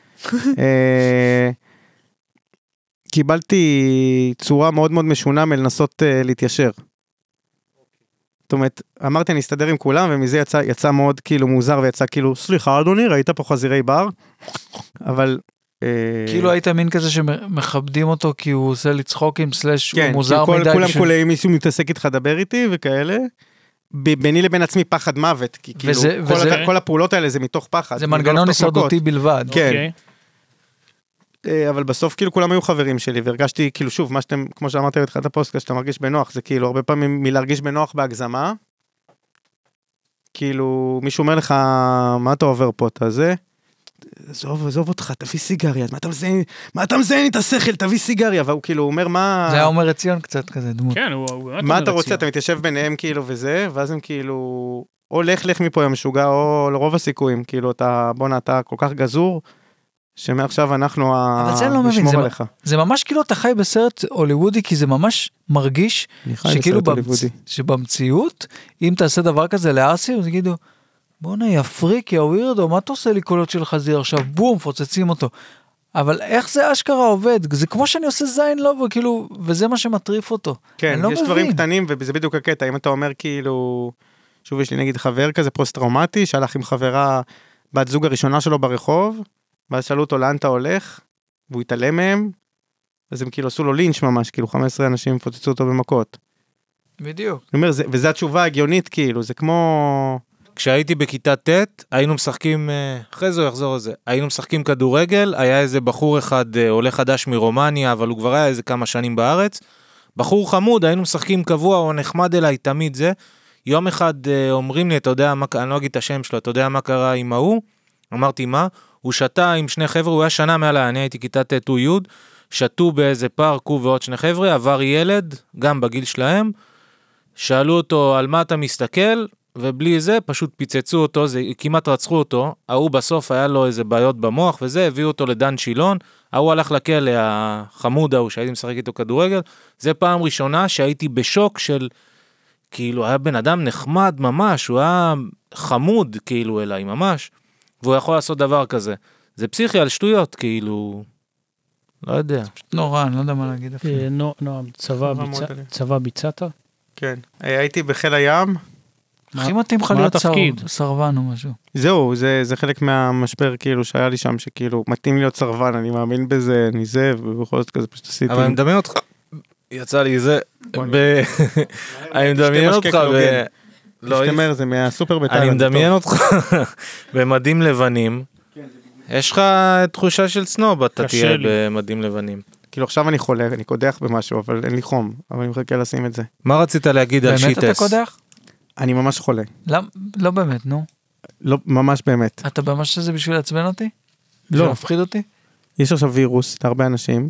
קיבלתי צורה מאוד מאוד משונה מלנסות אה, להתיישר. זאת אומרת, אמרתי אני אסתדר עם כולם, ומזה יצא, יצא מאוד כאילו מוזר, ויצא כאילו, סליחה אדוני, ראית פה חזירי בר? אבל... אה, כאילו היית מין כזה שמכבדים אותו כי הוא עושה לי צחוקים סלש הוא כן, מוזר כאילו מדי. כל, כולם בשביל- כולם מישהו מתעסק איתך, דבר איתי וכאלה. ב- ביני לבין עצמי פחד מוות, כי כאילו וזה- כל, וזה- ה- כל הפעולות האלה זה מתוך פחד. זה כאילו, מנגנון לא לחטוף הישרדותי מכות. בלבד. כן. אוקיי. אה, אבל בסוף כאילו כולם היו חברים שלי, והרגשתי כאילו שוב, מה שאתם, כמו שאמרתי בתחילת הפודקאסט, שאתה מרגיש בנוח, זה כאילו הרבה פעמים מלהרגיש בנוח בהגזמה, כאילו מישהו אומר לך, מה אתה עובר פה, אתה זה? עזוב, עזוב אותך, תביא סיגריה, מה אתה מזיין, מה אתה מזיין את השכל, תביא סיגריה, והוא כאילו אומר, מה... זה היה אומר ציון קצת כזה דמות. כן, הוא הוא באמת מה אומר אתה רוצה, רציון. אתה מתיישב ביניהם כאילו וזה, ואז הם כאילו, או לך לך מפה יא משוגע, או לרוב הסיכויים, כאילו אתה, בואנה, אתה כל כך גזור, שמעכשיו אנחנו אבל זה אני לא מבין, נשמור זה עליך. זה ממש כאילו אתה חי בסרט הוליוודי, כי זה ממש מרגיש אני חי שכאילו בסרט הוליוודי. במצ... שבמציאות, אם תעשה דבר כזה לארסי, אז יגידו, בוא'נה, יא פריק, יא ווירדו, מה אתה עושה לי קולות של חזיר עכשיו? בום, פוצצים אותו. אבל איך זה אשכרה עובד? זה כמו שאני עושה זין לא, וכאילו, וזה מה שמטריף אותו. כן, אני לא יש דברים מבין. קטנים, וזה בדיוק הקטע, אם אתה אומר כאילו, שוב יש לי נגיד חבר כזה פוסט-טראומטי, שהלך עם חברה, בת זוג הראשונה שלו ברחוב, ואז שאלו אותו לאן אתה הולך, והוא התעלם מהם, אז הם כאילו עשו לו לינץ' ממש, כאילו חמישה עשר אנשים פוצצו אותו במכות. בדיוק. אני אומר, זה, וזו התשובה ההגיונית, כאילו, זה כמו... כשהייתי בכיתה ט', היינו משחקים, אה, אחרי זה הוא יחזור לזה, היינו משחקים כדורגל, היה איזה בחור אחד, אה, עולה חדש מרומניה, אבל הוא כבר היה איזה כמה שנים בארץ, בחור חמוד, היינו משחקים קבוע, הוא נחמד אליי, תמיד זה, יום אחד אה, אומרים לי, אתה יודע מה, אני לא אגיד את השם שלו, אתה יודע מה קרה עם ההוא? אמרתי מה? הוא שתה עם שני חבר'ה, הוא היה שנה מעלה, אני הייתי כיתה ט' הוא י', שתו באיזה פארק, הוא ועוד שני חבר'ה, עבר ילד, גם בגיל שלהם, שאלו אותו על מה אתה מסתכל, ובלי זה פשוט פיצצו אותו, זה כמעט רצחו אותו, ההוא בסוף היה לו איזה בעיות במוח וזה, הביאו אותו לדן שילון, ההוא הלך לכלא, החמוד ההוא שהייתי משחק איתו כדורגל, זה פעם ראשונה שהייתי בשוק של, כאילו היה בן אדם נחמד ממש, הוא היה חמוד כאילו אליי ממש, והוא יכול לעשות דבר כזה, זה פסיכי על שטויות כאילו, לא יודע. נורא, אני לא יודע מה להגיד אפילו. אה, נו- נועם, צבא נורא ביצע- מאוד עליהם. צבא ביצעת? כן, הייתי בחיל הים, הכי מתאים לך מה להיות שר- התפקיד? סרבן או משהו. זהו, זה, זה חלק מהמשבר כאילו שהיה לי שם, שכאילו מתאים להיות סרבן, אני מאמין בזה, אני זה, ובכל זאת כזה פשוט עשיתי. אבל אני מדמיין אותך, יצא לי זה, בוא ב- אני מדמיין משקה אותך, קלוגן. ב- לא, שתמר, זה מהסופר בתאילנד. אני זה מדמיין טוב. אותך במדים לבנים, יש לך תחושה של סנוב, אתה קשה תהיה לי. במדים לבנים. כאילו עכשיו אני חולה, אני קודח במשהו, אבל אין לי חום, אבל אני מחכה לשים את זה. מה רצית להגיד על באמת אתה שיטס? קודח? אני ממש חולה. למ- לא באמת, נו. לא, ממש באמת. אתה ממש שזה בשביל לעצבן אותי? לא. בשביל להפחיד אותי? יש עכשיו וירוס להרבה אנשים,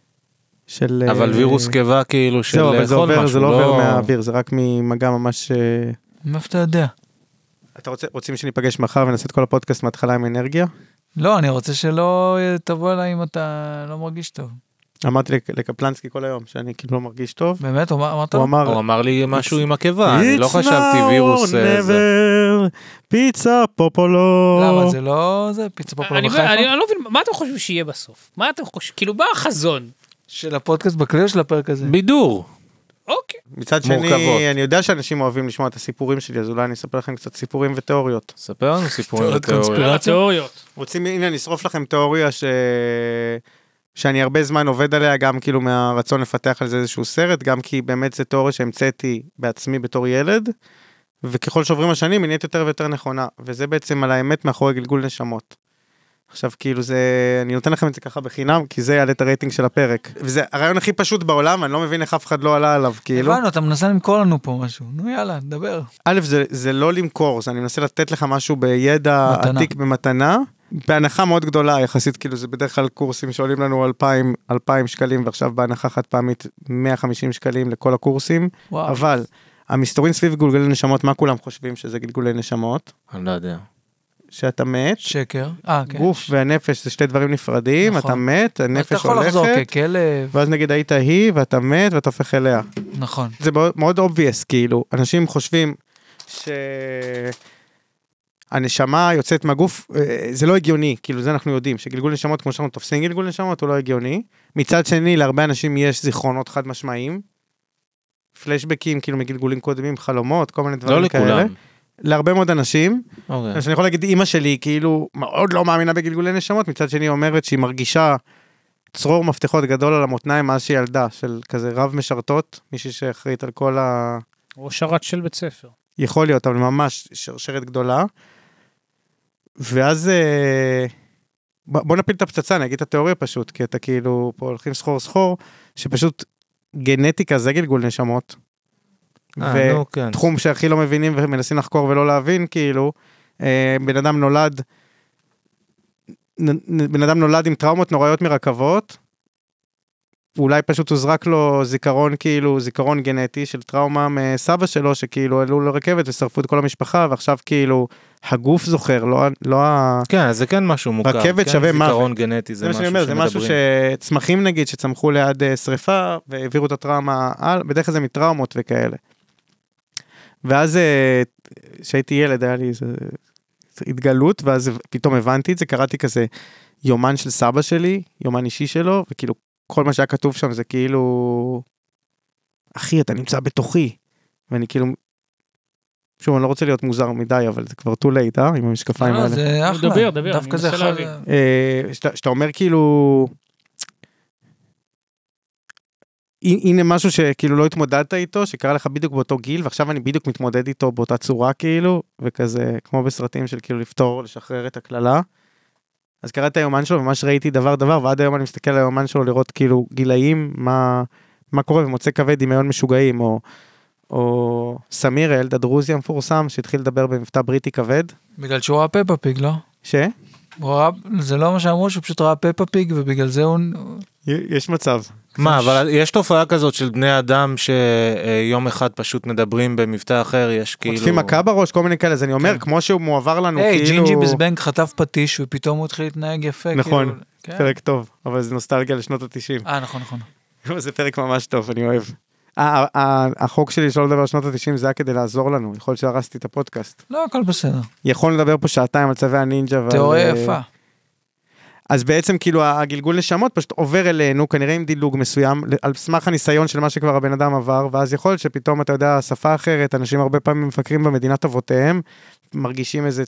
של... אבל אה, וירוס קיבה כאילו של זהו, אבל זה לאכול עובר, משהו, זה לא עובר מהאוויר, זה רק ממגע ממש... אה, מאיפה אתה יודע? אתה רוצה, רוצים שניפגש מחר ונעשה את כל הפודקאסט מההתחלה עם אנרגיה? לא, אני רוצה שלא תבוא אליי אם אתה לא מרגיש טוב. אמרתי לק- לקפלנסקי כל היום, שאני כאילו לא מרגיש טוב. באמת? הוא אמר- אמרת? הוא לו? אמר... הוא אמר לי משהו עם הקיבה, אני לא It's חשבתי now וירוס or אה, זה. never, פיצה פופולו. למה? זה לא... זה פיצה פופולר אני בחיפה? אני לא מבין, מה אתם חושבים שיהיה בסוף? מה אתם חושבים? כאילו, מה החזון? של הפודקאסט בכלי או של הפרק הזה? בידור. אוקיי. מצד שני, מורכבות. אני יודע שאנשים אוהבים לשמוע את הסיפורים שלי, אז אולי אני אספר לכם קצת סיפורים ותיאוריות. ספר לנו סיפורים תיאוריות ותיאוריות. קונספירציה. התיאוריות. רוצים, הנה, אני אשרוף לכם תיאוריה ש... שאני הרבה זמן עובד עליה, גם כאילו מהרצון לפתח על זה איזשהו סרט, גם כי באמת זה תיאוריה שהמצאתי בעצמי בתור ילד, וככל שעוברים השנים היא נהיית יותר ויותר נכונה, וזה בעצם על האמת מאחורי גלגול נשמות. עכשיו כאילו זה, אני נותן לכם את זה ככה בחינם, כי זה יעלה את הרייטינג של הפרק. וזה הרעיון הכי פשוט בעולם, אני לא מבין איך אף אחד לא עלה עליו, כאילו. הבנו, אתה מנסה למכור לנו פה משהו. נו יאללה, דבר. א', זה, זה לא למכור, זה אני מנסה לתת לך משהו בידע מתנה. עתיק במתנה, בהנחה מאוד גדולה, יחסית כאילו זה בדרך כלל קורסים שעולים לנו אלפיים, אלפיים שקלים, ועכשיו בהנחה חד פעמית מאה וחמישים שקלים לכל הקורסים, וואו. אבל המסתורין סביב גלגולי נשמות, מה כולם חושבים שזה גלגולי נשמות? אני לא יודע. שאתה מת, שקר. אה, כן. גוף והנפש זה שתי דברים נפרדים, נכון. אתה מת, אתה הנפש יכול לחזור הולכת, ככלב. ואז נגיד היית היא, ואתה מת, ואתה הופך אליה. נכון. זה מאוד obvious, כאילו, אנשים חושבים שהנשמה יוצאת מהגוף, זה לא הגיוני, כאילו זה אנחנו יודעים, שגלגול נשמות, כמו שאנחנו תופסים גלגול נשמות, הוא לא הגיוני. מצד שני, להרבה אנשים יש זיכרונות חד משמעיים, פלשבקים, כאילו מגלגולים קודמים, חלומות, כל מיני דברים לא כאלה. לכולם. להרבה מאוד אנשים, אוקיי. אז אני יכול להגיד, אמא שלי כאילו מאוד לא מאמינה בגלגולי נשמות, מצד שני אומרת שהיא מרגישה צרור מפתחות גדול על המותניים מאז שהיא ילדה, של כזה רב משרתות, מישהי שהחריט על כל ה... או שרת של בית ספר. יכול להיות, אבל ממש שרשרת גדולה. ואז אה, בוא נפיל את הפצצה, אני אגיד את התיאוריה פשוט, כי אתה כאילו פה הולכים סחור סחור, שפשוט גנטיקה זה גלגול נשמות. אה, נו, כן. ותחום שהכי לא מבינים ומנסים לחקור ולא להבין, כאילו, אה, בן אדם נולד, נ- בן אדם נולד עם טראומות נוראיות מרכבות, אולי פשוט הוזרק לו זיכרון, כאילו, זיכרון גנטי של טראומה מסבא שלו, שכאילו עלו לרכבת ושרפו את כל המשפחה, ועכשיו כאילו, הגוף זוכר, לא, לא ה... כן, זה כן משהו מוכר. רכבת כן, שווה מוות. זיכרון גנטי, זה זה מה משהו שאני אומר, זה משהו שמדברים. שצמחים נגיד, שצמחו ליד אה, שריפה, והעבירו את הטראומה, על, בדרך כלל זה מטראומות וכאלה. ואז, אה, כשהייתי ילד, היה לי איזו התגלות, ואז פתאום הבנתי את זה, קראתי כזה יומן של סבא שלי, יומן אישי שלו, וכאילו, כל מה שהיה כתוב שם זה כאילו, אחי, אתה נמצא בתוכי, ואני כאילו, שוב, אני לא רוצה להיות מוזר מדי, אבל זה כבר too late, אה? עם המשקפיים לא, האלה. זה אחלה. דבר, דבר, דווקא אני זה מנסה יכול- להבין. אה, שאתה, שאתה אומר כאילו, הנה משהו שכאילו לא התמודדת איתו, שקרה לך בדיוק באותו גיל, ועכשיו אני בדיוק מתמודד איתו באותה צורה כאילו, וכזה, כמו בסרטים של כאילו לפתור, לשחרר את הכללה. אז קראתי את היומן שלו, ממש ראיתי דבר דבר, ועד היום אני מסתכל על היומן שלו לראות כאילו גילאים, מה, מה קורה, ומוצא כבד דמיון משוגעים, או, או סמיר, הילד הדרוזי המפורסם, שהתחיל לדבר במבטא בריטי כבד, בגלל שהוא ראה פפה פיג, לא? ש? הוא ראה, זה לא מה שאמרו, שהוא פשוט ראה פפה פיג, ובגלל זה הוא... יש מצב. מה, אבל יש תופעה כזאת של בני אדם שיום אחד פשוט מדברים במבטא אחר, יש כאילו... חוטפים מכה בראש, כל מיני כאלה, אז אני אומר, כמו שהוא מועבר לנו, היי, כאילו... ג'ינג'י בזבנג חטף פטיש, ופתאום הוא התחיל להתנהג יפה. נכון, כאילו, כן. פרק טוב, אבל זה נוסטלגיה לשנות ה-תשעים. אה, נכון, נכון. זה פרק ממש טוב, אני אוהב. ה- ה- החוק שלי שלא לדבר על שנות ה-תשעים זה היה כדי לעזור לנו, יכול להיות שהרסתי את הפודקאסט. לא, הכל בסדר. יכול לדבר פה שעתיים על צווי הנינג'ה. ועל- תיאוריה יפה. אז בעצם כאילו הגלגול נשמות פשוט עובר אלינו, כנראה עם דילוג מסוים, על סמך הניסיון של מה שכבר הבן אדם עבר, ואז יכול להיות שפתאום אתה יודע, שפה אחרת, אנשים הרבה פעמים מפקרים במדינת אבותיהם, מרגישים איזה,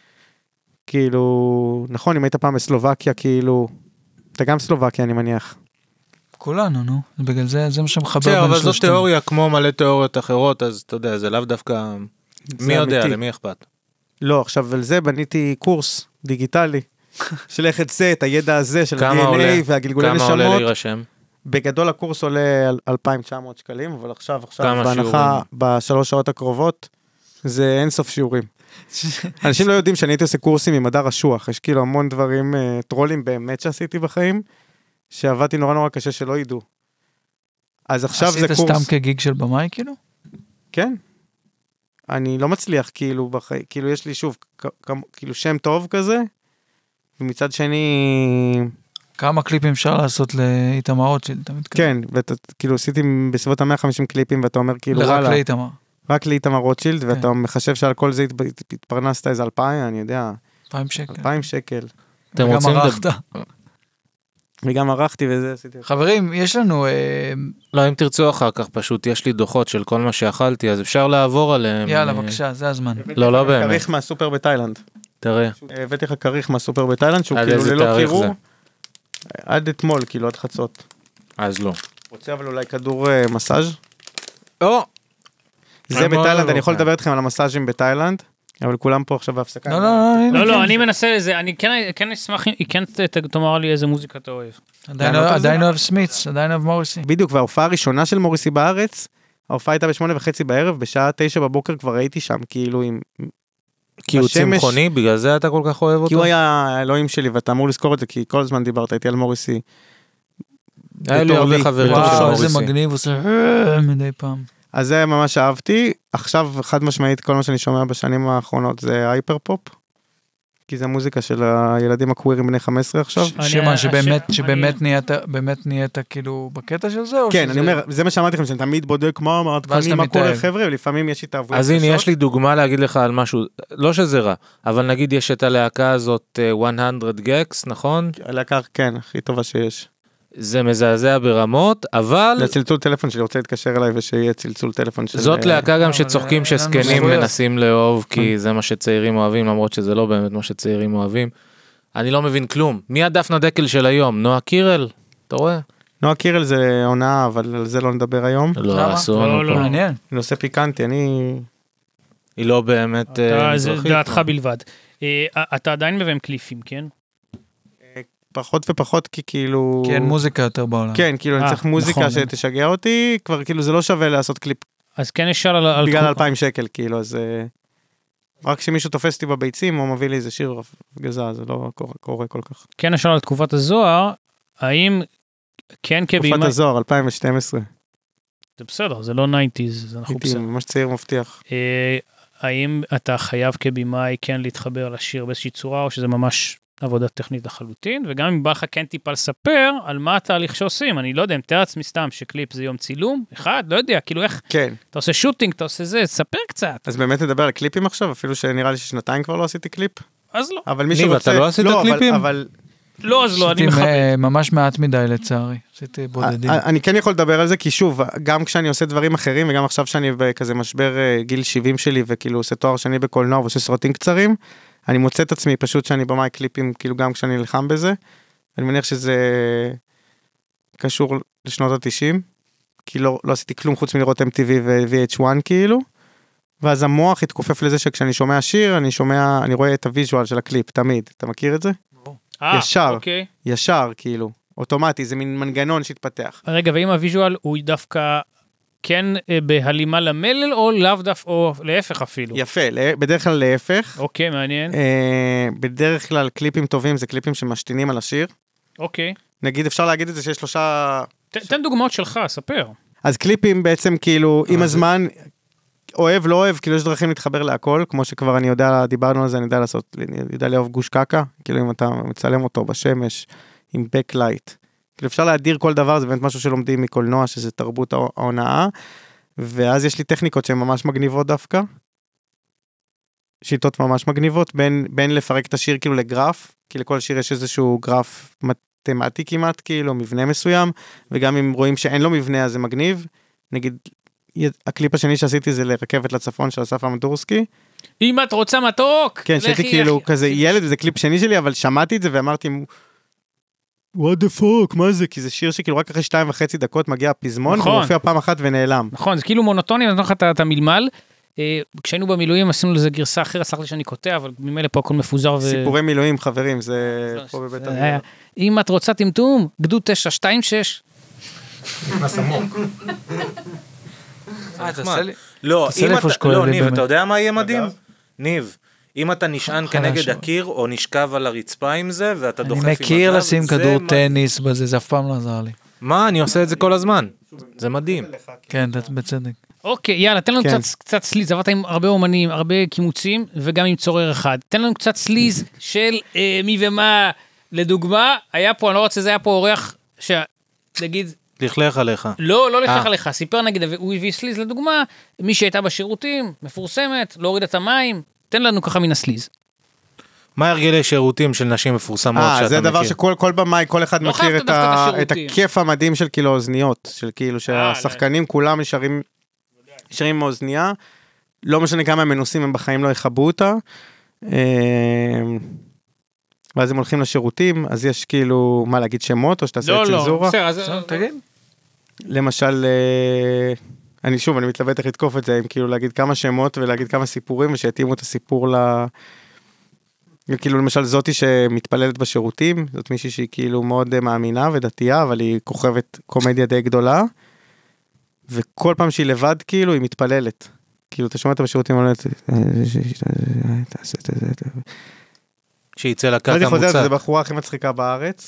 כאילו, נכון, אם היית פעם בסלובקיה, כאילו, אתה גם סלובקיה אני מניח. כולנו, נו. בגלל זה, זה מה שמחבר בסדר, בין אבל זו שלושתנו. תיאוריה כמו מלא תיאוריות אחרות, אז אתה יודע, זה לאו דווקא... זה מי יודע, אמיתי. למי אכפת? לא, עכשיו על זה בניתי קורס דיגיטלי, של איך את זה, את הידע הזה של כמה ה-די אן עולה? איי והגלגולי כמה עולה נשמות. להירשם? בגדול הקורס עולה על אלפיים ותשע מאות שקלים, אבל עכשיו, עכשיו, כמה בהנחה, שיעורים? בשלוש שעות הקרובות, זה אין סוף שיעורים. אנשים לא יודעים שאני הייתי עושה קורסים עם מדע רשוח, יש כאילו המון דברים, אה, טרולים באמת שעשיתי בחיים, שעבדתי נורא נורא קשה שלא ידעו. אז עכשיו זה עשית קורס... סתם כגיג של במאי, כאילו? כן. אני לא מצליח, כאילו, בחיים, כאילו יש לי שוב, כ- כ- כאילו שם טוב כזה, ומצד שני, כמה קליפים אפשר לעשות לאיתמר רוטשילד, אתה מתכוון? כן, ואתה, כאילו, עשיתי בסביבות ה-מאה וחמישים קליפים, ואתה אומר, כאילו, רק וואלה, לאיתמר. רק לאיתמר רוטשילד, ואתה מחשב שעל כל זה התב- התפרנסת איזה אלפיים, אני יודע, אלפיים שקל. אלפיים שקל. אתם וגם רוצים ערכת. וגם ערכתי וזה עשיתי. חברים, יש לנו... אה, לא, אם תרצו אחר כך, פשוט יש לי דוחות של כל מה שאכלתי, אז אפשר לעבור עליהם. יאללה, אה, בבקשה, זה הזמן. לא, לא באמת. כריך מהסופר בתאילנד. תראה. הבאתי לך כריך מהסופר בתאילנד, שהוא עד כאילו איזה ללא תאריך קירור. זה? עד אתמול, כאילו, עד חצות. אז לא. רוצה אבל אולי כדור אה, מסאז'? או! זה אני מאוד בתאילנד, לא אני יכול לוקח. לדבר איתכם על המסאז'ים בתאילנד. אבל כולם פה עכשיו בהפסקה. לא, לא, לא, לא, לא, אני מנסה לזה, אני כן אשמח, כן תאמר לי איזה מוזיקה אתה אוהב. עדיין אוהב סמיץ, עדיין אוהב מוריסי. בדיוק, וההופעה הראשונה של מוריסי בארץ, ההופעה הייתה בשמונה וחצי בערב, בשעה תשע בבוקר כבר הייתי שם, כאילו עם... כי הוא בשמש. צמחוני, בגלל זה אתה כל כך אוהב אותו? כי הוא היה האלוהים שלי, ואתה אמור לזכור את זה, כי כל הזמן דיברת איתי על מוריסי. היה לי הרבה חברים של וואו, איזה מוריסי. מגניב, הוא עושה מדי פעם. אז זה ממש אהבתי. עכשיו, חד משמעית, כל מה שאני שומע בשנים האחרונות זה הייפר פופ. כי זה מוזיקה של הילדים הקווירים בני חמש עשרה עכשיו. שמה, שבאמת, שבאמת נהיית, באמת נהיית כאילו בקטע של זה? כן, אני אומר, זה מה שאמרתי לכם, שאני תמיד בודק מה, מה, תקנים, מה קורה, חבר'ה, ולפעמים יש התאהבויות אז הנה, יש לי דוגמה להגיד לך על משהו, לא שזה רע, אבל נגיד יש את הלהקה הזאת, מאה גקס, נכון? הלהקה, כן, הכי טובה שיש. זה מזעזע ברמות, אבל... זה צלצול טלפון שלי, רוצה להתקשר אליי ושיהיה צלצול טלפון של... זאת להקה גם שצוחקים שסקנים מנסים לאהוב, כי זה מה שצעירים אוהבים, למרות שזה לא באמת מה שצעירים אוהבים. אני לא מבין כלום. מי הדפנה דקל של היום? נועה קירל? אתה רואה? נועה קירל זה עונה, אבל על זה לא נדבר היום. לא, אסור לנו לא, פה. מעניין. נושא פיקנטי, אני... היא לא באמת זה מזרחית. דעתך בלבד. אתה עדיין מביים קליפים, כן? פחות ופחות, כי כאילו... כן, מוזיקה יותר בעולם. כן, כאילו אני צריך מוזיקה שתשגע אותי, כבר כאילו זה לא שווה לעשות קליפ. אז כן נשאל על... בגלל אלפיים שקל, כאילו, אז... רק שמישהו תופס אותי בביצים, הוא מביא לי איזה שיר גזע, זה לא קורה כל כך. כן נשאל על תקופת הזוהר, האם כן כבימאי... תקופת הזוהר, אלפיים ושתים עשרה. זה בסדר, זה לא ניינטיז, זה אנחנו בסדר. הייתי ממש צעיר מבטיח. האם אתה חייב כבימאי כן להתחבר לשיר באיזושהי צורה, או שזה ממש עבודה טכנית לחלוטין, וגם אם בא לך כן טיפה לספר על מה התהליך שעושים, אני לא יודע, אם תאר לעצמי סתם שקליפ זה יום צילום, אחד, לא יודע, כאילו איך, כן. אתה עושה שוטינג, אתה עושה זה, ספר קצת. אז באמת נדבר על קליפים עכשיו, אפילו שנראה לי ששנתיים כבר לא עשיתי קליפ. אז לא. אבל מישהו ניב, רוצה... אתה לא עשית לא, קליפים? אבל... לא, אז לא, אני עשיתי מכבד. ממש מעט מדי לצערי, עשיתי בודדים. אני כן יכול לדבר על זה, כי שוב, גם כשאני עושה דברים אחרים, וגם עכשיו שאני בכזה משבר גיל שבעים שלי, וכאילו עושה תואר שני בקולנוע, ועושה סרטים קצרים, אני מוצא את עצמי פשוט שאני במאי קליפים, כאילו גם כשאני נלחם בזה. אני מניח שזה קשור לשנות ה-תשעים, כי לא, לא עשיתי כלום חוץ מלראות אם טי וי ו-וי אייץ' וואן כאילו, ואז המוח התכופף לזה שכשאני שומע שיר, אני שומע, אני רואה את הוויז'ואל של הקליפ, תמיד. אתה מכיר את זה? אה, ישר, אוקיי. ישר, כאילו, אוטומטי, זה מין מנגנון שהתפתח. רגע, ואם הוויז'ואל הוא דווקא כן בהלימה למלל, או לאו דווקא, או להפך אפילו? יפה, בדרך כלל להפך. אוקיי, מעניין. בדרך כלל קליפים טובים זה קליפים שמשתינים על השיר. אוקיי. נגיד, אפשר להגיד את זה שיש שלושה... תן דוגמאות שלך, ספר. אז קליפים בעצם כאילו, עם הזמן, אוהב, לא אוהב, כאילו יש דרכים להתחבר להכל, כמו שכבר אני יודע, דיברנו על זה, אני יודע לעשות, אני יודע לאהוב גוש קקה, כאילו אם אתה מצלם אותו בשמש, עם בקלייט. כאילו אפשר להדיר כל דבר, זה באמת משהו שלומדים מקולנוע, שזה תרבות ההונאה, ואז יש לי טכניקות שהן ממש מגניבות דווקא, שיטות ממש מגניבות, בין, בין לפרק את השיר כאילו לגרף, כי לכל שיר יש איזשהו גרף מתמטי כמעט, כאילו, מבנה מסוים, וגם אם רואים שאין לו מבנה, אז זה מגניב. נגיד, הקליפ השני שעשיתי זה לרכבת לצפון של אסף אמדורסקי. אם את רוצה מתוק! כן, שהייתי כאילו כזה ילד, זה קליפ שני שלי, אבל שמעתי את זה ואמרתי, what the fuck, מה זה? כי זה שיר שכאילו רק אחרי שתיים וחצי דקות מגיע הפזמון, והוא מופיע פעם אחת ונעלם. נכון, זה כאילו מונוטוני, נתן לך את המלמל. כשהיינו במילואים עשינו לזה גרסה אחרת, סלח לי שאני קוטע, אבל ממילא פה הכל מפוזר. סיפורי מילואים, חברים, זה פה בבית המילואים. אם את רוצה טמטום, גדוד תשע שתיים שש. נכנס עמוק. לא, לא, ניב, אתה יודע מה יהיה מדהים? ניב, אם אתה נשען כנגד הקיר, או נשכב על הרצפה עם זה, ואתה דוחף עם הגב. אני מכיר הגב, לשים כדור טניס בזה, זה אף פעם לא עזר לי. מה? אני עושה את זה כל הזמן. זה מדהים. כן, בצדק. אוקיי, יאללה, תן לנו קצת סליז, עבדת עם הרבה אומנים, הרבה קימוצים, וגם עם צורר אחד. תן לנו קצת סליז של מי ומה, לדוגמה, היה פה, אני לא רוצה, זה היה פה אורח, שנגיד, לכלך עליך. לא, לא לכלך עליך, סיפר נגיד, הוא הביא סליז לדוגמה, מי שהייתה בשירותים, מפורסמת, לא הוריד את המים, תן לנו ככה מן הסליז. מה הרגלי שירותים של נשים מפורסמות שאתה מכיר? זה דבר שכל במאי, כל אחד מכיר את הכיף המדהים של כאילו אוזניות, של כאילו שהשחקנים כולם נשארים עם האוזנייה, לא משנה כמה הם מנוסים, הם בחיים לא יחבו אותה, ואז הם הולכים לשירותים, אז יש כאילו, מה להגיד שמות, או שתעשה את צנזורה? לא, לא, תגיד. למשל, אני שוב, אני מתלבט איך לתקוף את זה, עם כאילו להגיד כמה שמות ולהגיד כמה סיפורים, ושיתאימו את הסיפור ל... כאילו למשל זאתי שמתפללת בשירותים, זאת מישהי שהיא כאילו מאוד מאמינה ודתייה, אבל היא כוכבת קומדיה די גדולה, וכל פעם שהיא לבד כאילו היא מתפללת. כאילו אתה שומע את בשירותים, שיצא לקרקע מוצא. זה בחורה הכי מצחיקה בארץ.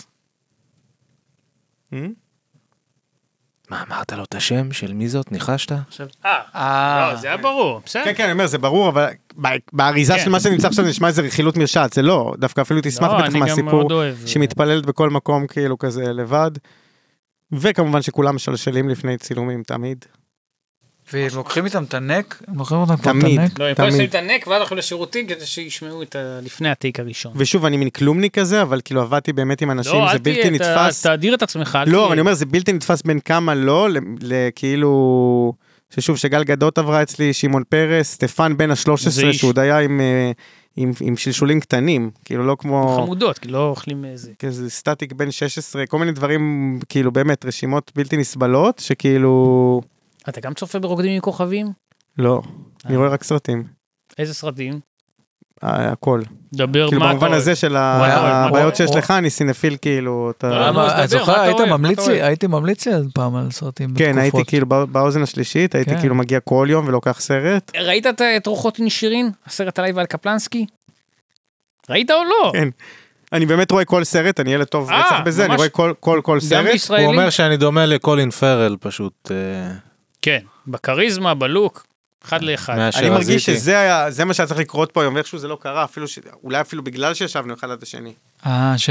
מה, אמרת לו את השם של מי זאת? ניחשת? אה, לא, זה היה ברור, בסדר. כן, כן, אני אומר, זה ברור, אבל באריזה של מה שנמצא עכשיו נשמע איזה רכילות מרשעת, זה לא, דווקא אפילו תשמח בטח מהסיפור שמתפללת בכל מקום כאילו כזה לבד, וכמובן שכולם משלשלים לפני צילומים תמיד. והם לוקחים איתם את הנק? הם לוקחים אותם כבר את תמיד. הנק? לא, הם פה עושים את הנק ואז הלכו לשירותים כדי שישמעו את לפני הטייק הראשון. ושוב, אני מין כלומניק כזה, אבל כאילו עבדתי באמת עם אנשים, לא, זה בלתי נתפס. תאדיר את עצמך. לא, אני אומר, זה בלתי נתפס בין כמה לא, לכאילו, ששוב, שגל גדות עברה אצלי, שמעון פרס, סטפן בן ה-שלוש עשרה, שהוא היה עם, עם, עם שלשולים קטנים, כאילו לא כמו... חמודות, כי לא אוכלים איזה. כזה סטטיק בן שש עשרה, כל מיני דברים, כאילו באמת, רשימות בלתי נסבלות, שכאילו... אתה גם צופה ברוקדים עם כוכבים? לא, אני רואה רק סרטים. איזה סרטים? הכל. דבר כאילו מה במובן הזה של הבעיות שיש לך, אני סינפיל כאילו. אתה זוכר, היית ממליץ לי, הייתי ממליץ לי פעם על סרטים בתקופות. כן, הייתי כאילו באוזן השלישית, הייתי כאילו מגיע כל יום ולוקח סרט. ראית את רוחות נשירין? הסרט עליי ועל קפלנסקי? ראית או לא? כן. אני באמת רואה כל סרט, אני ילד טוב רצח בזה, אני רואה כל כל סרט. הוא אומר שאני דומה לקולין פרל פשוט. כן, בקריזמה, בלוק, אחד לאחד. אני מרגיש שזה מה שהיה צריך לקרות פה היום, ואיכשהו זה לא קרה, אולי אפילו בגלל שישבנו אחד עד השני. אה, ש?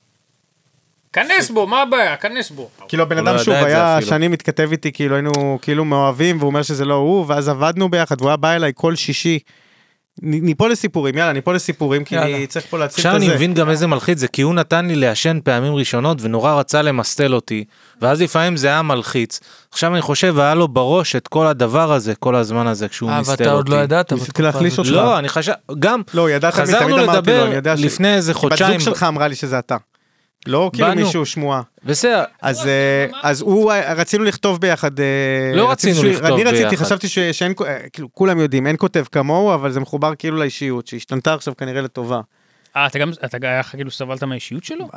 כנס בו, מה הבעיה? כנס בו. כאילו הבן אדם שוב היה, שאני מתכתב איתי, כאילו היינו כאילו מאוהבים, והוא אומר שזה לא הוא, ואז עבדנו ביחד, והוא היה בא אליי כל שישי. ניפול לסיפורים, יאללה, ניפול לסיפורים, כי אני צריך פה להציל את זה. עכשיו אני מבין גם איזה מלחיץ זה, כי הוא נתן לי לעשן פעמים ראשונות, ונורא רצה למסטל אותי, ואז לפעמים זה היה מלחיץ. עכשיו אני חושב, היה לו בראש את כל הדבר הזה, כל הזמן הזה, כשהוא מסטל אותי. ואתה עוד לא ידעת. ניסיתי להחליש אותך. לא, אני חושב, גם, חזרנו לדבר לפני איזה חודשיים. בת זוג שלך אמרה לי שזה אתה. לא כאילו מישהו שמועה. בסדר. אז אז הוא, רצינו לכתוב ביחד. לא רצינו לכתוב ביחד. אני רציתי, חשבתי שאין, כאילו, כולם יודעים, אין כותב כמוהו, אבל זה מחובר כאילו לאישיות, שהשתנתה עכשיו כנראה לטובה. אה, אתה גם, אתה היה כאילו סבלת מהאישיות שלו?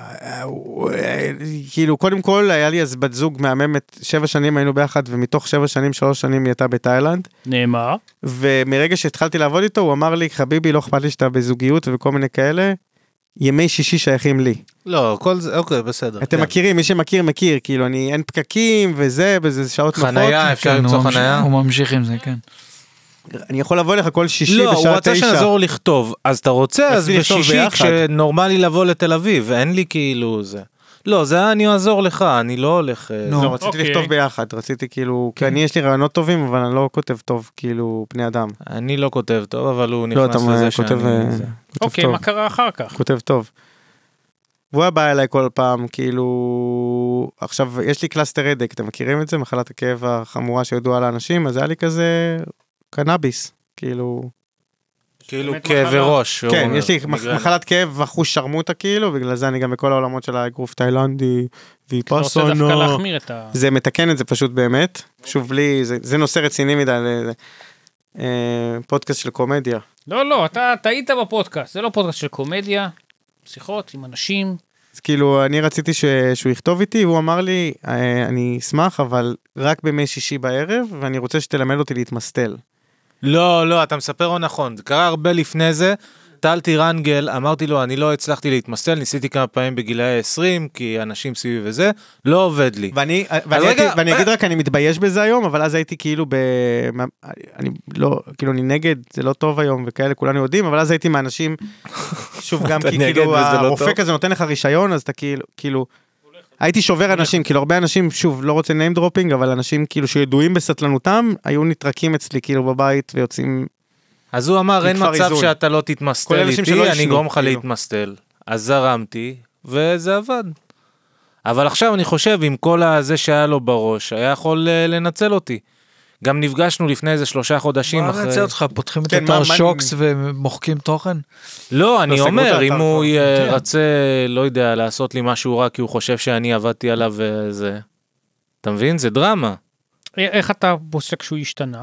כאילו, קודם כל, היה לי אז בת זוג מהממת, שבע שנים היינו ביחד, ומתוך שבע שנים, שלוש שנים היא הייתה בתאילנד. נאמר. ומרגע שהתחלתי לעבוד איתו, הוא אמר לי, חביבי, לא אכפת לי שאתה בזוגיות וכל מיני כאלה, ימי שישי שייכים לי. לא, כל זה, אוקיי, בסדר. אתם מכירים, מי שמכיר, מכיר, כאילו, אני, אין פקקים וזה, וזה שעות נוחות. חנייה, אפשר למצוא חנייה. הוא ממשיך עם זה, כן. אני יכול לבוא לך כל שישי בשעה תשע. לא, הוא רצה שנעזור לכתוב, אז אתה רוצה, אז בשישי כשנורמלי לבוא לתל אביב, אין לי כאילו זה. לא, זה היה אני אעזור לך, אני לא הולך... לא, רציתי לכתוב ביחד, רציתי כאילו, כי אני יש לי רעיונות טובים, אבל אני לא כותב טוב, כאילו, פני אדם. אני לא כותב טוב, אבל הוא נכנס לזה שאני... אוקיי, מה קרה אחר כך? כותב טוב. והוא היה בא אליי כל פעם, כאילו... עכשיו, יש לי קלאסטר הדק, אתם מכירים את זה? מחלת הכאב החמורה שידועה לאנשים, אז היה לי כזה קנאביס, כאילו... כאילו כאבי ראש. כן, יש לי מחלת כאב אחוש שרמוטה כאילו, בגלל זה אני גם בכל העולמות של האגרוף תאילנדי, ויפאסונו. זה מתקן את זה פשוט באמת. שוב בלי, זה נושא רציני מדי, פודקאסט של קומדיה. לא, לא, אתה היית בפודקאסט, זה לא פודקאסט של קומדיה, שיחות עם אנשים. אז כאילו, אני רציתי שהוא יכתוב איתי, והוא אמר לי, אני אשמח, אבל רק בימי שישי בערב, ואני רוצה שתלמד אותי להתמסטל. לא, לא, אתה מספר או נכון, זה קרה הרבה לפני זה, טלתי רנגל, אמרתי לו, אני לא הצלחתי להתמסטל, ניסיתי כמה פעמים בגילאי עשרים, כי אנשים סביבי וזה, לא עובד לי. ואני, ואני, הייתי, ואני אגיד רק, אני מתבייש בזה היום, אבל אז הייתי כאילו ב... אני לא, כאילו אני נגד, זה לא טוב היום, וכאלה כולנו יודעים, אבל אז הייתי מהאנשים, שוב גם כי כאילו, הרופא כזה נותן לך רישיון, אז אתה כאילו, כאילו, הייתי שובר אנשים, כאילו הרבה אנשים, שוב, לא רוצה name dropping, אבל אנשים כאילו שידועים בסטלנותם, היו נתרקים אצלי כאילו בבית ויוצאים... אז הוא אמר, אין מצב שאתה לא תתמסטל איתי, אני גורם לך להתמסטל. אז זרמתי, וזה עבד. אבל עכשיו אני חושב, עם כל הזה שהיה לו בראש, היה יכול לנצל אותי. גם נפגשנו לפני איזה שלושה חודשים אחרי... מה נצל אותך? פותחים את אתר שוקס ומוחקים תוכן? לא, אני אומר, אם הוא רצה, לא יודע, לעשות לי משהו רע, כי הוא חושב שאני עבדתי עליו וזה... אתה מבין? זה דרמה. איך אתה פוסק שהוא השתנה?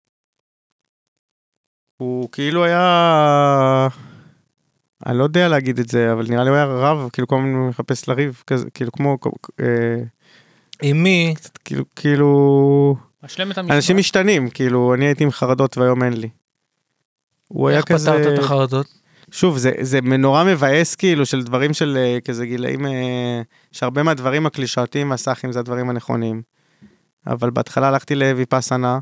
הוא כאילו היה... אני לא יודע להגיד את זה, אבל נראה לי הוא היה רב, כאילו כל הזמן מחפש לריב, כזה, כאילו כמו... אה, עם מי? קצת, כאילו, כאילו... השלם את המשפט. אנשים משתנים, כאילו, אני הייתי עם חרדות והיום אין לי. הוא היה איך כזה... פתרת את החרדות? שוב, זה, זה נורא מבאס, כאילו, של דברים של אה, כזה גילאים, אה, שהרבה מהדברים הקלישאתיים והסאחים זה הדברים הנכונים. אבל בהתחלה הלכתי לויפאסנה,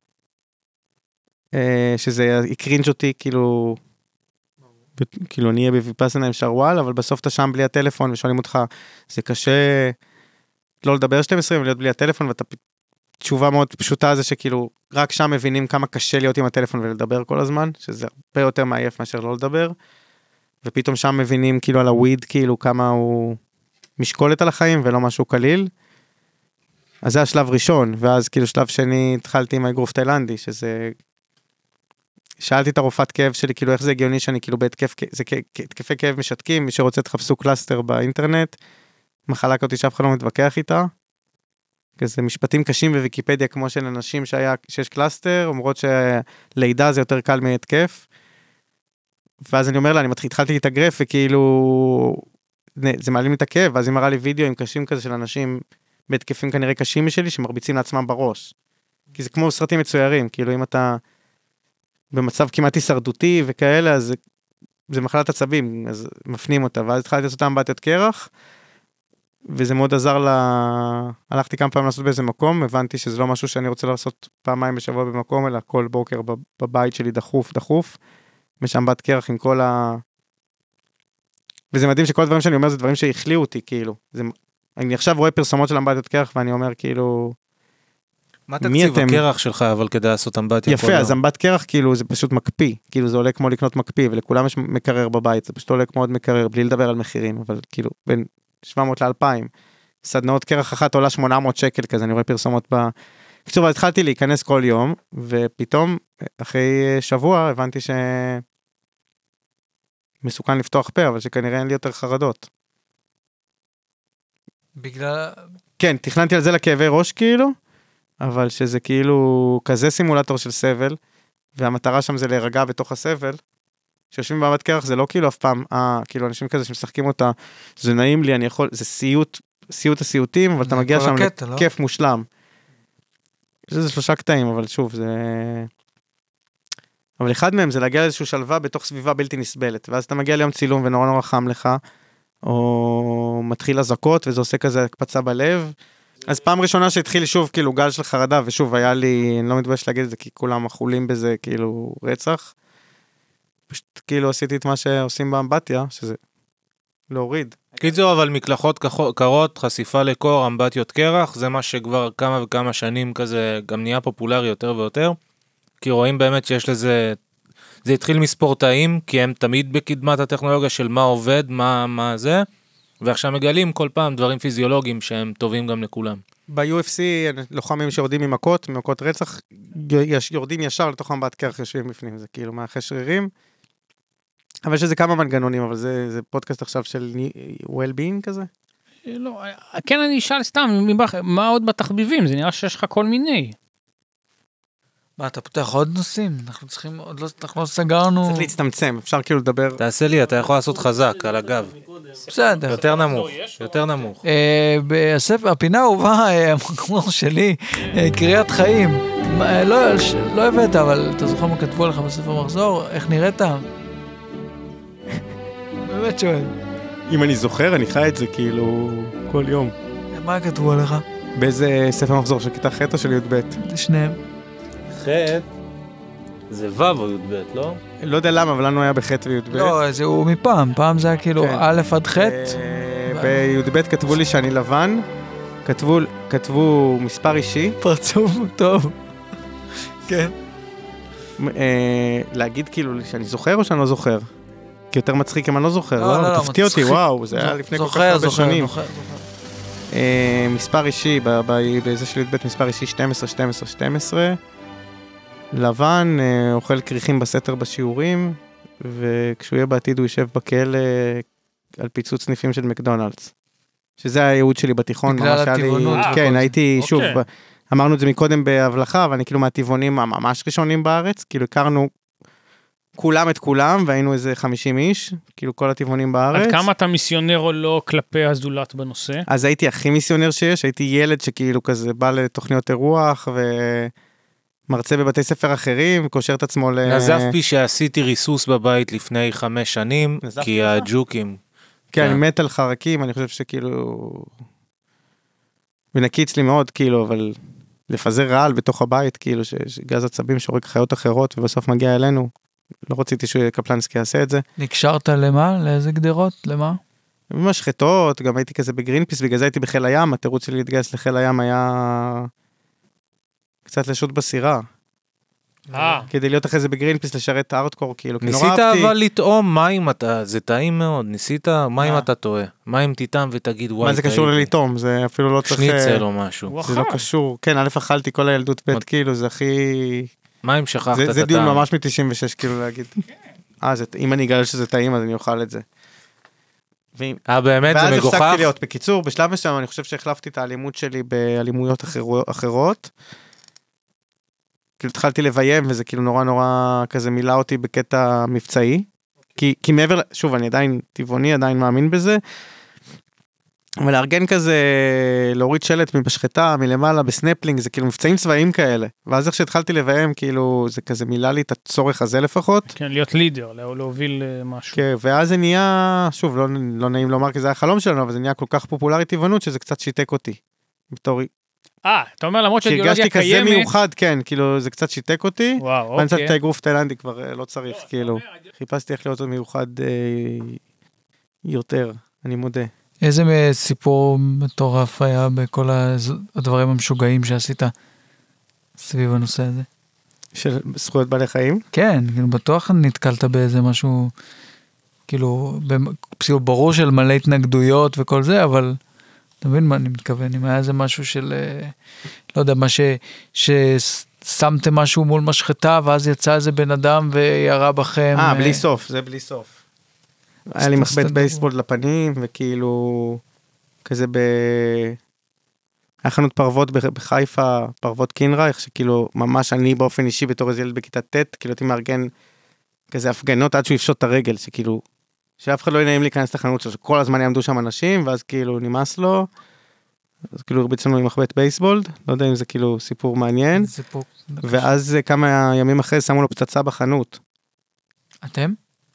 אה, שזה יקרינג' אותי, כאילו... כאילו אני אהיה בויפאסנה עם שרוואל, אבל בסוף אתה שם בלי הטלפון ושואלים אותך, זה קשה לא לדבר שתים עשרה ולהיות בלי הטלפון, ואתה תשובה מאוד פשוטה זה שכאילו רק שם מבינים כמה קשה להיות עם הטלפון ולדבר כל הזמן, שזה הרבה יותר מעייף מאשר לא לדבר, ופתאום שם מבינים כאילו על הוויד, כאילו כמה הוא משקולת על החיים ולא משהו קליל, אז זה השלב ראשון, ואז כאילו שלב שני התחלתי עם האגרוף תאילנדי, שזה... שאלתי את הרופאת כאב שלי, כאילו איך זה הגיוני שאני כאילו בהתקף, זה התקפי כאב משתקים, מי שרוצה תחפשו קלאסטר באינטרנט, מחלה כזאת שאף אחד לא מתווכח איתה, כזה משפטים קשים בוויקיפדיה כמו של אנשים שהיה, שיש קלאסטר, אומרות שלידה זה יותר קל מהתקף, ואז אני אומר לה, אני התחלתי להתאגרף, וכאילו, זה מעלים לי את הכאב, ואז היא מראה לי וידאוים קשים כזה של אנשים, בהתקפים כנראה קשים משלי, שמרביצים לעצמם בראש, כי זה כמו סרטים מצוירים, כאילו אם אתה במצב כמעט הישרדותי וכאלה, אז זה, זה מחלת עצבים, אז מפנים אותה, ואז התחלתי לעשות אותם באתיות קרח, וזה מאוד עזר לה... הלכתי כמה פעמים לעשות באיזה מקום, הבנתי שזה לא משהו שאני רוצה לעשות פעמיים בשבוע במקום, אלא כל בוקר בבית שלי דחוף, דחוף, משם בת קרח עם כל ה... וזה מדהים שכל הדברים שאני אומר זה דברים שהחליאו אותי, כאילו. זה... אני עכשיו רואה פרסומות של אמבטיות קרח, ואני אומר כאילו... מה תקציב הקרח שלך, אבל כדי לעשות אמבטיה? יפה, אז אמבט קרח כאילו זה פשוט מקפיא, כאילו זה עולה כמו לקנות מקפיא, ולכולם יש מקרר בבית, זה פשוט עולה כמו עוד מקרר, בלי לדבר על מחירים, אבל כאילו בין שבע מאות לאלפיים, סדנאות קרח אחת עולה שמונה מאות שקל כזה, אני רואה פרסומות ב... בקיצור, התחלתי להיכנס כל יום, ופתאום אחרי שבוע הבנתי ש... מסוכן לפתוח פה, אבל שכנראה אין לי יותר חרדות. בגלל... כן, תכננתי על זה לכאבי ראש כאילו, אבל שזה כאילו כזה סימולטור של סבל, והמטרה שם זה להירגע בתוך הסבל, שיושבים באמבט קרח זה לא כאילו אף פעם, אה, כאילו אנשים כזה שמשחקים אותה, זה נעים לי, אני יכול, זה סיוט, סיוט הסיוטים, אבל אתה מגיע שם לכיף מושלם. יש איזה שלושה קטעים, אבל שוב, זה... אבל אחד מהם זה להגיע לאיזשהו שלווה בתוך סביבה בלתי נסבלת, ואז אתה מגיע ליום צילום ונורא נורא חם לך, או מתחיל הזקות, וזה עושה כזה הקפצה בלב, אז פעם ראשונה שהתחיל שוב כאילו גל של חרדה, ושוב היה לי, אני לא מתבייש להגיד את זה, כי כולם אכולים בזה כאילו רצח, פשוט כאילו עשיתי את מה שעושים באמבטיה, שזה להוריד. קיצור, אבל מקלחות קרות, חשיפה לקור, אמבטיות קרח, זה מה שכבר כמה וכמה שנים כזה גם נהיה פופולרי יותר ויותר, כי רואים באמת שיש לזה, זה התחיל מספורטאים, כי הם תמיד בקדמת הטכנולוגיה של מה עובד, מה, מה זה, ועכשיו מגלים כל פעם דברים פיזיולוגיים שהם טובים גם לכולם. ב-יו אף סי, לוחמים שיורדים ממכות, ממכות רצח, יורדים ישר לתוך אמבט קרח יושבים בפנים, זה כאילו מאחרי שרירים, אבל יש לזה כמה מנגנונים, אבל זה, זה פודקאסט עכשיו של well-being כזה? לא, כן אני אשאל סתם, מה עוד בתחביבים? זה נראה שיש לך כל מיני. מה, אתה פותח עוד נושאים? אנחנו צריכים, עוד לא, אנחנו לא סגרנו... צריך להצטמצם, אפשר כאילו לדבר... תעשה לי, אתה יכול לעשות חזק על הגב. בסדר. יותר נמוך, יותר נמוך. בספר, הפינה הובאה, כמו שלי, קריאת חיים. לא הבאת, אבל אתה זוכר מה כתבו לך בספר מחזור? איך נראית? באמת שואל. אם אני זוכר, אני חי את זה כאילו כל יום. מה כתבו עליך? באיזה ספר מחזור, של כיתה ח' או של י"ב? שניהם. ח' זה ו' או י"ב, לא? לא יודע למה, אבל לנו היה בח' וי"ב. לא, זה הוא מפעם, פעם זה היה כאילו א' עד ח'. בי"ב כתבו לי שאני לבן, כתבו מספר אישי. פרצוף טוב. כן. להגיד כאילו שאני זוכר או שאני לא זוכר? כי יותר מצחיק אם אני לא זוכר, לא? תפתיע אותי, וואו, זה היה לפני כל כך הרבה שנים. מספר אישי, באיזה של י"ב מספר אישי שתים עשרה, שתים עשרה, שתים עשרה. לבן, אוכל קריחים בסתר בשיעורים, וכשהוא יהיה בעתיד הוא יישב בכלא על פיצוץ סניפים של מקדונלדס. שזה הייעוד שלי בתיכון. בגלל הטבעונות. כן, הייתי שוב, אמרנו את זה מקודם בהבלחה, ואני כאילו מהטבעונים הממש ראשונים בארץ, כאילו הכרנו כולם את כולם, והיינו איזה חמישים איש, כאילו כל הטבעונים בארץ. עד כמה אתה מיסיונר או לא כלפי הזולת בנושא? אז הייתי הכי מיסיונר שיש, הייתי ילד שכאילו כזה בא לתוכניות אירוח, ומרצה בבתי ספר אחרים, קושר את עצמו ל... נזפתי שעשיתי ריסוס בבית לפני חמש שנים, כי הג'וקים... כן, אני מת על חרקים, אני חושב שכאילו... ונקיץ לי מאוד, כאילו, אבל לפזר רעל בתוך הבית, כאילו, שגז עצבים שורק חיות אחרות, ובסוף מגיע אלינו. לא רציתי שקפלנסקי יעשה את זה. נקשרת למה? לאיזה גדרות? למה? במשחטות, גם הייתי כזה בגרינפיס, בגלל זה הייתי בחיל הים, התירוץ שלי להתגייס לחיל הים היה קצת לשוט בסירה. אה. כדי להיות אחרי זה בגרינפיס, לשרת הארדקור, כאילו, כי נורא ניסית אהבתי. אבל לטעום מים אתה, זה טעים מאוד, ניסית מים אתה טועה, מים תיטעם ותגיד וואי. מה זה קשור ללטעום? זה אפילו לא צריך... שניצל או משהו. זה לא קשור. כן, א' אכלתי כל הילדות בית, כאילו, זה הכי... מים שכחת את הטעם. זה דיון ממש מ-תשעים ושש, כאילו להגיד. אה, אם אני אגלה שזה טעים, אז אני אוכל את זה. אה, באמת, זה מגוחך? ואז הפסקתי להיות. בקיצור, בשלב מסוים, אני חושב שהחלפתי את האלימות שלי באלימויות אחרות. כאילו, התחלתי לביים, וזה כאילו נורא נורא כזה מילא אותי בקטע מבצעי. כי, כי מעבר, שוב, אני עדיין טבעוני, עדיין מאמין בזה. אבל לארגן כזה, להוריד שלט מבשחטה, מלמעלה, בסנפלינג, זה כאילו מבצעים צבאיים כאלה. ואז איך שהתחלתי לביים, כאילו, זה כזה מילא לי את הצורך הזה לפחות. כן, להיות לידר, להוביל משהו. כן, ואז זה נהיה, שוב, לא, לא נעים לומר, כי זה היה חלום שלנו, אבל זה נהיה כל כך פופולרי טבעונות, שזה קצת שיתק אותי. בתור... אה, אתה אומר, למרות שהאידיאולוגיה קיימת... כי הרגשתי כזה מיוחד, כן, כאילו, זה קצת שיתק אותי. וואו, אוקיי. ואני קצת את האגרוף תאילנדי כבר לא צריך, כאילו. חיפשתי איך להיות עוד מיוחד יותר, אני מודה. איזה סיפור מטורף היה בכל הדברים המשוגעים שעשית סביב הנושא הזה? של זכויות בעלי חיים? כן, כאילו בטוח נתקלת באיזה משהו, כאילו, ברור של מלא התנגדויות וכל זה, אבל אתה מבין מה אני מתכוון, אם היה איזה משהו של, לא יודע, מה ש... ששמתם משהו מול משחטה, ואז יצא איזה בן אדם וירה בכם. אה, בלי סוף, זה בלי סוף. היה לי מחבט בייסבול לפנים, וכאילו, כזה ב... היה חנות פרוות בחיפה, פרוות קינרייך, שכאילו, ממש אני באופן אישי, בתור איזה ילד בכיתה ט', כאילו, הייתי מארגן כזה הפגנות עד שהוא יפשוט את הרגל, שכאילו, שאף אחד לא ינעים להיכנס לחנות שלו, שכל הזמן יעמדו שם אנשים, ואז כאילו נמאס לו, אז כאילו הרביץ לנו עם מחבט בייסבול, לא יודע אם זה כאילו סיפור מעניין, ואז כמה ימים אחרי שמו לו פצצה בחנות. אתם?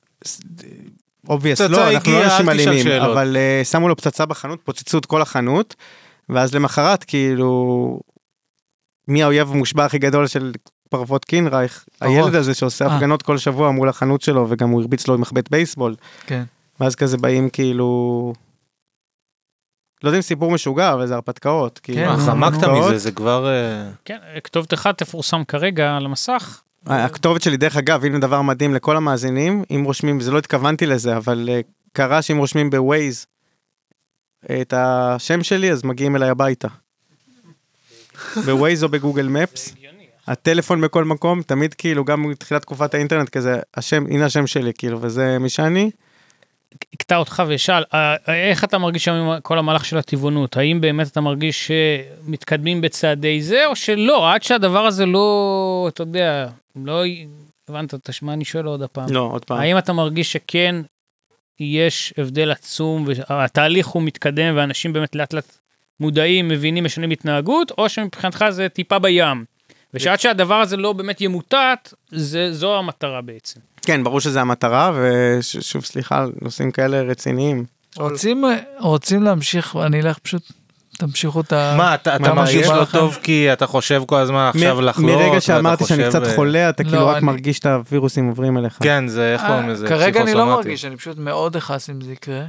אובייס, לא, אנחנו לא אנשים אלימים, אבל שמו לו פצצה בחנות, פוצצו את כל החנות, ואז למחרת כאילו, מי האויב המושבע הכי גדול של פרוות קינרייך, הילד הזה שעושה הפגנות כל שבוע מול החנות שלו, וגם הוא הרביץ לו עם מחבט בייסבול, ואז כזה באים כאילו, לא יודע אם סיפור משוגע, אבל זה הרפתקאות. חמקת מזה, זה כבר... כן, כתובתך תפורסם כרגע על המסך. הכתובת שלי, דרך אגב, הנה דבר מדהים לכל המאזינים, אם רושמים, וזה לא התכוונתי לזה, אבל קרה שאם רושמים בווייז את השם שלי, אז מגיעים אליי הביתה. בווייז או בגוגל מפס, הטלפון בכל מקום, תמיד כאילו, גם בתחילת תקופת האינטרנט כזה, השם, הנה השם שלי, כאילו, וזה מי שאני. הקטע אותך ושאל, איך אתה מרגיש שם עם כל המהלך של הטבעונות? האם באמת אתה מרגיש שמתקדמים בצעדי זה, או שלא? עד שהדבר הזה לא, אתה יודע, לא, הבנת, תשמע, אני שואל עוד הפעם. לא, עוד פעם. האם אתה מרגיש שכן יש הבדל עצום, והתהליך הוא מתקדם, ואנשים באמת לאט לאט מודעים, מבינים, משנים התנהגות, או שמבחינתך זה טיפה בים? ושעד שהדבר הזה לא באמת ימוטט, זה, זו המטרה בעצם. כן, ברור שזה המטרה, ושוב, סליחה, נושאים כאלה רציניים. רוצים, רוצים להמשיך, אני אלך פשוט, תמשיכו את ה... מה, אתה, אתה מרגיש לא טוב כי אתה חושב כל הזמן עכשיו לחלות? מרגע שאמרתי שאני קצת חולה, אתה כאילו רק מרגיש את הווירוסים עוברים אליך. כן, זה איך קוראים לזה? כרגע אני לא מרגיש, אני פשוט מאוד אחס אם זה יקרה.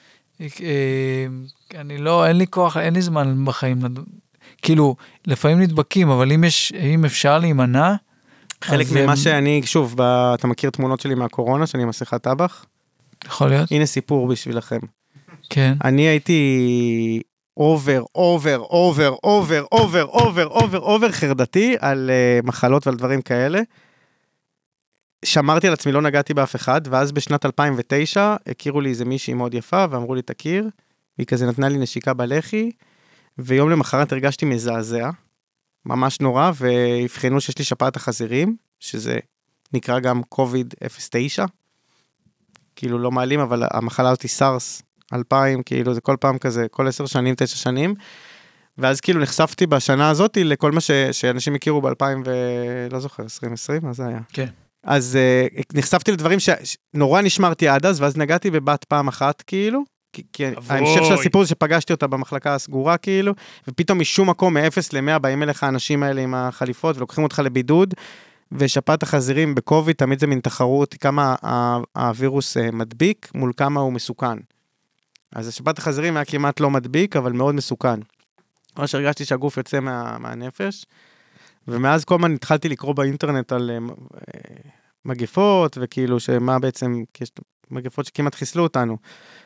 אני לא, אין לי כוח, אין לי זמן בחיים. כאילו, לפעמים נדבקים, אבל אם יש, אם אפשר להימנע, חלק ממה שאני, שוב, אתה מכיר תמונות שלי מהקורונה, שאני עם מסכת טבח? יכול להיות. הנה סיפור בשבילכם. כן. אני הייתי אובר, אובר, אובר, אובר, אובר, אובר, אובר, אובר חרדתי על מחלות ועל דברים כאלה. שמרתי על עצמי, לא נגעתי באף אחד, ואז בשנת אלפיים ותשע הכירו לי איזה מישהי מאוד יפה, ואמרו לי תכיר, והיא כזה נתנה לי נשיקה בלחי, ויום למחרת הרגשתי מזעזע, ממש נורא, והבחנו שיש לי שפעת החזירים, שזה נקרא גם קוביד אפס תשע, כאילו לא מעלים, אבל המחלה הזאת היא סארס אלפיים, כאילו זה כל פעם כזה, כל עשר שנים, תשע שנים, ואז כאילו נחשפתי בשנה הזאת לכל מה ש, שאנשים הכירו ב-אלפיים ולא זוכר, עשרים עשרים, מה זה היה? כן. אז uh, נחשפתי לדברים שנורא נשמרתי עד אז, ואז נגעתי בבת פעם אחת, כאילו, כי, כי ההמשך של הסיפור זה שפגשתי אותה במחלקה הסגורה, כאילו, ופתאום משום מקום, מ-אפס ל-מאה, באים אליך האנשים האלה עם החליפות, ולוקחים אותך לבידוד, ושפעת החזירים בקוביד, תמיד זה מין תחרות, כמה הווירוס מדביק, מול כמה הוא מסוכן. אז השפעת החזירים היה כמעט לא מדביק, אבל מאוד מסוכן. ממש הרגשתי שהגוף יוצא מה, מהנפש, ומאז כל הזמן התחלתי לקרוא באינטרנט על מגפות, וכאילו שמה בעצם, יש מגפות שכמעט חיסלו אותנו.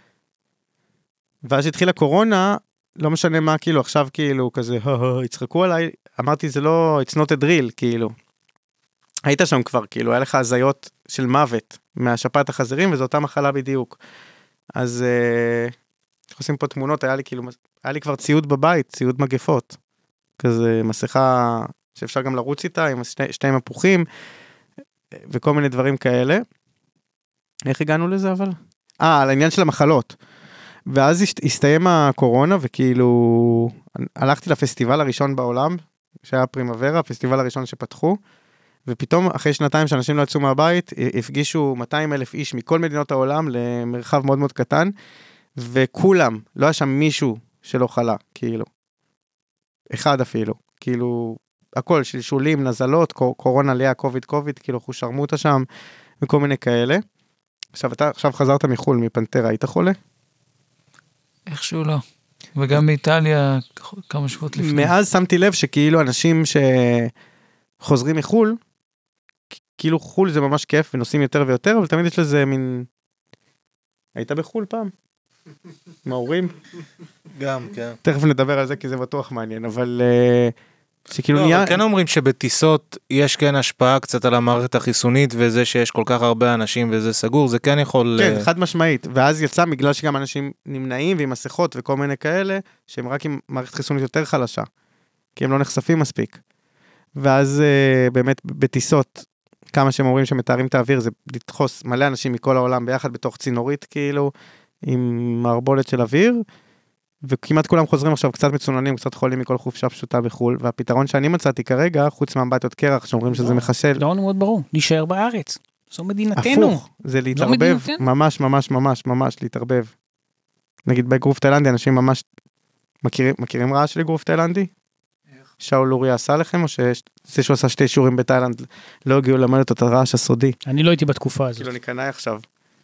ואז התחילה קורונה, לא משנה מה, כאילו, עכשיו כאילו, כזה, הצחקו עליי, אמרתי, זה לא, it's not a drill, כאילו. היית שם כבר, כאילו, היה לך הזיות של מוות מהשפעת החזירים, וזו אותה מחלה בדיוק. אז אנחנו עושים פה תמונות, היה לי כאילו, היה לי כבר ציוד בבית, ציוד מגפות. כזה מסכה שאפשר גם לרוץ איתה, עם שני, שתי מפוחים, וכל מיני דברים כאלה. איך הגענו לזה אבל? אה, על העניין של המחלות. ואז הסתיים הקורונה, וכאילו, הלכתי לפסטיבל הראשון בעולם, שהיה פרימוורה, הפסטיבל הראשון שפתחו, ופתאום אחרי שנתיים שאנשים לא יצאו מהבית, הפגישו מאתיים אלף איש מכל מדינות העולם למרחב מאוד מאוד קטן, וכולם, לא היה שם מישהו שלא חלה, כאילו. אחד אפילו, כאילו, הכל, שלשולים, נזלות, קורונה ליה, קוביד, קוביד, כאילו, חושרמו אותה שם, וכל מיני כאלה. עכשיו, אתה עכשיו חזרת מחול, מפנטרה, היית חולה? איכשהו לא. וגם באיטליה, כמה שבועות לפני. מאז שמתי לב שכאילו אנשים שחוזרים מחול, כאילו חול זה ממש כיף, ונוסעים יותר ויותר, אבל תמיד יש לזה מין... היית בחול פעם? מההורים? גם, כן. תכף נדבר על זה, כי זה בטוח מעניין, אבל... שכאילו לא, נהיה... אבל כן אומרים שבטיסות יש כן השפעה קצת על המערכת החיסונית, וזה שיש כל כך הרבה אנשים וזה סגור, זה כן יכול... כן, חד משמעית. ואז יצא, בגלל שגם אנשים נמנעים ועם מסכות וכל מיני כאלה, שהם רק עם מערכת חיסונית יותר חלשה, כי הם לא נחשפים מספיק. ואז באמת בטיסות, כמה שהם אומרים שמתארים את האוויר, זה לדחוס מלא אנשים מכל העולם ביחד בתוך צינורית, כאילו, עם מערבולת של אוויר, וכמעט כולם חוזרים עכשיו קצת מצוננים, קצת חולים מכל חופשה פשוטה בחול, והפתרון שאני מצאתי כרגע, חוץ מהבעיות קרח, שאומרים שזה מחשל. לא, מאוד ברור, להישאר בארץ. זו מדינתנו. הפוך, זה להתערבב, ממש, ממש, ממש, ממש להתערבב. נגיד באגרוף תאילנדי, אנשים ממש מכירים, מכירים רעש של אגרוף תאילנדי? שאול אוריה עשה לכם, או שזה שהוא עשה שתי שיעורים בתאילנד, לא הגיעו למד את הרעש הסודי? אני לא הייתי בתקופה הזאת. כאילו אני קנאי עכשיו.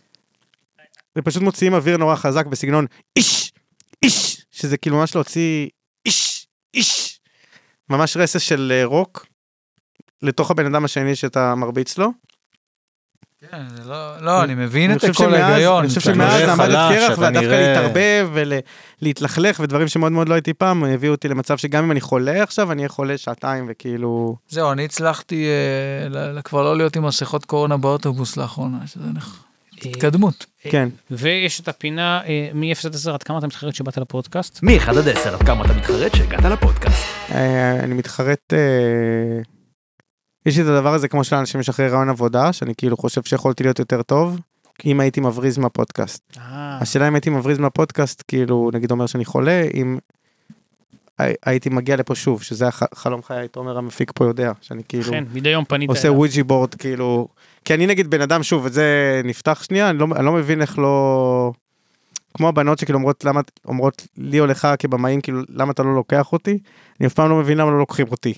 ופשוט מוציאים אוויר נורא חזק בסגנון איש, איש, שזה כאילו ממש להוציא איש, איש, ממש רסס של רוק, לתוך הבן אדם השני שאתה מרביץ לו. כן, לא, לא, אני מבין את כל ההיגיון. אני חושב שמאז עמד את קרח, ודווקא להתערבב ולהתלכלך, ודברים שמאוד מאוד לא הייתי פעם, הביאו אותי למצב שגם אם אני חולה עכשיו, אני אהיה חולה שעתיים וכאילו... זהו, אני הצלחתי כבר לא להיות עם מסכות קורונה באוטובוס לאחרונה, שזה התקדמות. כן. ויש את הפינה מ-אפס עד עשר, עד כמה אתה מתחרט שבאת לפודקאסט? מ-אחד עד עשר, עד כמה אתה מתחרט שהגעת לפודקאסט? אני מתחרט... יש לי את הדבר הזה כמו שלאנשים יש אחרי רעיון עבודה, שאני כאילו חושב שיכולתי להיות יותר טוב, אם הייתי מבריז מהפודקאסט. השאלה אם הייתי מבריז מהפודקאסט, כאילו נגיד אומר שאני חולה, אם הייתי מגיע לפה שוב, שזה החלום חיי, תומר המפיק פה יודע, שאני כאילו... כן, מדי יום פנית... עושה וויג'י בורד, כאילו... כי אני נגיד בן אדם שוב, וזה נפתח שנייה, אני לא, אני לא מבין איך לא... כמו הבנות שכאילו אומרות, למה, אומרות לי או לך כבמאים, כאילו, למה אתה לא לוקח אותי? אני אף פעם לא מבין למה לא לוקחים אותי.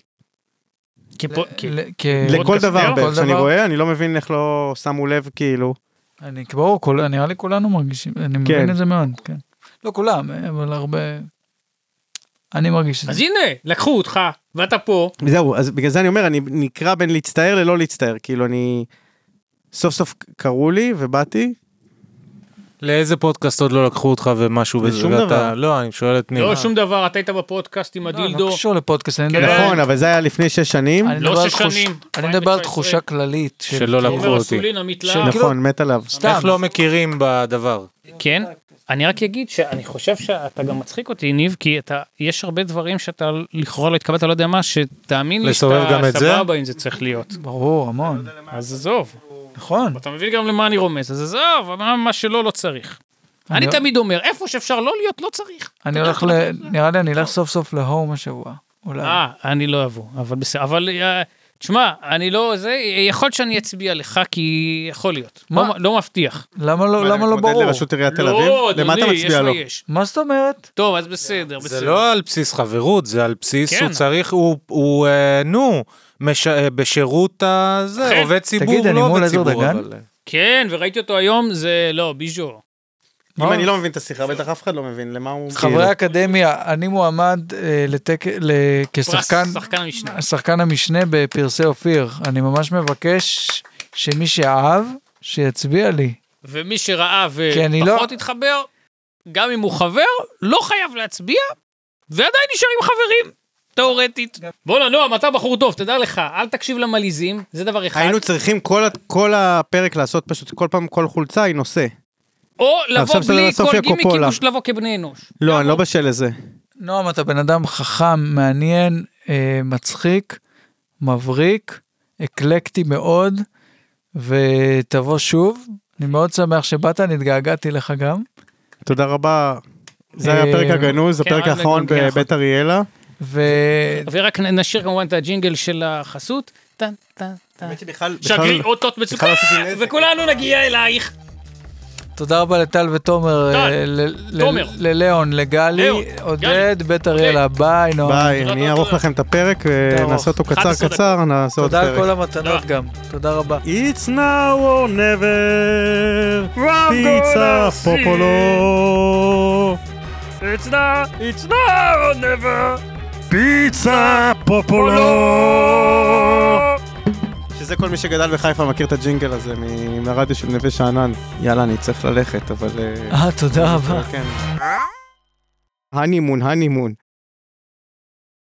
לכל דבר, שאני רואה, אני לא מבין איך לא שמו לב, כאילו. אני, ברור, נראה לי כולנו מרגישים, אני מבין את זה מאוד, כן. לא כולם, אבל הרבה... אני מרגיש את זה. אז הנה, לקחו אותך, ואתה פה. זהו, אז בגלל זה אני אומר, אני נקרא בין להצטער ללא להצטער, כאילו אני... סוף סוף קראו לי ובאתי. לאיזה פודקאסט עוד לא לקחו אותך ומשהו בזה? שום דבר. לא, אני שואל את ניר. לא, שום דבר, אתה היית בפודקאסט עם הדילדו. לא קשור לפודקאסט, אני מדבר... נכון, אבל זה היה לפני שש שנים. לא שש שנים. אני מדבר על תחושה כללית. שלא לקחו אותי. נכון, מת עליו. איך לא מכירים בדבר? כן? אני רק אגיד שאני חושב שאתה גם מצחיק אותי, ניב, כי אתה, יש הרבה דברים שאתה לכאורה לא התקבל, אתה לא יודע מה, שתאמין לי שאתה סבבה אם זה צריך להיות. ברור, המון. אז עזוב. נכון. אתה מבין גם למה אני רומז, אז עזוב, מה שלא לא צריך. אני תמיד אומר, איפה שאפשר לא להיות, לא צריך. אני הולך ל... נראה לי, אני אלך סוף סוף להום השבוע. אולי. אה, אני לא אבוא, אבל בסדר, אבל... תשמע, אני לא, זה, יכול שאני אצביע לך, כי יכול להיות. מה? לא, לא מבטיח. למה לא, למה לא ברור? לראשות עיריית תל אביב? לא, למה אתה אדוני, מצביע לו? יש יש. מה זאת אומרת? טוב, אז בסדר, בסדר. זה לא על בסיס חברות, זה על בסיס, כן. הוא צריך, הוא, הוא אה, נו, מש... בשירות הזה, כן. עובד ציבור, תגיד, אני לא מול עובד עזר ציבור, דגן? אבל... כן, וראיתי אותו היום, זה לא, ביז'ו. אם אני לא מבין את השיחה, בטח אף אחד לא מבין למה הוא... חברי האקדמיה, אני מועמד אה, לתק... ל... כשחקן... שחקן המשנה. שחקן המשנה בפרסי אופיר. אני ממש מבקש שמי שאהב, שיצביע לי. ומי שראה כי אני ופחות לא- התחבר, גם אם הוא חבר, לא חייב להצביע, ועדיין נשארים חברים, תיאורטית. בוא נועם, אתה בחור טוב, תדע לך, אל תקשיב למליזים, זה דבר אחד. היינו צריכים כל ה- כל הפרק לעשות פשוט כל פעם כל חולצה היא נושא. או לבוא עכשיו זה בלי סופיה כל גימיקים, קופולה. פשוט לבוא כבני אנוש. לא, אני לא בשל לזה. נועם, אתה בן אדם חכם, מעניין, אה, מצחיק, מבריק, אקלקטי מאוד, ותבוא שוב. אני מאוד שמח שבאת, אני התגעגעתי לך גם. תודה רבה. זה היה אה, הפרק הגנוז, כן, הפרק רק האחרון נגון, בבית אריאלה. ו... ורק נשאיר כמובן את הג'ינגל של החסות. טן, טן, טן. שגרי אותות מצוקה, וכולנו נגיע אלייך. תודה רבה לטל ותומר, טל, אה, ל- ל- תומר. ללאון, לגלי, לאון, עודד, בית אריאלה, ביי, נועם. ביי, תודה, אני תודה, אערוך תודה. לכם את הפרק ארוך. ונעשה אותו אחת קצר עשרה קצר, נעשה עוד תודה על פרק. כל המתנות תודה. גם, תודה רבה. It's now or never, פיצה פופולו. It's now, it's now or never. פיצה פופולו. שזה כל מי שגדל בחיפה מכיר את הג'ינגל הזה מ- מהרדיו של נווה שאנן. יאללה, אני צריך ללכת, אבל... אה, תודה רבה. כן. הנימון, הנימון.